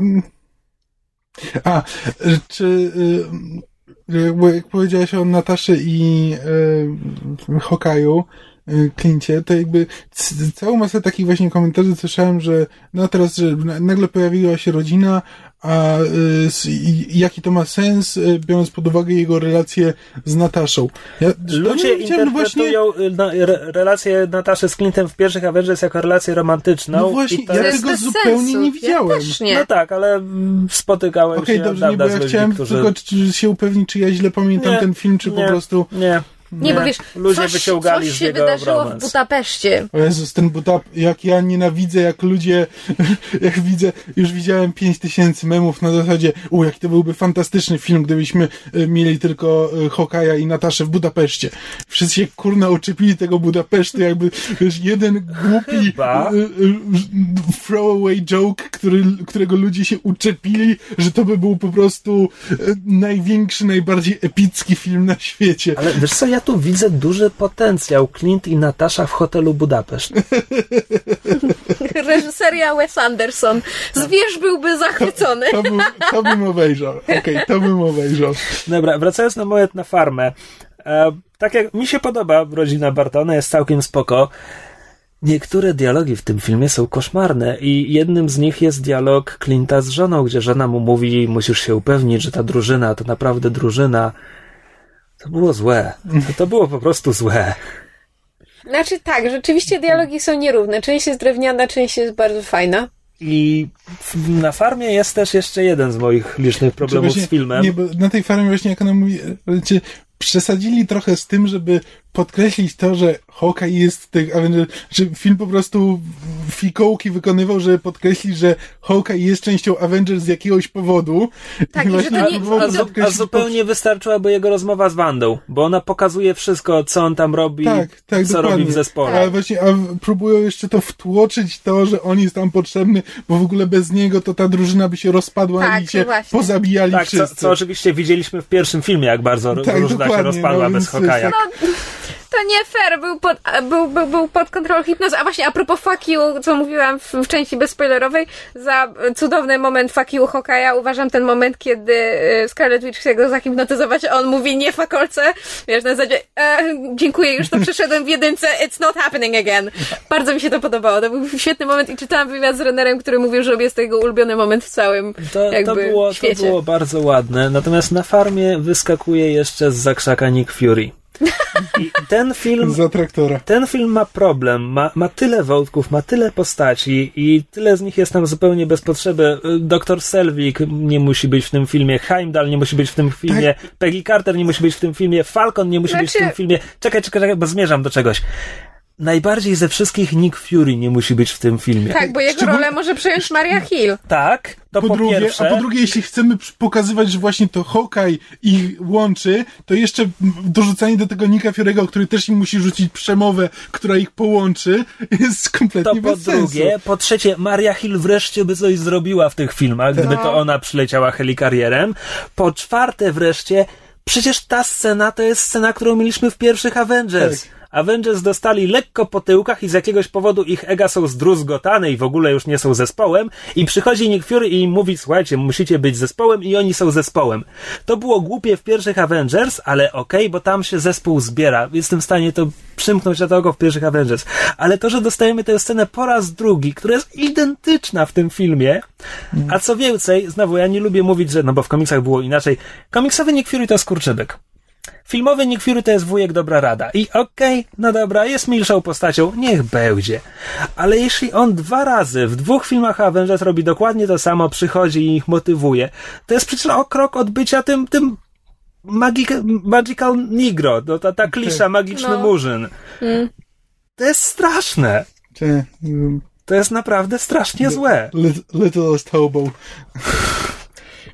a, czy bo jak powiedziałeś o Nataszy i e, Hawkeye'u, Clincie, to jakby c- całą masę takich właśnie komentarzy słyszałem, że no teraz, że nagle pojawiła się rodzina, a y, i, jaki to ma sens, y, biorąc pod uwagę jego relację z Nataszą. Ja, Ludzie interpretują właśnie... na, re, relację Nataszy z Clintem w pierwszych Avengers jako relację romantyczną. No właśnie, i to ja jest... tego zupełnie sensu. nie widziałem. Ja też nie. No tak, ale spotykałem Okej, się dobrze, nie, bo ja ludźmi, chciałem którzy... tylko czy, się upewnić, czy ja źle pamiętam Nie, ten film, czy nie, po prostu... Nie. Nie, bo wiesz, ludzie coś, wyciągali coś z się niego wydarzyło romans. w Budapeszcie. O Jezus, ten Budap, jak ja nienawidzę, jak ludzie, jak widzę, już widziałem pięć tysięcy memów na zasadzie, u, jaki to byłby fantastyczny film, gdybyśmy y, mieli tylko y, Hawkeye'a i Nataszę w Budapeszcie. Wszyscy się kurna uczepili tego Budapesztu, jakby, wiesz, jeden głupi y, y, throwaway joke, który, którego ludzie się uczepili, że to by był po prostu y, największy, najbardziej epicki film na świecie. Ale wiesz co, ja tu widzę duży potencjał. Clint i Natasza w hotelu Budapeszt. Reżyseria Wes Anderson. Zwierz byłby zachwycony. To, to, bym, to bym obejrzał. Okej, okay, to bym obejrzał. Dobra, wracając na moment na farmę. E, tak jak mi się podoba rodzina Bartona, jest całkiem spoko. Niektóre dialogi w tym filmie są koszmarne i jednym z nich jest dialog Clint'a z żoną, gdzie żona mu mówi, musisz się upewnić, że ta drużyna to naprawdę drużyna. To było złe. To, to było po prostu złe. Znaczy tak, rzeczywiście dialogi są nierówne. Część jest drewniana, część jest bardzo fajna. I w, na farmie jest też jeszcze jeden z moich licznych problemów właśnie, z filmem. Nie, bo na tej farmie właśnie, jak ona mówi, wiecie, przesadzili trochę z tym, żeby podkreślić to, że Hawkeye jest w tych Avengers, że film po prostu fikołki wykonywał, żeby podkreślić, że Hawkeye jest częścią Avengers z jakiegoś powodu. Tak, i że to nie- A, a, zu, a zupełnie wystarczyłaby jego rozmowa z Wandą, bo ona pokazuje wszystko, co on tam robi, tak, tak, co dokładnie. robi w zespole. Ale właśnie a próbują jeszcze to wtłoczyć to, że on jest tam potrzebny, bo w ogóle bez niego to ta drużyna by się rozpadła Tak, i się właśnie. pozabijali Tak, co, wszyscy. co oczywiście widzieliśmy w pierwszym filmie, jak bardzo Tak, drużyna się dokładnie, rozpadła no, bez więc to jest Hawkeye'a. tak- No, to nie fair, był pod, był, był, był pod kontrolą hipnozy. A właśnie a propos fuck you, co mówiłam w, w części bezspoilerowej, za cudowny moment fuck you Hawkeye'a uważam ten moment, kiedy Scarlet Witch chce go zahipnotyzować, a on mówi nie fakolce. Wiesz, na zasadzie e, dziękuję, już to przeszedłem w jedynce, it's not happening again. Bardzo mi się to podobało. To był świetny moment i czytałam wywiad z Rennerem, który mówił, że jest to jego ulubiony moment w całym To, jakby to, było, świecie. to było bardzo ładne. Natomiast na farmie wyskakuje jeszcze z zakrzaka Nick Fury. I ten film... Za traktora. Ten film ma problem, ma, ma tyle wątków, ma tyle postaci i tyle z nich jest nam zupełnie bez potrzeby. Doktor Selvig nie musi być w tym filmie, Heimdall nie musi być w tym filmie, Tak. Peggy Carter nie musi być w tym filmie, Falcon nie musi Znaczy... być w tym filmie. Czekaj, czekaj, czekaj, bo zmierzam do czegoś. Najbardziej ze wszystkich Nick Fury nie musi być w tym filmie. Tak, bo jego Szczegól- rolę może przejąć Maria Hill. Tak, to po, po drugie, pierwsze... a po drugie, jeśli chcemy przy- pokazywać, że właśnie to Hawkeye ich łączy, to jeszcze m, dorzucanie do tego Nicka Fury'ego, który też im musi rzucić przemowę, która ich połączy, jest kompletnie To po bez sensu. drugie. Po trzecie, Maria Hill wreszcie by coś zrobiła w tych filmach, gdyby to ona przyleciała helikarierem. Po czwarte wreszcie, przecież ta scena to jest scena, którą mieliśmy w pierwszych Avengers. Tak. Avengers dostali lekko po tyłkach i z jakiegoś powodu ich ega są zdruzgotane i w ogóle już nie są zespołem i przychodzi Nick Fury i im mówi, słuchajcie, musicie być zespołem i oni są zespołem. To było głupie w pierwszych Avengers, ale okej, okay, bo tam się zespół zbiera. Jestem w stanie to przymknąć na to oko w pierwszych Avengers. Ale to, że dostajemy tę scenę po raz drugi, która jest identyczna w tym filmie, a co więcej, znowu ja nie lubię mówić, że no bo w komiksach było inaczej. Komiksowy Nick Fury to skurczybyk. Filmowy Nick Fury to jest wujek dobra rada. I okej, okay, no dobra, jest milszą postacią, niech będzie. Ale jeśli on dwa razy w dwóch filmach Avengers robi dokładnie to samo, przychodzi i ich motywuje, to jest przecież o krok od bycia tym, tym magic, magical negro, no, ta, ta klisza, magiczny No. murzyn. Mm. To jest straszne. Cie, um, To jest naprawdę strasznie złe. lit- Littlest hobo.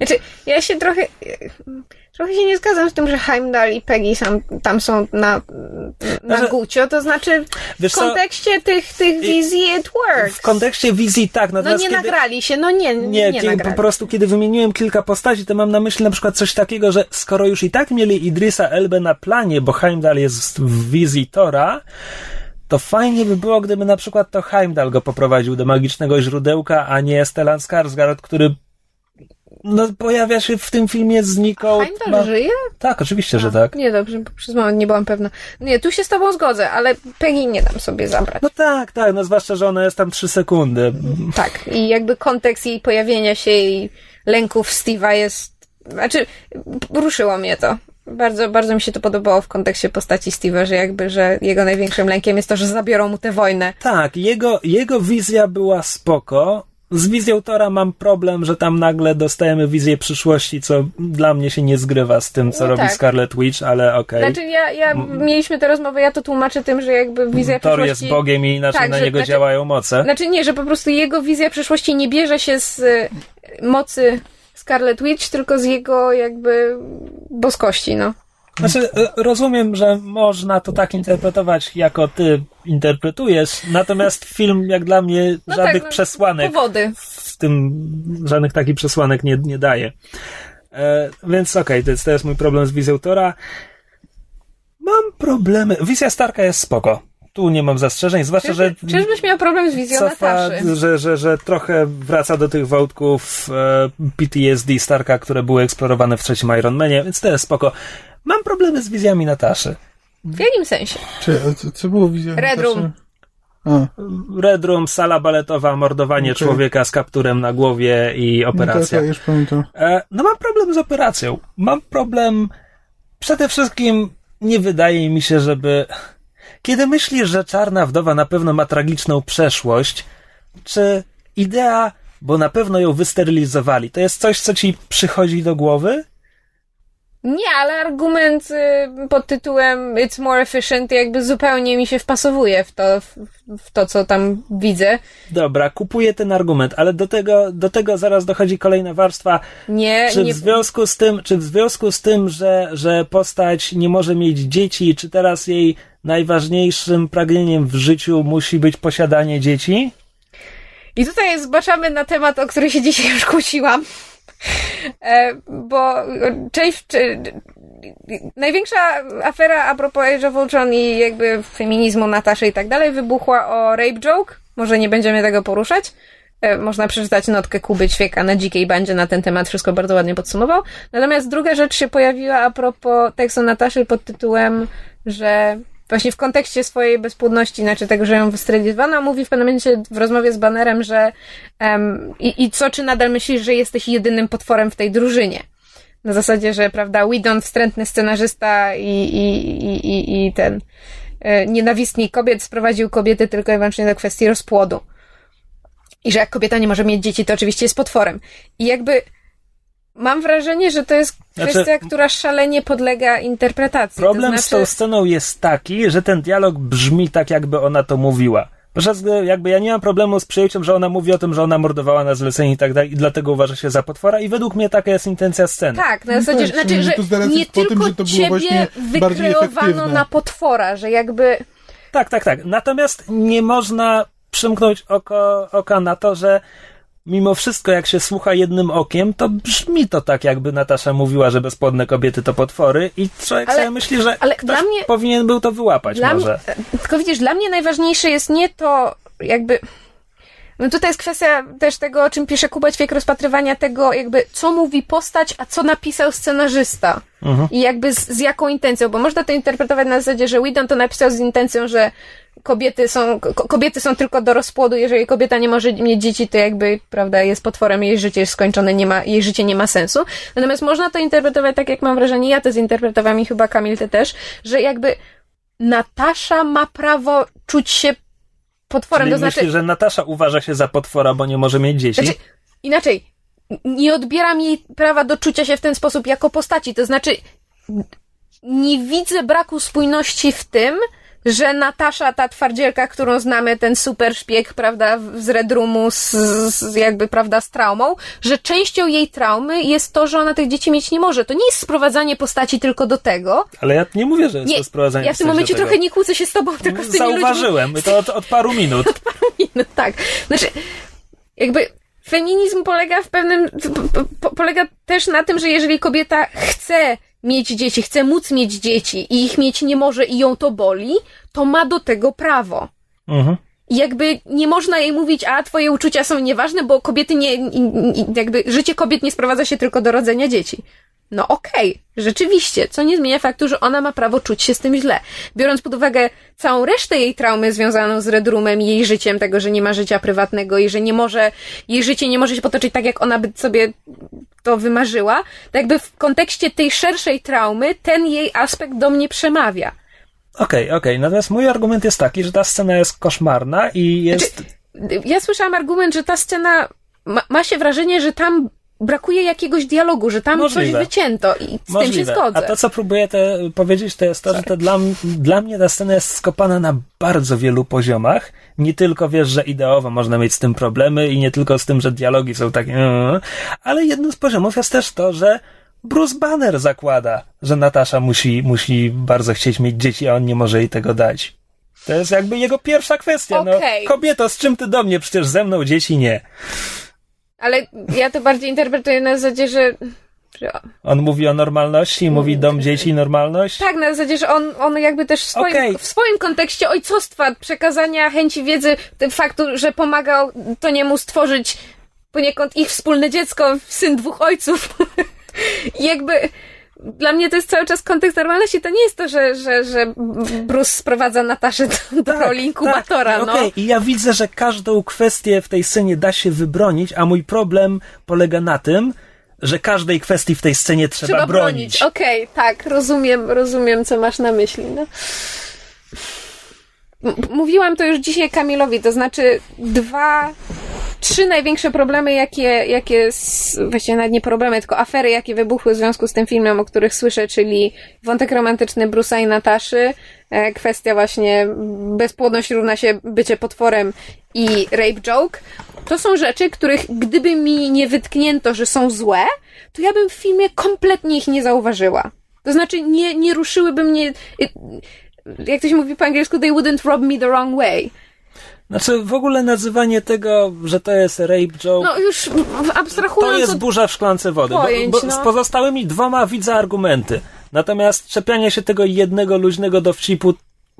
Znaczy, ja się trochę... Trochę się nie zgadzam z tym, że Heimdall i Peggy sam, tam są na, na Znaczy, gucio, to znaczy w kontekście co? tych, tych wizji it works. W kontekście wizji tak. No nie kiedy, nagrali się, no nie, nie, nie nagrali. Po prostu kiedy wymieniłem kilka postaci, to mam na myśli na przykład coś takiego, że skoro już i tak mieli Idrisa Elbę na planie, bo Heimdall jest w wizji Tora, to fajnie by było, gdyby na przykład to Heimdall go poprowadził do magicznego źródełka, a nie Stellan Skarsgård, który no, pojawia się w tym filmie znikąd. Heimdall ma... żyje? Tak, oczywiście, A, że tak. Nie, dobrze, przez moment nie byłam pewna. Nie, tu się z tobą zgodzę, ale Peggy nie dam sobie zabrać. No tak, tak, no zwłaszcza, że ona jest tam trzy sekundy. Tak, i jakby kontekst jej pojawienia się i lęków Steve'a jest... Znaczy, ruszyło mnie to. Bardzo, bardzo mi się to podobało w kontekście postaci Steve'a, że jakby, że jego największym lękiem jest to, że zabiorą mu tę wojnę. Tak, jego, jego wizja była spoko. Z wizją Tora mam problem, że tam nagle dostajemy wizję przyszłości, co dla mnie się nie zgrywa z tym, co no robi tak. Scarlet Witch, ale okej. Okay. Znaczy, ja, ja mieliśmy tę rozmowę, ja to tłumaczę tym, że jakby wizja Thor przyszłości... jest Bogiem i inaczej tak, na że, niego znaczy, działają moce. Znaczy nie, że po prostu jego wizja przyszłości nie bierze się z y, mocy Scarlet Witch, tylko z jego jakby boskości, no. Znaczy, rozumiem, że można to tak interpretować, jako ty interpretujesz, natomiast film, jak dla mnie, no żadnych tak, no, przesłanek powody. w tym, żadnych takich przesłanek nie, nie daje. E, więc okej, okay, to, jest, to jest mój problem z wizją Tora. Mam problemy. Wizja Starka jest spoko. Tu nie mam zastrzeżeń, zwłaszcza, Czyżby, że... Czyżbyś miał problem z wizją cofa, Nataszy? Że, że, że trochę wraca do tych wątków e, P T S D Starka, które były eksplorowane w trzecim Iron Manie, więc to jest spoko. Mam problemy z wizjami Nataszy. W jakim sensie? Czy, co, co było wizją Red Nataszy? Room. A. Red Room, sala baletowa, mordowanie okay. człowieka z kapturem na głowie i operacja. No tak, już pamiętam. E, no mam problem z operacją. Mam problem... Przede wszystkim nie wydaje mi się, żeby... Kiedy myślisz, że Czarna Wdowa na pewno ma tragiczną przeszłość, czy idea, bo na pewno ją wysterylizowali, to jest coś, co ci przychodzi do głowy? Nie, ale argument y, pod tytułem It's more efficient jakby zupełnie mi się wpasowuje w to, w, w to, co tam widzę. Dobra, kupuję ten argument, ale do tego, do tego zaraz dochodzi kolejna warstwa. Nie, czy nie. w związku z tym, czy w związku z tym, że, że postać nie może mieć dzieci, czy teraz jej najważniejszym pragnieniem w życiu musi być posiadanie dzieci? I tutaj zbaczamy na temat, o który się dzisiaj już kłóciłam. E, bo część, czy, największa afera a propos Age of Ultron i jakby feminizmu Nataszy i tak dalej wybuchła o rape joke. Może nie będziemy tego poruszać. E, można przeczytać notkę Kuby Ćwieka na Dzikiej Bandzie na ten temat. Wszystko bardzo ładnie podsumował. Natomiast druga rzecz się pojawiła a propos tekstu Nataszy pod tytułem, że właśnie w kontekście swojej bezpłodności, znaczy tego, że ją wystylizowano, mówi w pewnym momencie w rozmowie z Bannerem, że um, i, i co, czy nadal myślisz, że jesteś jedynym potworem w tej drużynie? Na zasadzie, że, prawda, Whedon, wstrętny scenarzysta i, i, i, i, i ten e, nienawistnik kobiet sprowadził kobiety tylko i wyłącznie do kwestii rozpłodu. I że jak kobieta nie może mieć dzieci, to oczywiście jest potworem. I jakby mam wrażenie, że to jest kwestia, znaczy, która szalenie podlega interpretacji. Problem to znaczy... z tą sceną jest taki, że ten dialog brzmi tak, jakby ona to mówiła. Podczas gdy jakby ja nie mam problemu z przyjęciem, że ona mówi o tym, że ona mordowała na zlecenie i tak dalej i dlatego uważa się za potwora i według mnie taka jest intencja sceny. Tak, na zasadzie, że, znaczy, że nie tylko tym, że to ciebie wykreowano na potwora, że jakby... Tak, tak, tak. Natomiast nie można przymknąć oko, oka na to, że mimo wszystko, jak się słucha jednym okiem, to brzmi to tak, jakby Natasza mówiła, że bezpłodne kobiety to potwory i człowiek ale, sobie myśli, że ale ktoś dla mnie, powinien był to wyłapać może. Mnie, tylko widzisz, dla mnie najważniejsze jest nie to jakby... No tutaj jest kwestia też tego, o czym pisze Kuba Ćwiek, rozpatrywania tego jakby, co mówi postać, a co napisał scenarzysta. Mhm. I jakby z, z jaką intencją, bo można to interpretować na zasadzie, że Whedon to napisał z intencją, że kobiety są, ko- kobiety są tylko do rozpłodu, jeżeli kobieta nie może mieć dzieci, to jakby, prawda, jest potworem, jej życie jest skończone, nie ma, jej życie nie ma sensu. Natomiast można to interpretować tak, jak mam wrażenie, ja to zinterpretowałam i chyba Kamil ty też, że jakby Natasza ma prawo czuć się potworem. Czyli to znaczy, myślisz, że Natasza uważa się za potwora, bo nie może mieć dzieci? Znaczy, inaczej, nie odbieram jej prawa do czucia się w ten sposób jako postaci, to znaczy nie widzę braku spójności w tym, że Natasza, ta twardzielka, którą znamy, ten super szpieg, prawda, z Red Roomu, z, z jakby, prawda, z traumą, że częścią jej traumy jest to, że ona tych dzieci mieć nie może. To nie jest sprowadzanie postaci tylko do tego. Ale ja nie mówię, że jest nie, to sprowadzanie ja w tym momencie trochę nie kłócę się z tobą, tylko z tymi Zauważyłem, ludźmi. to od, od paru minut. Od paru minut, tak. Znaczy, jakby feminizm polega w pewnym, po, po, polega też na tym, że jeżeli kobieta chce mieć dzieci, chce móc mieć dzieci i ich mieć nie może i ją to boli, to ma do tego prawo. Mhm. I jakby nie można jej mówić, a twoje uczucia są nieważne, bo kobiety nie, jakby życie kobiet nie sprowadza się tylko do rodzenia dzieci. No okej, okay, rzeczywiście, co nie zmienia faktu, że ona ma prawo czuć się z tym źle. Biorąc pod uwagę całą resztę jej traumy związaną z Red Roomem i jej życiem, tego, że nie ma życia prywatnego i że nie może, jej życie nie może się potoczyć tak, jak ona by sobie to wymarzyła, to jakby w kontekście tej szerszej traumy ten jej aspekt do mnie przemawia. Okej, okay, okej, okay. Natomiast mój argument jest taki, że ta scena jest koszmarna i jest... Znaczy, ja słyszałam argument, że ta scena ma, ma się wrażenie, że tam brakuje jakiegoś dialogu, że tam Możliwe. coś wycięto i z Możliwe. tym się zgodzę. A to, co próbuję te powiedzieć, to jest to, Sorry. że to dla, dla mnie ta scena jest skopana na bardzo wielu poziomach. Nie tylko, wiesz, że ideowo można mieć z tym problemy i nie tylko z tym, że dialogi są takie... Ale jednym z poziomów jest też to, że Bruce Banner zakłada, że Natasza musi, musi bardzo chcieć mieć dzieci, a on nie może jej tego dać. To jest jakby jego pierwsza kwestia. Okay. No, kobieto, z czym ty do mnie? Przecież ze mną dzieci nie. Ale ja to bardziej interpretuję na zasadzie, że... że... On mówi o normalności i mówi dom dzieci i normalność? Tak, na zasadzie, że on, on jakby też w swoim, okay. w swoim kontekście ojcostwa, przekazania chęci wiedzy, tym faktu, że pomagał to niemu stworzyć poniekąd ich wspólne dziecko, syn dwóch ojców. I jakby dla mnie to jest cały czas kontekst normalności. To nie jest to, że, że, że Bruce sprowadza Nataszę do, do tak, roli inkubatora. Tak, no. okay. I ja widzę, że każdą kwestię w tej scenie da się wybronić, a mój problem polega na tym, że każdej kwestii w tej scenie trzeba, trzeba bronić. bronić. Okej, okay, tak, rozumiem, rozumiem, co masz na myśli. No. M- mówiłam to już dzisiaj Kamilowi, to znaczy dwa... Trzy największe problemy, jakie, jakie, właściwie nawet nie problemy, tylko afery, jakie wybuchły w związku z tym filmem, o których słyszę, czyli wątek romantyczny Bruce'a i Nataszy, e, kwestia właśnie bezpłodność równa się bycie potworem i rape joke, to są rzeczy, których gdyby mi nie wytknięto, że są złe, to ja bym w filmie kompletnie ich nie zauważyła. To znaczy nie, nie ruszyłyby mnie, jak to się mówi po angielsku, they wouldn't rub me the wrong way. Znaczy w ogóle nazywanie tego, że to jest rape joke... No już abstrahując... To jest burza w szklance wody. Pojęć, bo, bo no. Z pozostałymi dwoma widzę argumenty. Natomiast czepianie się tego jednego luźnego dowcipu...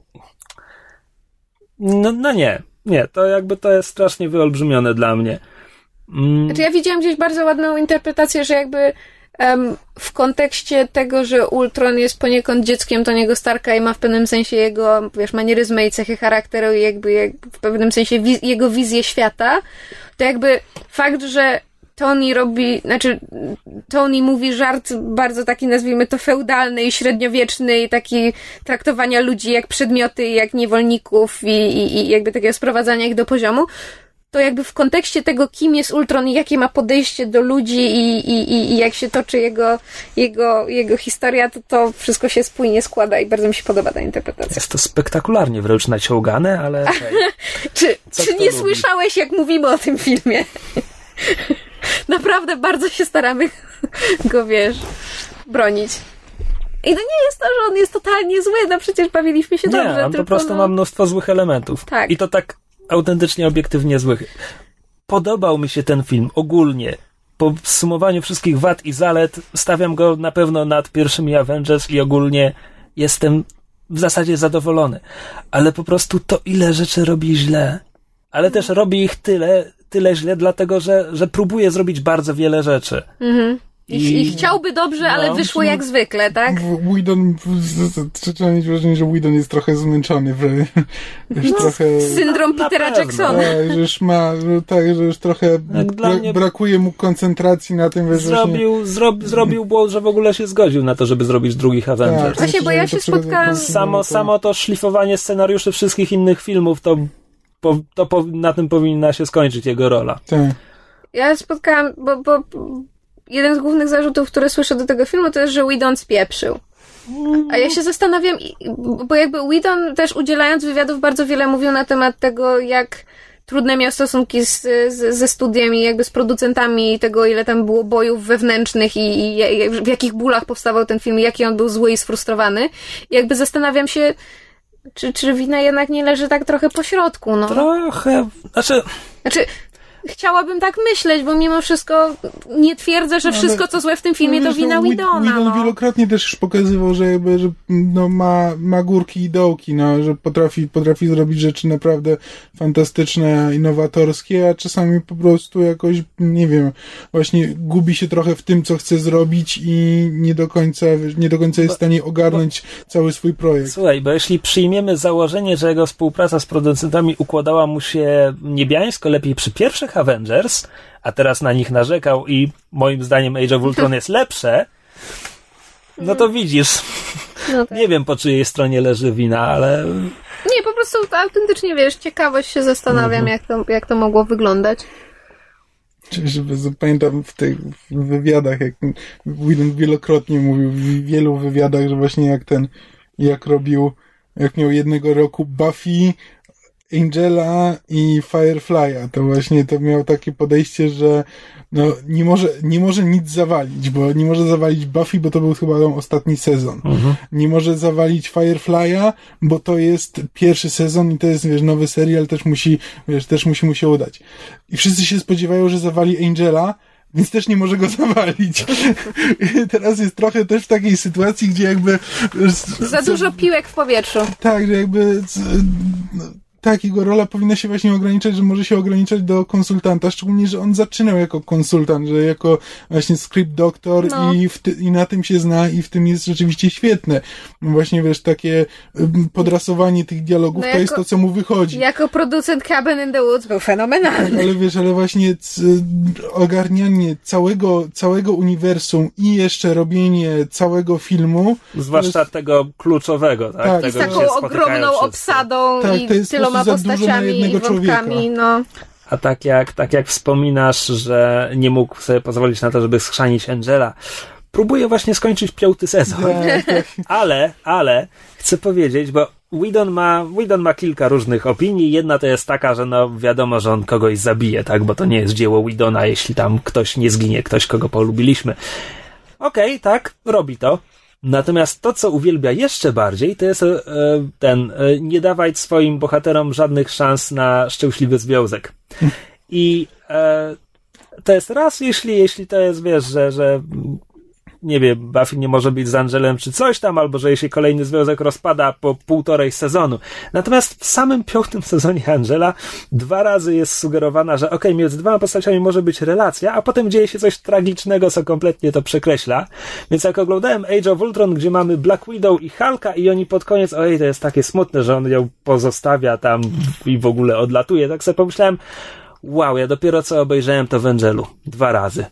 No, no nie. Nie, to jakby to jest strasznie wyolbrzymione dla mnie. Mm. Znaczy ja widziałam gdzieś bardzo ładną interpretację, że jakby um, w kontekście tego, że Ultron jest poniekąd dzieckiem Tony'ego Starka i ma w pewnym sensie jego, wiesz, manieryzmy i cechy charakteru i jakby jak w pewnym sensie wiz- jego wizję świata, to jakby fakt, że Tony robi, znaczy Tony mówi żart bardzo taki, nazwijmy to, feudalny i średniowieczny i taki traktowania ludzi jak przedmioty, jak niewolników i, i, i jakby takiego sprowadzania ich do poziomu, to jakby w kontekście tego, kim jest Ultron i jakie ma podejście do ludzi i, i, i jak się toczy jego, jego, jego historia, to to wszystko się spójnie składa i bardzo mi się podoba ta interpretacja. Jest to spektakularnie wręcz naciągane, ale... Okay. czy czy nie lubi? Słyszałeś, jak mówimy o tym filmie? Naprawdę bardzo się staramy go, wiesz, bronić. I to nie jest to, że on jest totalnie zły, no przecież bawiliśmy się nie, dobrze. on tylko po prostu no... ma mnóstwo złych elementów. Tak. I to tak autentycznie, obiektywnie złych. Podobał mi się ten film ogólnie. Po sumowaniu wszystkich wad i zalet stawiam go na pewno nad pierwszymi Avengers i ogólnie jestem w zasadzie zadowolony. Ale po prostu to, ile rzeczy robi źle. Ale też robi ich tyle, tyle źle, dlatego, że, że próbuje zrobić bardzo wiele rzeczy. Mhm. I, I chciałby dobrze, ale no, wyszło jak zwykle, tak? Whedon, trzeba mieć wrażenie, że Whedon jest trochę zmęczony. Już no, trochę... Syndrom Petera Jacksona. Tak, że już ma, że, tak, że już trochę bra- mnie... brakuje mu koncentracji na tym. Wiesz, zrobił, właśnie... zrob, zrobił błąd, że w ogóle się zgodził na to, żeby zrobić drugich Avengers. Tak, właśnie, bo ja się spotkałam... Samo, samo to szlifowanie scenariuszy wszystkich innych filmów, to, po, to po, na tym powinna się skończyć jego rola. Tak. Ja spotkałam, bo, bo jeden z głównych zarzutów, które słyszę do tego filmu, to jest, że Whedon spieprzył. A ja się zastanawiam, bo jakby Whedon też udzielając wywiadów bardzo wiele mówił na temat tego, jak trudne miał stosunki z, z, ze studiem i jakby z producentami tego, ile tam było bojów wewnętrznych i, i w jakich bólach powstawał ten film, jaki on był zły i sfrustrowany. I jakby zastanawiam się, czy, czy wina jednak nie leży tak trochę po środku, no. Trochę, znaczy... Znaczy, chciałabym tak myśleć, bo mimo wszystko nie twierdzę, że wszystko, co złe w tym filmie, no, to wina no, Whedona. Whedon No. wielokrotnie też już pokazywał, że jakby, że no, ma, ma górki i dołki, no, że potrafi, potrafi zrobić rzeczy naprawdę fantastyczne, innowatorskie, a czasami po prostu jakoś, nie wiem, właśnie gubi się trochę w tym, co chce zrobić i nie do końca, nie do końca jest w stanie ogarnąć bo, cały swój projekt. Słuchaj, bo jeśli przyjmiemy założenie, że jego współpraca z producentami układała mu się niebiańsko lepiej przy pierwszych Avengers, a teraz na nich narzekał i moim zdaniem Age of Ultron jest lepsze, no to widzisz. No tak. Nie wiem, po czyjej stronie leży wina, ale... Nie, po prostu autentycznie, wiesz, ciekawość się zastanawiam, mhm. jak, to, jak to mogło wyglądać. Pamiętam w tych wywiadach, jak Whedon wielokrotnie mówił w wielu wywiadach, że właśnie jak ten, jak robił, jak miał jednego roku Buffy, Angela i Firefly'a, to właśnie to miał takie podejście, że no nie może, nie może nic zawalić, bo nie może zawalić Buffy, bo to był chyba tam ostatni sezon. Mhm. Nie może zawalić Firefly'a, bo to jest pierwszy sezon i to jest, wiesz, nowy serial, też musi, wiesz, też musi mu się udać. I wszyscy się spodziewają, że zawali Angela, więc też nie może go zawalić. I teraz jest trochę też w takiej sytuacji, gdzie jakby... Za dużo piłek w powietrzu. Tak, że jakby... No, tak, jego rola powinna się właśnie ograniczać, że może się ograniczać do konsultanta, szczególnie, że on zaczynał jako konsultant, że jako właśnie script doctor no. i, w ty, i na tym się zna i w tym jest rzeczywiście świetne. Właśnie, wiesz, takie podrasowanie tych dialogów, no to jako, jest to, co mu wychodzi. Jako producent Cabin in the Woods był fenomenalny. Ale wiesz, ale właśnie c- ogarnianie całego, całego uniwersum i jeszcze robienie całego filmu. Zwłaszcza jest, tego kluczowego, tak? tak tego, z taką ogromną obsadą tak, i tyloma postaciami i wątkami, no. A tak jak, tak jak wspominasz, że nie mógł sobie pozwolić na to, żeby schrzanić Angela, próbuję właśnie skończyć piąty sezon. ale, ale chcę powiedzieć, bo Whedon ma, Whedon ma kilka różnych opinii. Jedna to jest taka, że no wiadomo, że on kogoś zabije, tak? Bo to nie jest dzieło Whedona, jeśli tam ktoś nie zginie, ktoś, kogo polubiliśmy. Okej, okay, tak, robi to. Natomiast to, co uwielbia jeszcze bardziej, to jest e, ten, e, nie dawać swoim bohaterom żadnych szans na szczęśliwy związek. I e, to jest raz, jeśli, jeśli to jest, wiesz, że, że nie wiem, Buffy nie może być z Angelem czy coś tam, albo że jeśli kolejny związek rozpada po półtorej sezonu. Natomiast w samym piątym sezonie Angela dwa razy jest sugerowana, że okej, okay, między dwoma postaciami może być relacja, a potem dzieje się coś tragicznego, co kompletnie to przekreśla. Więc jak oglądałem Age of Ultron, gdzie mamy Black Widow i Hulka i oni pod koniec, ojej, to jest takie smutne, że on ją pozostawia tam i w ogóle odlatuje, tak sobie pomyślałem, wow, ja dopiero co obejrzałem to w Angelu. Dwa razy.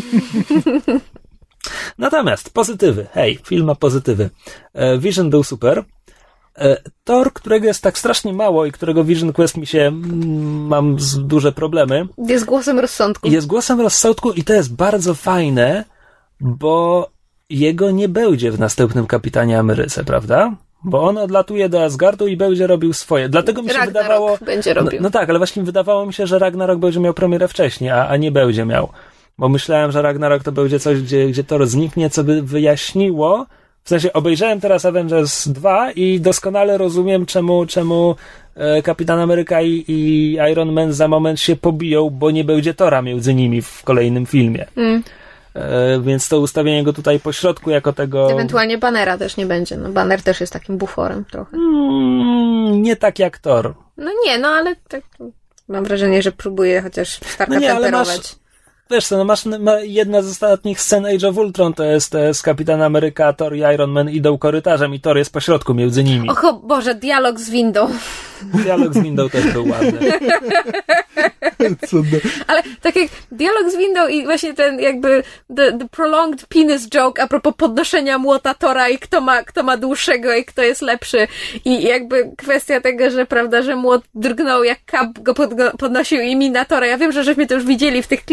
Natomiast pozytywy. Hej, film ma pozytywy. E, Vision był super. E, Thor, którego jest tak strasznie mało i którego Vision Quest mi się... Mm, mam z, duże problemy. Jest głosem rozsądku. Jest głosem rozsądku i to jest bardzo fajne, bo jego nie będzie w następnym Kapitanie Ameryce, prawda? Bo on odlatuje do Asgardu i będzie robił swoje. Dlatego mi się Ragnarok wydawało... będzie robił. No, no tak, ale właśnie wydawało mi się, że Ragnarok będzie miał premierę wcześniej, a, a nie będzie miał. Bo myślałem, że Ragnarok to będzie coś, gdzie, gdzie Thor zniknie, co by wyjaśniło. W sensie obejrzałem teraz Avengers dwa i doskonale rozumiem, czemu, czemu e, Kapitan Ameryka i, i Iron Man za moment się pobiją, bo nie będzie Thora między nimi w kolejnym filmie. Mm. E, więc to ustawienie go tutaj po środku jako tego... Ewentualnie Bannera też nie będzie. No, Banner też jest takim buforem trochę. Mm, nie tak jak Thor. No nie, no ale tak mam wrażenie, że próbuje chociaż Starka no nie, temperować. Wiesz co, no masz ma jedna z ostatnich scen Age of Ultron, to jest, to jest Kapitan Ameryka, Thor i Iron Man idą korytarzem i Thor jest pośrodku między nimi. Och Boże, dialog z windą. Dialog z windą też był ładny. Cudne. Ale tak jak dialog z windą i właśnie ten jakby the, the prolonged penis joke a propos podnoszenia młota Thora i kto ma, kto ma dłuższego i kto jest lepszy i jakby kwestia tego, że prawda, że młot drgnął jak Cap go podnosił i mina Thora. Ja wiem, że żeśmy to już widzieli w tych klipach,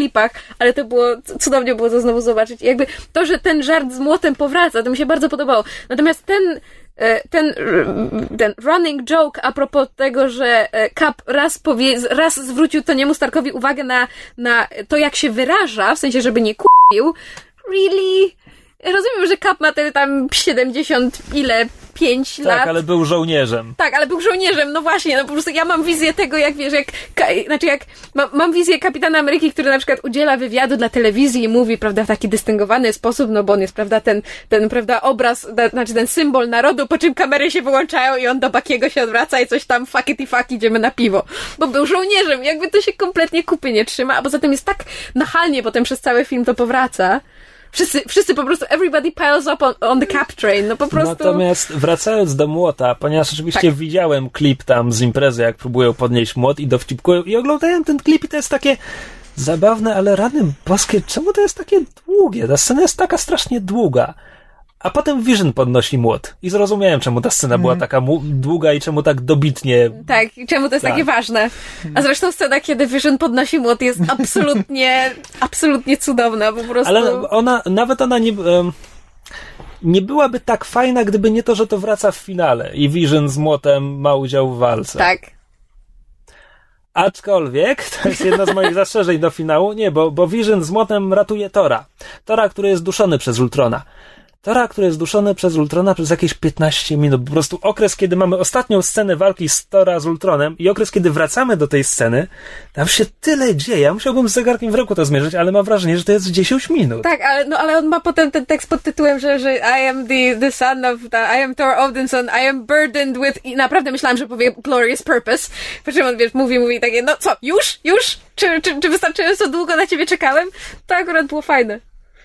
ale to było, cudownie było to znowu zobaczyć. I jakby to, że ten żart z młotem powraca, to mi się bardzo podobało. Natomiast ten ten, ten running joke a propos tego, że Cap raz powie, raz zwrócił Tony'emu Starkowi uwagę na, na to, jak się wyraża, w sensie, żeby nie k***ił. Really? Rozumiem, że Cap ma te tam siedemdziesiąt ile, pięć lat. Tak, ale był żołnierzem. Tak, ale był żołnierzem, no właśnie, no po prostu ja mam wizję tego, jak wiesz, jak, ka, znaczy jak, ma, mam wizję Kapitana Ameryki, który na przykład udziela wywiadu dla telewizji i mówi, prawda, w taki dystyngowany sposób, no bo on jest, prawda, ten, ten, prawda, obraz, da, znaczy ten symbol narodu, po czym kamery się wyłączają i on do Bakiego się odwraca i coś tam, fuck it i fuck, idziemy na piwo. Bo był żołnierzem, jakby to się kompletnie kupy nie trzyma, a poza tym jest tak nachalnie potem przez cały film to powraca. Wszyscy, wszyscy po prostu, everybody piles up on, on the Cap train, no po prostu... Natomiast wracając do młota, ponieważ oczywiście tak. widziałem klip tam z imprezy, jak próbują podnieść młot i dowcipkują i oglądałem ten klip i to jest takie zabawne, ale rany boskie, czemu to jest takie długie? Ta scena jest taka strasznie długa. A potem Vision podnosi młot i zrozumiałem, czemu ta scena mm. była taka mu- długa i czemu tak dobitnie... Tak, i czemu to jest tak. takie ważne. A zresztą scena, kiedy Vision podnosi młot jest absolutnie, absolutnie cudowna, po prostu... Ale ona, nawet ona nie... Um, nie byłaby tak fajna, gdyby nie to, że to wraca w finale i Vision z młotem ma udział w walce. Tak. Aczkolwiek, to jest jedno z moich zastrzeżeń do finału, nie, bo, bo Vision z młotem ratuje Tora. Tora, który jest duszony przez Ultrona. Tora, który jest duszony przez Ultrona przez jakieś piętnaście minut. Po prostu okres, kiedy mamy ostatnią scenę walki z Tora z Ultronem i okres, kiedy wracamy do tej sceny, tam się tyle dzieje. Ja musiałbym z zegarkiem w ręku to zmierzyć, ale mam wrażenie, że to jest dziesięć minut. Tak, ale, no, ale on ma potem ten tekst pod tytułem, że, że I am the, the son of, the, I am Thor Odinson, I am burdened with... I naprawdę myślałam, że powie glorious purpose. Po czym on, wiesz, mówi, mówi takie, no co, już? Już? Czy, czy, czy wystarczająco długo na ciebie czekałem? To akurat było fajne.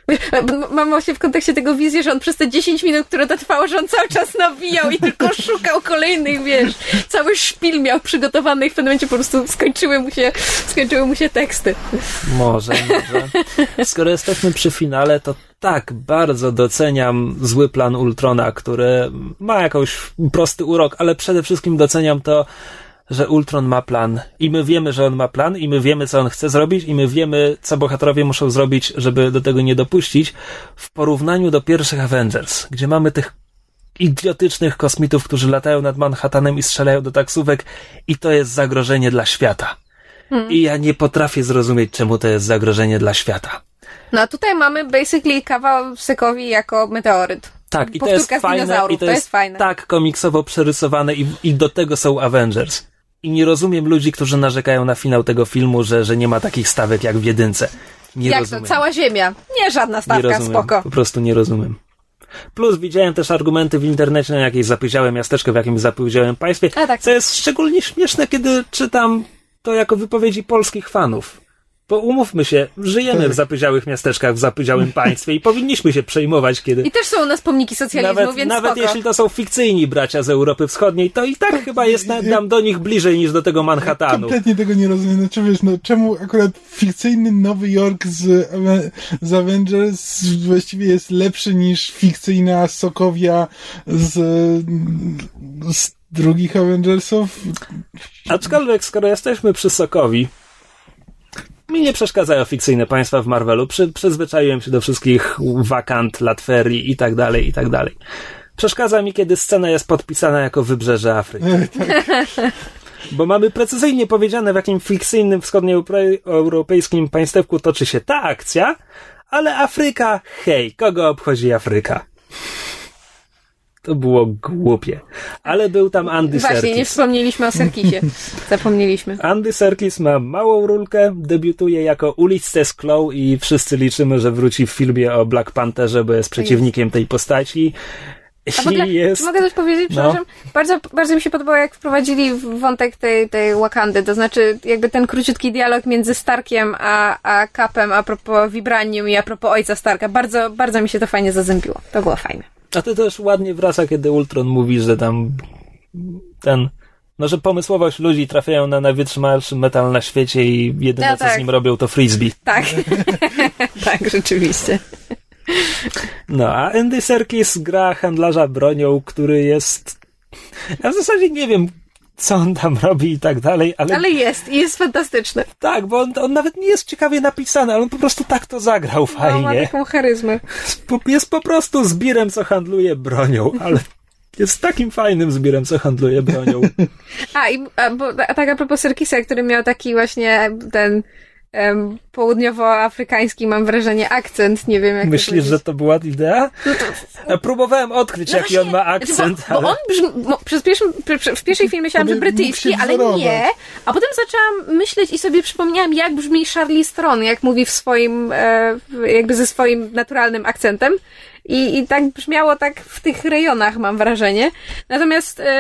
Mam właśnie w kontekście tego wizję, że on przez te dziesięć minut, które to trwało, że on cały czas nawijał i tylko szukał kolejnych, wiesz, cały szpil miał przygotowany i w pewnym momencie po prostu skończyły mu się, skończyły mu się teksty. Może, może. Skoro jesteśmy przy finale, to tak bardzo doceniam zły plan Ultrona, który ma jakiś prosty urok, ale przede wszystkim doceniam to, że Ultron ma plan i my wiemy, że on ma plan i my wiemy, co on chce zrobić i my wiemy, co bohaterowie muszą zrobić, żeby do tego nie dopuścić, w porównaniu do pierwszych Avengers, gdzie mamy tych idiotycznych kosmitów, którzy latają nad Manhattanem i strzelają do taksówek i to jest zagrożenie dla świata. Hmm. I ja nie potrafię zrozumieć, czemu to jest zagrożenie dla świata. No a tutaj mamy basically kawał Sykowi jako meteoryt. Tak, i to jest fajne, i to, to jest, jest fajne. tak komiksowo przerysowane i, i do tego są Avengers. I nie rozumiem ludzi, którzy narzekają na finał tego filmu, że, że nie ma takich stawek jak w jedynce. Nie jak rozumiem. to? Cała Ziemia. Nie żadna stawka, nie rozumiem, spoko. Po prostu nie rozumiem. Plus widziałem też argumenty w internecie na jakieś zapyziałe miasteczko w jakimś zapyziałym państwie, A, tak. co jest szczególnie śmieszne, kiedy czytam to jako wypowiedzi polskich fanów. Bo umówmy się, żyjemy w zapyziałych miasteczkach, w zapyziałym państwie i powinniśmy się przejmować, kiedy... I też są u nas pomniki socjalizmu, nawet, więc Nawet spoko. jeśli to są fikcyjni bracia z Europy Wschodniej, to i tak chyba jest nam do nich bliżej niż do tego Manhattanu. Kompletnie tego nie rozumiem. Znaczy wiesz, no czemu akurat fikcyjny Nowy Jork z, z Avengers właściwie jest lepszy niż fikcyjna Sokowia z, z drugich Avengersów? Aczkolwiek, skoro jesteśmy przy Sokowi, mi nie przeszkadzają fikcyjne państwa w Marvelu. Przy, przyzwyczaiłem się do wszystkich Wakand, Latverii i tak dalej, i tak dalej. Przeszkadza mi, kiedy scena jest podpisana jako Wybrzeże Afryki. Bo mamy precyzyjnie powiedziane, w jakim fikcyjnym wschodnioeuropejskim państewku toczy się ta akcja, ale Afryka, hej, kogo obchodzi Afryka? To było głupie. Ale był tam Andy Właśnie, Serkis. nie wspomnieliśmy o Serkisie. Zapomnieliśmy. Andy Serkis ma małą rólkę, debiutuje jako Ulysses Klaue i wszyscy liczymy, że wróci w filmie o Black Pantherze, bo jest przeciwnikiem tej postaci. A w ogóle, jest... czy mogę coś powiedzieć? Przepraszam. No. Bardzo, bardzo mi się podobało, jak wprowadzili wątek tej, tej Wakandy. To znaczy, jakby ten króciutki dialog między Starkiem a, a Capem a propos Vibranium i a propos ojca Starka. Bardzo, bardzo mi się to fajnie zazębiło. To było fajne. A to też ładnie wraca, kiedy Ultron mówi, że tam ten, no że pomysłowość ludzi trafiają na najwytrzymalszy metal na świecie i jedyne no, co tak. z nim robią to frisbee. Tak. Tak, rzeczywiście. No, a Andy Serkis gra handlarza bronią, który jest... Ja w zasadzie nie wiem, co on tam robi i tak dalej, ale... Ale jest, i jest fantastyczny. Tak, bo on, on nawet nie jest ciekawie napisany, ale on po prostu tak to zagrał fajnie. No, ma taką charyzmę. Jest po prostu zbirem, co handluje bronią, ale jest takim fajnym zbirem, co handluje bronią. A, i a, bo, a tak a propos Serkisa, który miał taki właśnie ten um, południowoafrykański, mam wrażenie, akcent, nie wiem jak Myślisz, że to była idea? No to... Próbowałem odkryć, no jaki właśnie, on ma akcent, znaczy, bo, ale... bo on brzmi, bo przez pierwszym, pr, w pierwszej filmie myślałam, że brytyjski, ale nie. A potem zaczęłam myśleć i sobie przypomniałam, jak brzmi Charlize Theron, jak mówi w swoim, e, jakby ze swoim naturalnym akcentem. I, I tak brzmiało tak w tych rejonach, mam wrażenie. Natomiast e,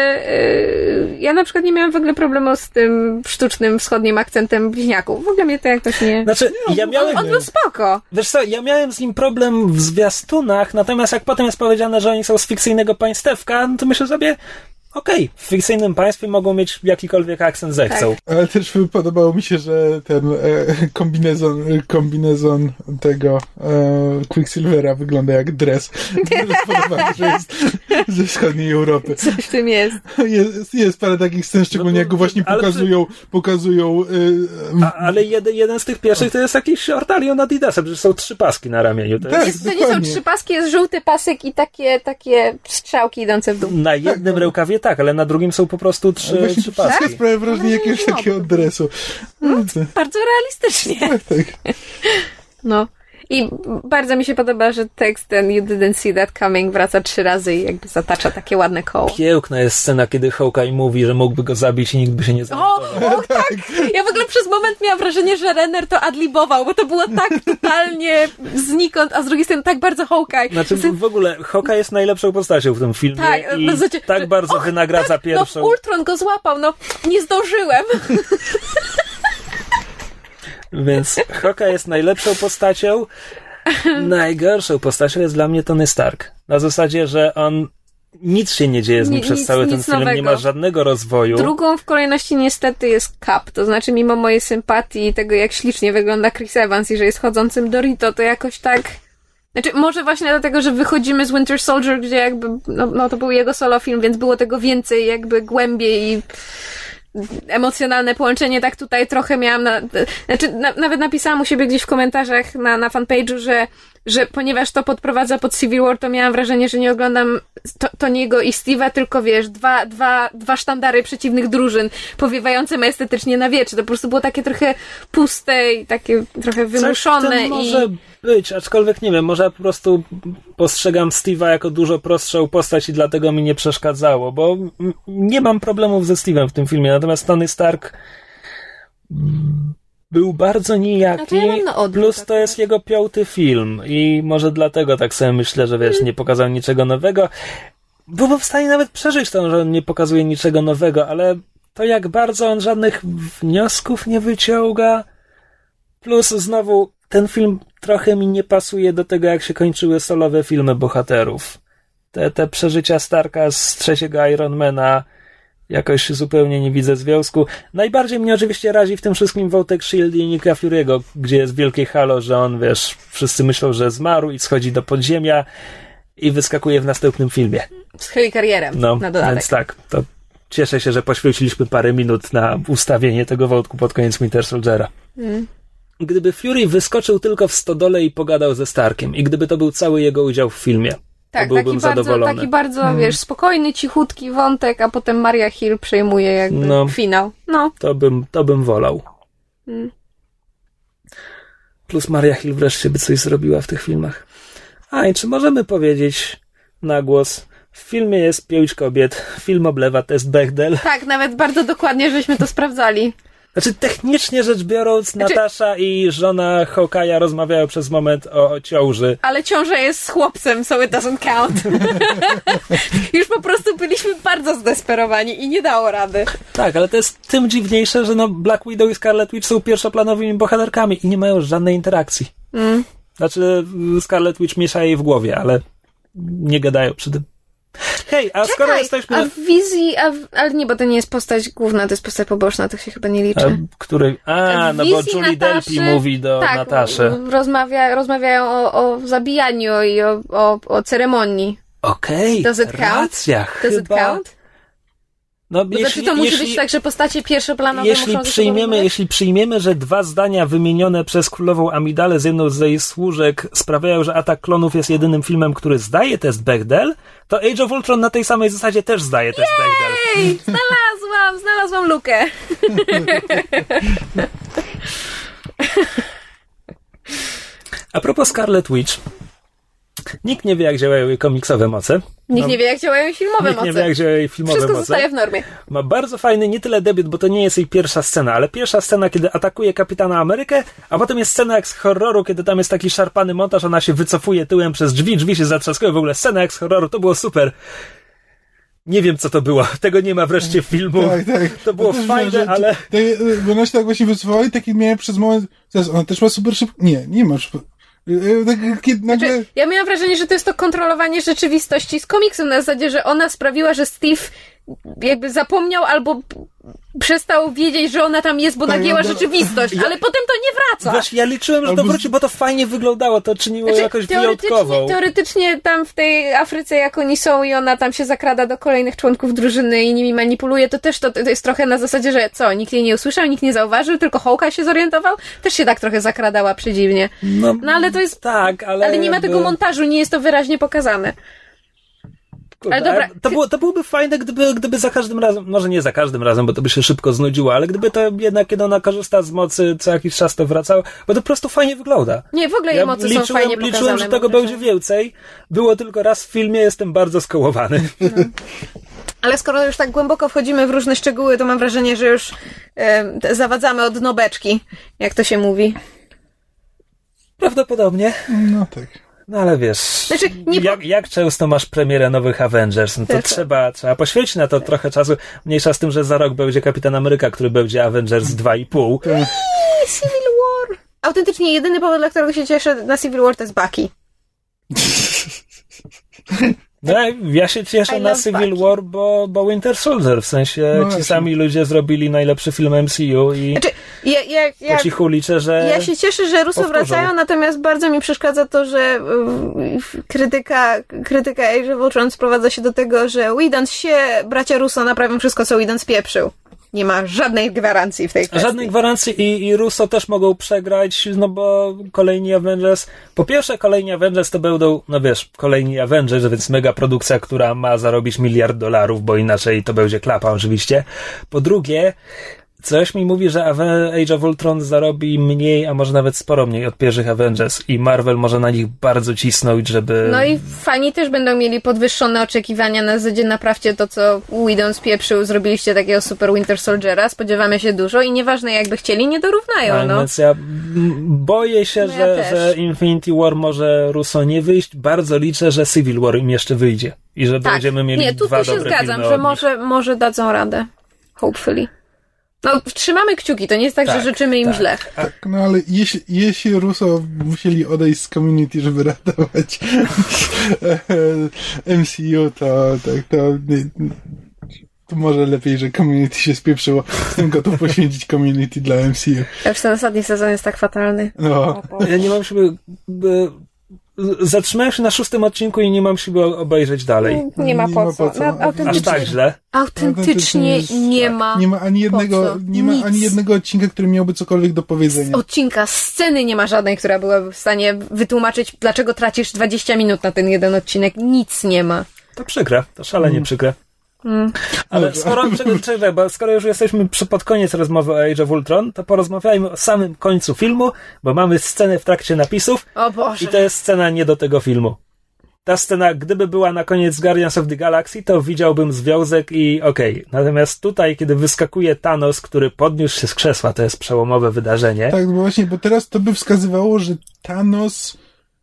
e, ja na przykład nie miałam w ogóle problemu z tym sztucznym wschodnim akcentem bliźniaków. W ogóle mnie to jakoś nie... Znaczy, ja miałem... On, on był spoko. Wiesz co, ja miałem z nim problem w zwiastunach, natomiast jak potem jest powiedziane, że oni są z fikcyjnego państewka, no to myślę sobie, okej, okay, w fikcyjnym państwie mogą mieć jakikolwiek akcent zechcą. Tak. Ale też podobało mi się, że ten e, kombinezon, kombinezon tego e, Quicksilvera wygląda jak dres. Podoba mi się, że jest ze wschodniej Europy. Coś w tym jest. Jest, jest parę takich scen, szczególnie no, jak go właśnie pokazują, przy... pokazują e, A, ale jeden, jeden z tych pierwszych to jest jakiś ortalion Adidasa, przecież są trzy paski na ramieniu. To, tak, jest... to nie są trzy paski, jest żółty pasek i takie, takie strzałki idące w dół. Na jednym tak, rękawie tak, ale na drugim są po prostu trzy, właśnie trzy paski. Tak? Sprawia wrażenie jakiegoś no, takiego dresu. No, bardzo realistycznie. Tak, tak. No. I bardzo mi się podoba, że tekst ten You didn't see that coming wraca trzy razy i jakby zatacza takie ładne koło. Piękna jest scena, kiedy Hawkeye mówi, że mógłby go zabić i nikt by się nie zorientował. O, o tak! Ja w ogóle przez moment miałam wrażenie, że Renner to adlibował, bo to było tak totalnie znikąd, a z drugiej strony tak bardzo Hawkeye. Znaczy w ogóle Hawkeye jest najlepszą postacią w tym filmie tak, i no, znaczy, tak bardzo och, wynagradza tak, pierwszą. No Ultron go złapał, no nie zdążyłem. Więc Hawkeye jest najlepszą postacią. Najgorszą postacią jest dla mnie Tony Stark. Na zasadzie, że on nic się nie dzieje z nim Ni- przez nic, cały nic ten film, nowego. nie ma żadnego rozwoju. Drugą w kolejności niestety jest Cap, to znaczy mimo mojej sympatii i tego, jak ślicznie wygląda Chris Evans i że jest chodzącym Dorito, to jakoś tak... Znaczy, może właśnie dlatego, że wychodzimy z Winter Soldier, gdzie jakby, no, no to był jego solo film, więc było tego więcej, jakby głębiej i emocjonalne połączenie, tak tutaj trochę miałam, na, znaczy na, nawet napisałam u siebie gdzieś w komentarzach na, na fanpage'u, że, że ponieważ to podprowadza pod Civil War, to miałam wrażenie, że nie oglądam to, Tony'ego i Steve'a, tylko wiesz, dwa, dwa, dwa sztandary przeciwnych drużyn, powiewające me estetycznie na wieczy. To po prostu było takie trochę puste i takie trochę wymuszone. Coś w tym może i... być, aczkolwiek nie wiem, może ja po prostu postrzegam Steve'a jako dużo prostszą postać i dlatego mi nie przeszkadzało, bo nie mam problemów ze Steve'em w tym filmie, natomiast Tony Stark był bardzo nijaki, no to ja mam na odwrót, plus to jest jego piąty film i może dlatego tak sobie myślę, że wiesz, nie pokazał niczego nowego. Byłbym w stanie nawet przeżyć to, że on nie pokazuje niczego nowego, ale to jak bardzo on żadnych wniosków nie wyciąga, plus znowu ten film trochę mi nie pasuje do tego, jak się kończyły solowe filmy bohaterów. Te, te przeżycia Starka z trzeciego Ironmana jakoś zupełnie nie widzę związku. Najbardziej mnie oczywiście razi w tym wszystkim wątek Shield i Nicka Fury'ego, gdzie jest wielkie halo, że on, wiesz, wszyscy myślą, że zmarł i schodzi do podziemia i wyskakuje w następnym filmie. Schyli karierę No, na dodatek. więc tak, to cieszę się, że poświęciliśmy parę minut na ustawienie tego wątku pod koniec Winter Soldiera. Mm. Gdyby Fury wyskoczył tylko w stodole i pogadał ze Starkiem i gdyby to był cały jego udział w filmie, tak, to byłbym taki bardzo, zadowolony. taki bardzo, hmm. wiesz, spokojny, cichutki wątek, a potem Maria Hill przejmuje jakby no, finał. No. To bym, to bym wolał. Hmm. Plus Maria Hill wreszcie by coś zrobiła w tych filmach. A i czy możemy powiedzieć na głos, w filmie jest pięć kobiet, film oblewa test Bechdel. Tak, nawet bardzo dokładnie, żeśmy to sprawdzali. Znaczy, technicznie rzecz biorąc, znaczy... Natasza i żona Hawkeye'a rozmawiają przez moment o ciąży. Ale ciąża jest z chłopcem, so it doesn't count. Już po prostu byliśmy bardzo zdesperowani i nie dało rady. Tak, ale to jest tym dziwniejsze, że no Black Widow i Scarlet Witch są pierwszoplanowymi bohaterkami i nie mają żadnej interakcji. Mm. Znaczy, Scarlet Witch miesza jej w głowie, ale nie gadają przy tym. Hej, a Czekaj, skoro jesteśmy... a w wizji, a w, ale nie, bo to nie jest postać główna, to jest postać poboczna, to się chyba nie liczy. A, który, a, no bo Julie Delpy mówi do tak, Nataszy. Rozmawia, rozmawiają o, o zabijaniu i o, o, o ceremonii. Okej, okay, racja, Does chyba... it count? No, Bo jeśli, znaczy to musi jeśli, być tak, że postacie pierwszoplanowe jeśli muszą przyjmiemy, jeśli przyjmiemy, że dwa zdania wymienione przez królową Amidalę z jedną z jej służek sprawiają, że Atak Klonów jest jedynym filmem, który zdaje test Bechdel, to Age of Ultron na tej samej zasadzie też zdaje test Bechdel. Ej, znalazłam, znalazłam lukę. A propos Scarlet Witch, nikt nie wie, jak działają jej komiksowe moce. Nikt No, nie wie, jak działają jej filmowe nikt moce. nie wie, jak działają jej filmowe Wszystko moce. zostaje w normie. Ma bardzo fajny, nie tyle debiut, bo to nie jest jej pierwsza scena, ale pierwsza scena, kiedy atakuje Kapitana Amerykę, a potem jest scena jak z horroru, kiedy tam jest taki szarpany montaż, ona się wycofuje tyłem przez drzwi, drzwi się zatrzaskują, w ogóle scena jak z horroru, to było super. Nie wiem, co to było. Tego nie ma wreszcie w filmu. Tak, tak. To było też fajne, wiem, że ale... Te, bo ona się tak właśnie wycofała i taki miałem przez moment... Zaraz, ona też ma super szybko... Nie, nie ma szybko... Tak, kiedy nagle... Znaczy, ja miałam wrażenie, że to jest to kontrolowanie rzeczywistości z komiksem na zasadzie, że ona sprawiła, że Steve jakby zapomniał albo przestał wiedzieć, że ona tam jest, bo Tak, nagięła ja- rzeczywistość, ale potem to nie wraca. Właśnie, ja liczyłem, że Albo to z- wróci, bo to fajnie wyglądało, to czyniło Znaczy, jakoś teoretycznie, wyjątkową. teoretycznie tam w tej Afryce, jak oni są i ona tam się zakrada do kolejnych członków drużyny i nimi manipuluje, to też to, to jest trochę na zasadzie, że co, nikt jej nie usłyszał, nikt nie zauważył, tylko Hawkeye się zorientował? Też się tak trochę zakradała przedziwnie. No, No ale to jest... tak, ale... Ale nie ma tego jakby- montażu, nie jest to wyraźnie pokazane. Kurde, Ale dobra, To, było, to byłoby fajne, gdyby, gdyby za każdym razem, może nie za każdym razem, bo to by się szybko znudziło, ale gdyby to jednak, kiedy ona korzysta z mocy, co jakiś czas to wracało, bo to po prostu fajnie wygląda. Nie, w ogóle jej Ja mocy liczyłem, są fajnie pokazane. liczyłem, że tego mam wrażenie. będzie więcej. Było tylko raz w filmie, jestem bardzo skołowany. Ale skoro już tak głęboko wchodzimy w różne szczegóły, to mam wrażenie, że już e, zawadzamy od dno beczki, jak to się mówi. Prawdopodobnie. No tak. No ale wiesz, Znaczy, nie jak, jak często masz premierę nowych Avengers, no to Tak, tak. trzeba, trzeba poświęcić na to trochę czasu. Mniejsza z tym, że za rok będzie Kapitan Ameryka, który będzie Avengers dwa i pół. Civil War. Autentycznie jedyny powód, dla którego się cieszę na Civil War, to jest Bucky. No, ja się cieszę I na love Civil Bucky. War, bo, bo Winter Soldier, w sensie No ci właśnie. sami ludzie zrobili najlepszy film M C U i Znaczy, ja, ja, ja, po cichu liczę, że... ja się cieszę, że Russo powtórzą. wracają, natomiast bardzo mi przeszkadza to, że y, krytyka, krytyka Age of Ultron sprowadza się do tego, że Whedon się, bracia Russo naprawią wszystko, co Whedon spieprzył. Nie ma żadnej gwarancji w tej kwestii. Żadnej gwarancji i, i Russo też mogą przegrać, no bo kolejni Avengers, po pierwsze kolejni Avengers to będą, no wiesz, kolejni Avengers, więc mega produkcja, która ma zarobić miliard dolarów, bo inaczej to będzie klapa oczywiście. Po drugie, coś mi mówi, że Age of Ultron zarobi mniej, a może nawet sporo mniej od pierwszych Avengers i Marvel może na nich bardzo cisnąć, żeby... No i fani też będą mieli podwyższone oczekiwania na zasadzie naprawcie to, co Whedon spieprzył, zrobiliście takiego super Winter Soldiera, spodziewamy się dużo i nieważne jakby chcieli, nie dorównają, Tak, no. Więc ja m, boję się, No ja że, też. że Infinity War może Russo nie wyjść. Bardzo liczę, że Civil War im jeszcze wyjdzie. I że Tak, będziemy mieli nie, tu, dwa tu się dobre zgadzam, filmy że od nich. może, może dadzą radę. Hopefully. No, trzymamy kciuki, to nie jest tak, Tak, że życzymy im tak. źle. Tak, no ale jeśli, jeśli Russo musieli odejść z Community, żeby ratować M C U, to tak, to, to może lepiej, że Community się spieprzyło. Jestem gotów poświęcić Community dla M C U. Ja już ten ostatni sezon jest tak fatalny. No. Ja nie mam siły... by- Zatrzymałem się na szóstym odcinku i nie mam siły obejrzeć dalej. Nie ma Nie po ma co. po co. No, Aż autentycznie, tak źle. autentycznie nie ma. Nie ma ani jednego, co? nie ma Nic. ani jednego odcinka, który miałby cokolwiek do powiedzenia. Odcinka, sceny nie ma żadnej, która byłaby w stanie wytłumaczyć, dlaczego tracisz dwadzieścia minut na ten jeden odcinek. Nic nie ma. To przykre, to szalenie Mm. przykre. Mm. Ale Dobra. skoro, czekaj, czekaj, bo skoro już jesteśmy przy, pod koniec rozmowy o Age of Ultron, to porozmawiajmy o samym końcu filmu, bo mamy scenę w trakcie napisów O Boże. i to jest scena nie do tego filmu. Ta scena, gdyby była na koniec Guardians of the Galaxy, to widziałbym związek i okej. Okay. Natomiast tutaj, kiedy wyskakuje Thanos, który podniósł się z krzesła, to jest przełomowe wydarzenie. Tak, bo właśnie, bo teraz to by wskazywało, że Thanos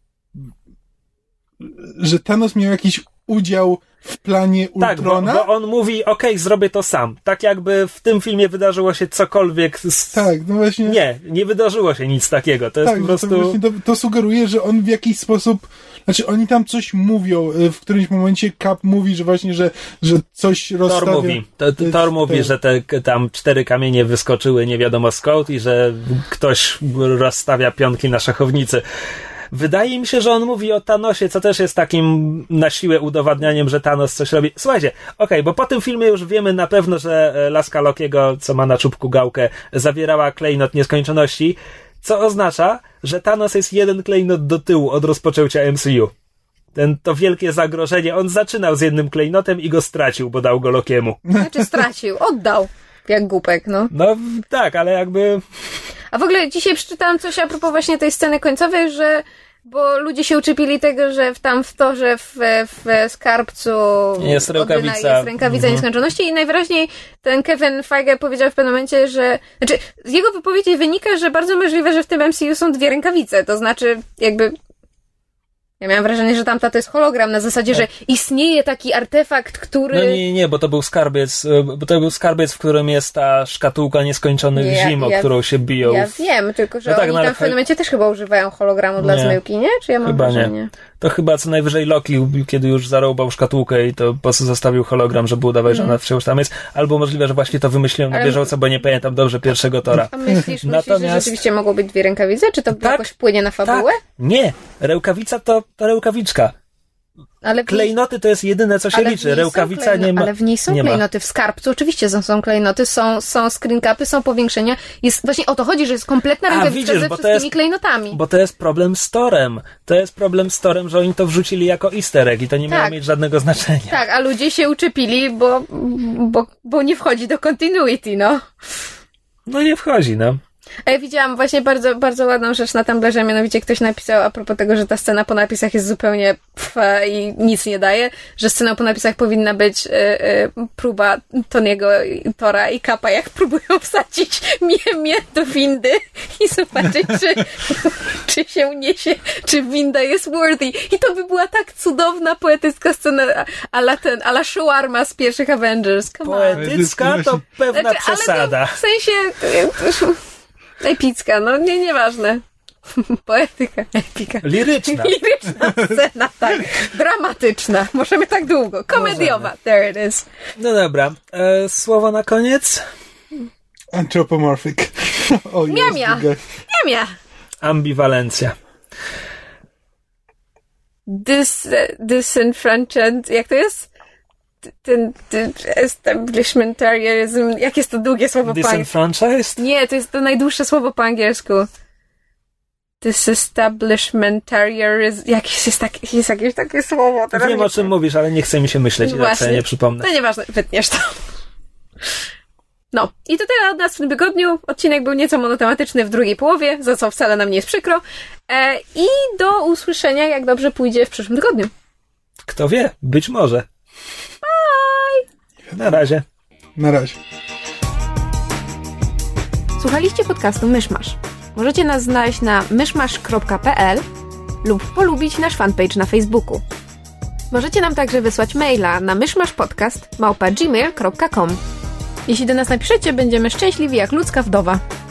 że Thanos miał jakiś udział w planie Tak, bo, Ultrona. bo on mówi, okej, okay, zrobię to sam. Tak jakby w tym filmie wydarzyło się cokolwiek. Z... Tak, no właśnie. Nie, nie wydarzyło się nic takiego. To jest tak, po prostu... to, właśnie to, to sugeruje, że on w jakiś sposób, znaczy oni tam coś mówią, y, w którymś momencie Cap mówi, że właśnie, że, że coś rozstawia. Thor mówi, to, to, Thor mówi, tak. że te k- tam cztery kamienie wyskoczyły nie wiadomo skąd i że ktoś rozstawia pionki na szachownicy. wydaje mi się, że on mówi o Thanosie, co też jest takim na siłę udowadnianiem, że Thanos coś robi. Słuchajcie, okej, okay, bo po tym filmie już wiemy na pewno, że laska Lokiego, co ma na czubku gałkę, zawierała klejnot nieskończoności, co oznacza, że Thanos jest jeden klejnot do tyłu od rozpoczęcia M C U. Ten, to wielkie zagrożenie, on zaczynał z jednym klejnotem i go stracił, bo dał go Lokiemu. Znaczy stracił, oddał, jak głupek, no. No tak, ale jakby... A w ogóle dzisiaj przeczytałam coś a propos właśnie tej sceny końcowej, że bo ludzie się uczepili tego, że w, tam w torze w, w skarbcu jest rękawica, Odyna jest rękawica mhm. nieskończoności i najwyraźniej ten Kevin Feige powiedział w pewnym momencie, że znaczy z jego wypowiedzi wynika, że bardzo możliwe, że w tym M C U są dwie rękawice, to znaczy jakby ja miałam wrażenie, że tamta to jest hologram na zasadzie, że istnieje taki artefakt, który... No nie, nie, bo to był skarbiec, bo to był skarbiec, w którym jest ta szkatułka nieskończonych nie, zim, ja, o którą się biją. Ja wiem, tylko że no tak, oni no, tam w pewnym momencie też chyba używają hologramu dla nie, zmyłki, nie? Czy ja mam chyba wrażenie? Nie. To chyba co najwyżej Loki, kiedy już zarąbał szkatułkę i to po prostu zostawił hologram, żeby udawać, że ona wciąż tam jest. Albo możliwe, że właśnie to wymyśliłem na bieżąco, bo nie pamiętam dobrze pierwszego tora. A myślisz, Natomiast... myślisz, że rzeczywiście mogło być dwie rękawice? Czy to tak, jakoś wpłynie na fabułę? Tak. Nie, rękawica to, to rękawiczka. Ale klejnoty niej... to jest jedyne, co się liczy. Rękawica klejno... nie ma. Ale w niej są klejnoty. W skarbcu oczywiście są, są klejnoty, są, są screen capy, są powiększenia. Jest, właśnie o to chodzi, że jest kompletna rękawica ze wszystkimi jest, klejnotami. Bo to jest problem z torem. To jest problem z torem, że oni to wrzucili jako easter egg i to nie tak. miało mieć żadnego znaczenia. Tak, a ludzie się uczepili, bo, bo, bo nie wchodzi do continuity, no. No nie wchodzi, no. A ja widziałam właśnie bardzo, bardzo ładną rzecz na Tumblrze, mianowicie ktoś napisał a propos tego, że ta scena po napisach jest zupełnie pf, i nic nie daje, że sceną po napisach powinna być y, y, próba Tony'ego, Tora i Kapa, jak próbują wsadzić mnie, mnie do windy i zobaczyć, czy, czy się uniesie, czy winda jest worthy. I to by była tak cudowna, poetycka scena a la ten, a la shawarma z pierwszych Avengers. Come poetycka on. to pewna znaczy, przesada. Ale to w sensie... Epicka, no nie, nieważne. Poetyka, epika. Liryczna. Liryczna scena, tak. Dramatyczna. Możemy tak długo. Komediowa. Możemy. There it is. No dobra. E, słowo na koniec? Anthropomorphic. O, Miamia. Miamia. Ambiwalencja. Dis, disenfranchised. Jak to jest? Ten, ten establishmentarianism, jak jest to długie słowo po angielsku? Disenfranchised? Nie, to jest to najdłuższe słowo po angielsku. Disestablishmentarianism, jakieś jest, tak, jest jakieś takie słowo. Teraz wiem, nie... o czym mówisz, ale nie chce mi się myśleć, no tak sobie nie przypomnę. To nieważne, wytniesz to. No, i to tyle od nas w tym tygodniu. Odcinek był nieco monotematyczny w drugiej połowie, za co wcale nam nie jest przykro. E, I do usłyszenia, jak dobrze pójdzie w przyszłym tygodniu. Kto wie, być może. Bye! Na razie. Na razie. Słuchaliście podcastu Myszmasz. Możecie nas znaleźć na myszmasz kropka p l lub polubić nasz fanpage na Facebooku. Możecie nam także wysłać maila na myszmaszpodcast małpa gmail kropka com. Jeśli do nas napiszecie, będziemy szczęśliwi jak ludzka wdowa.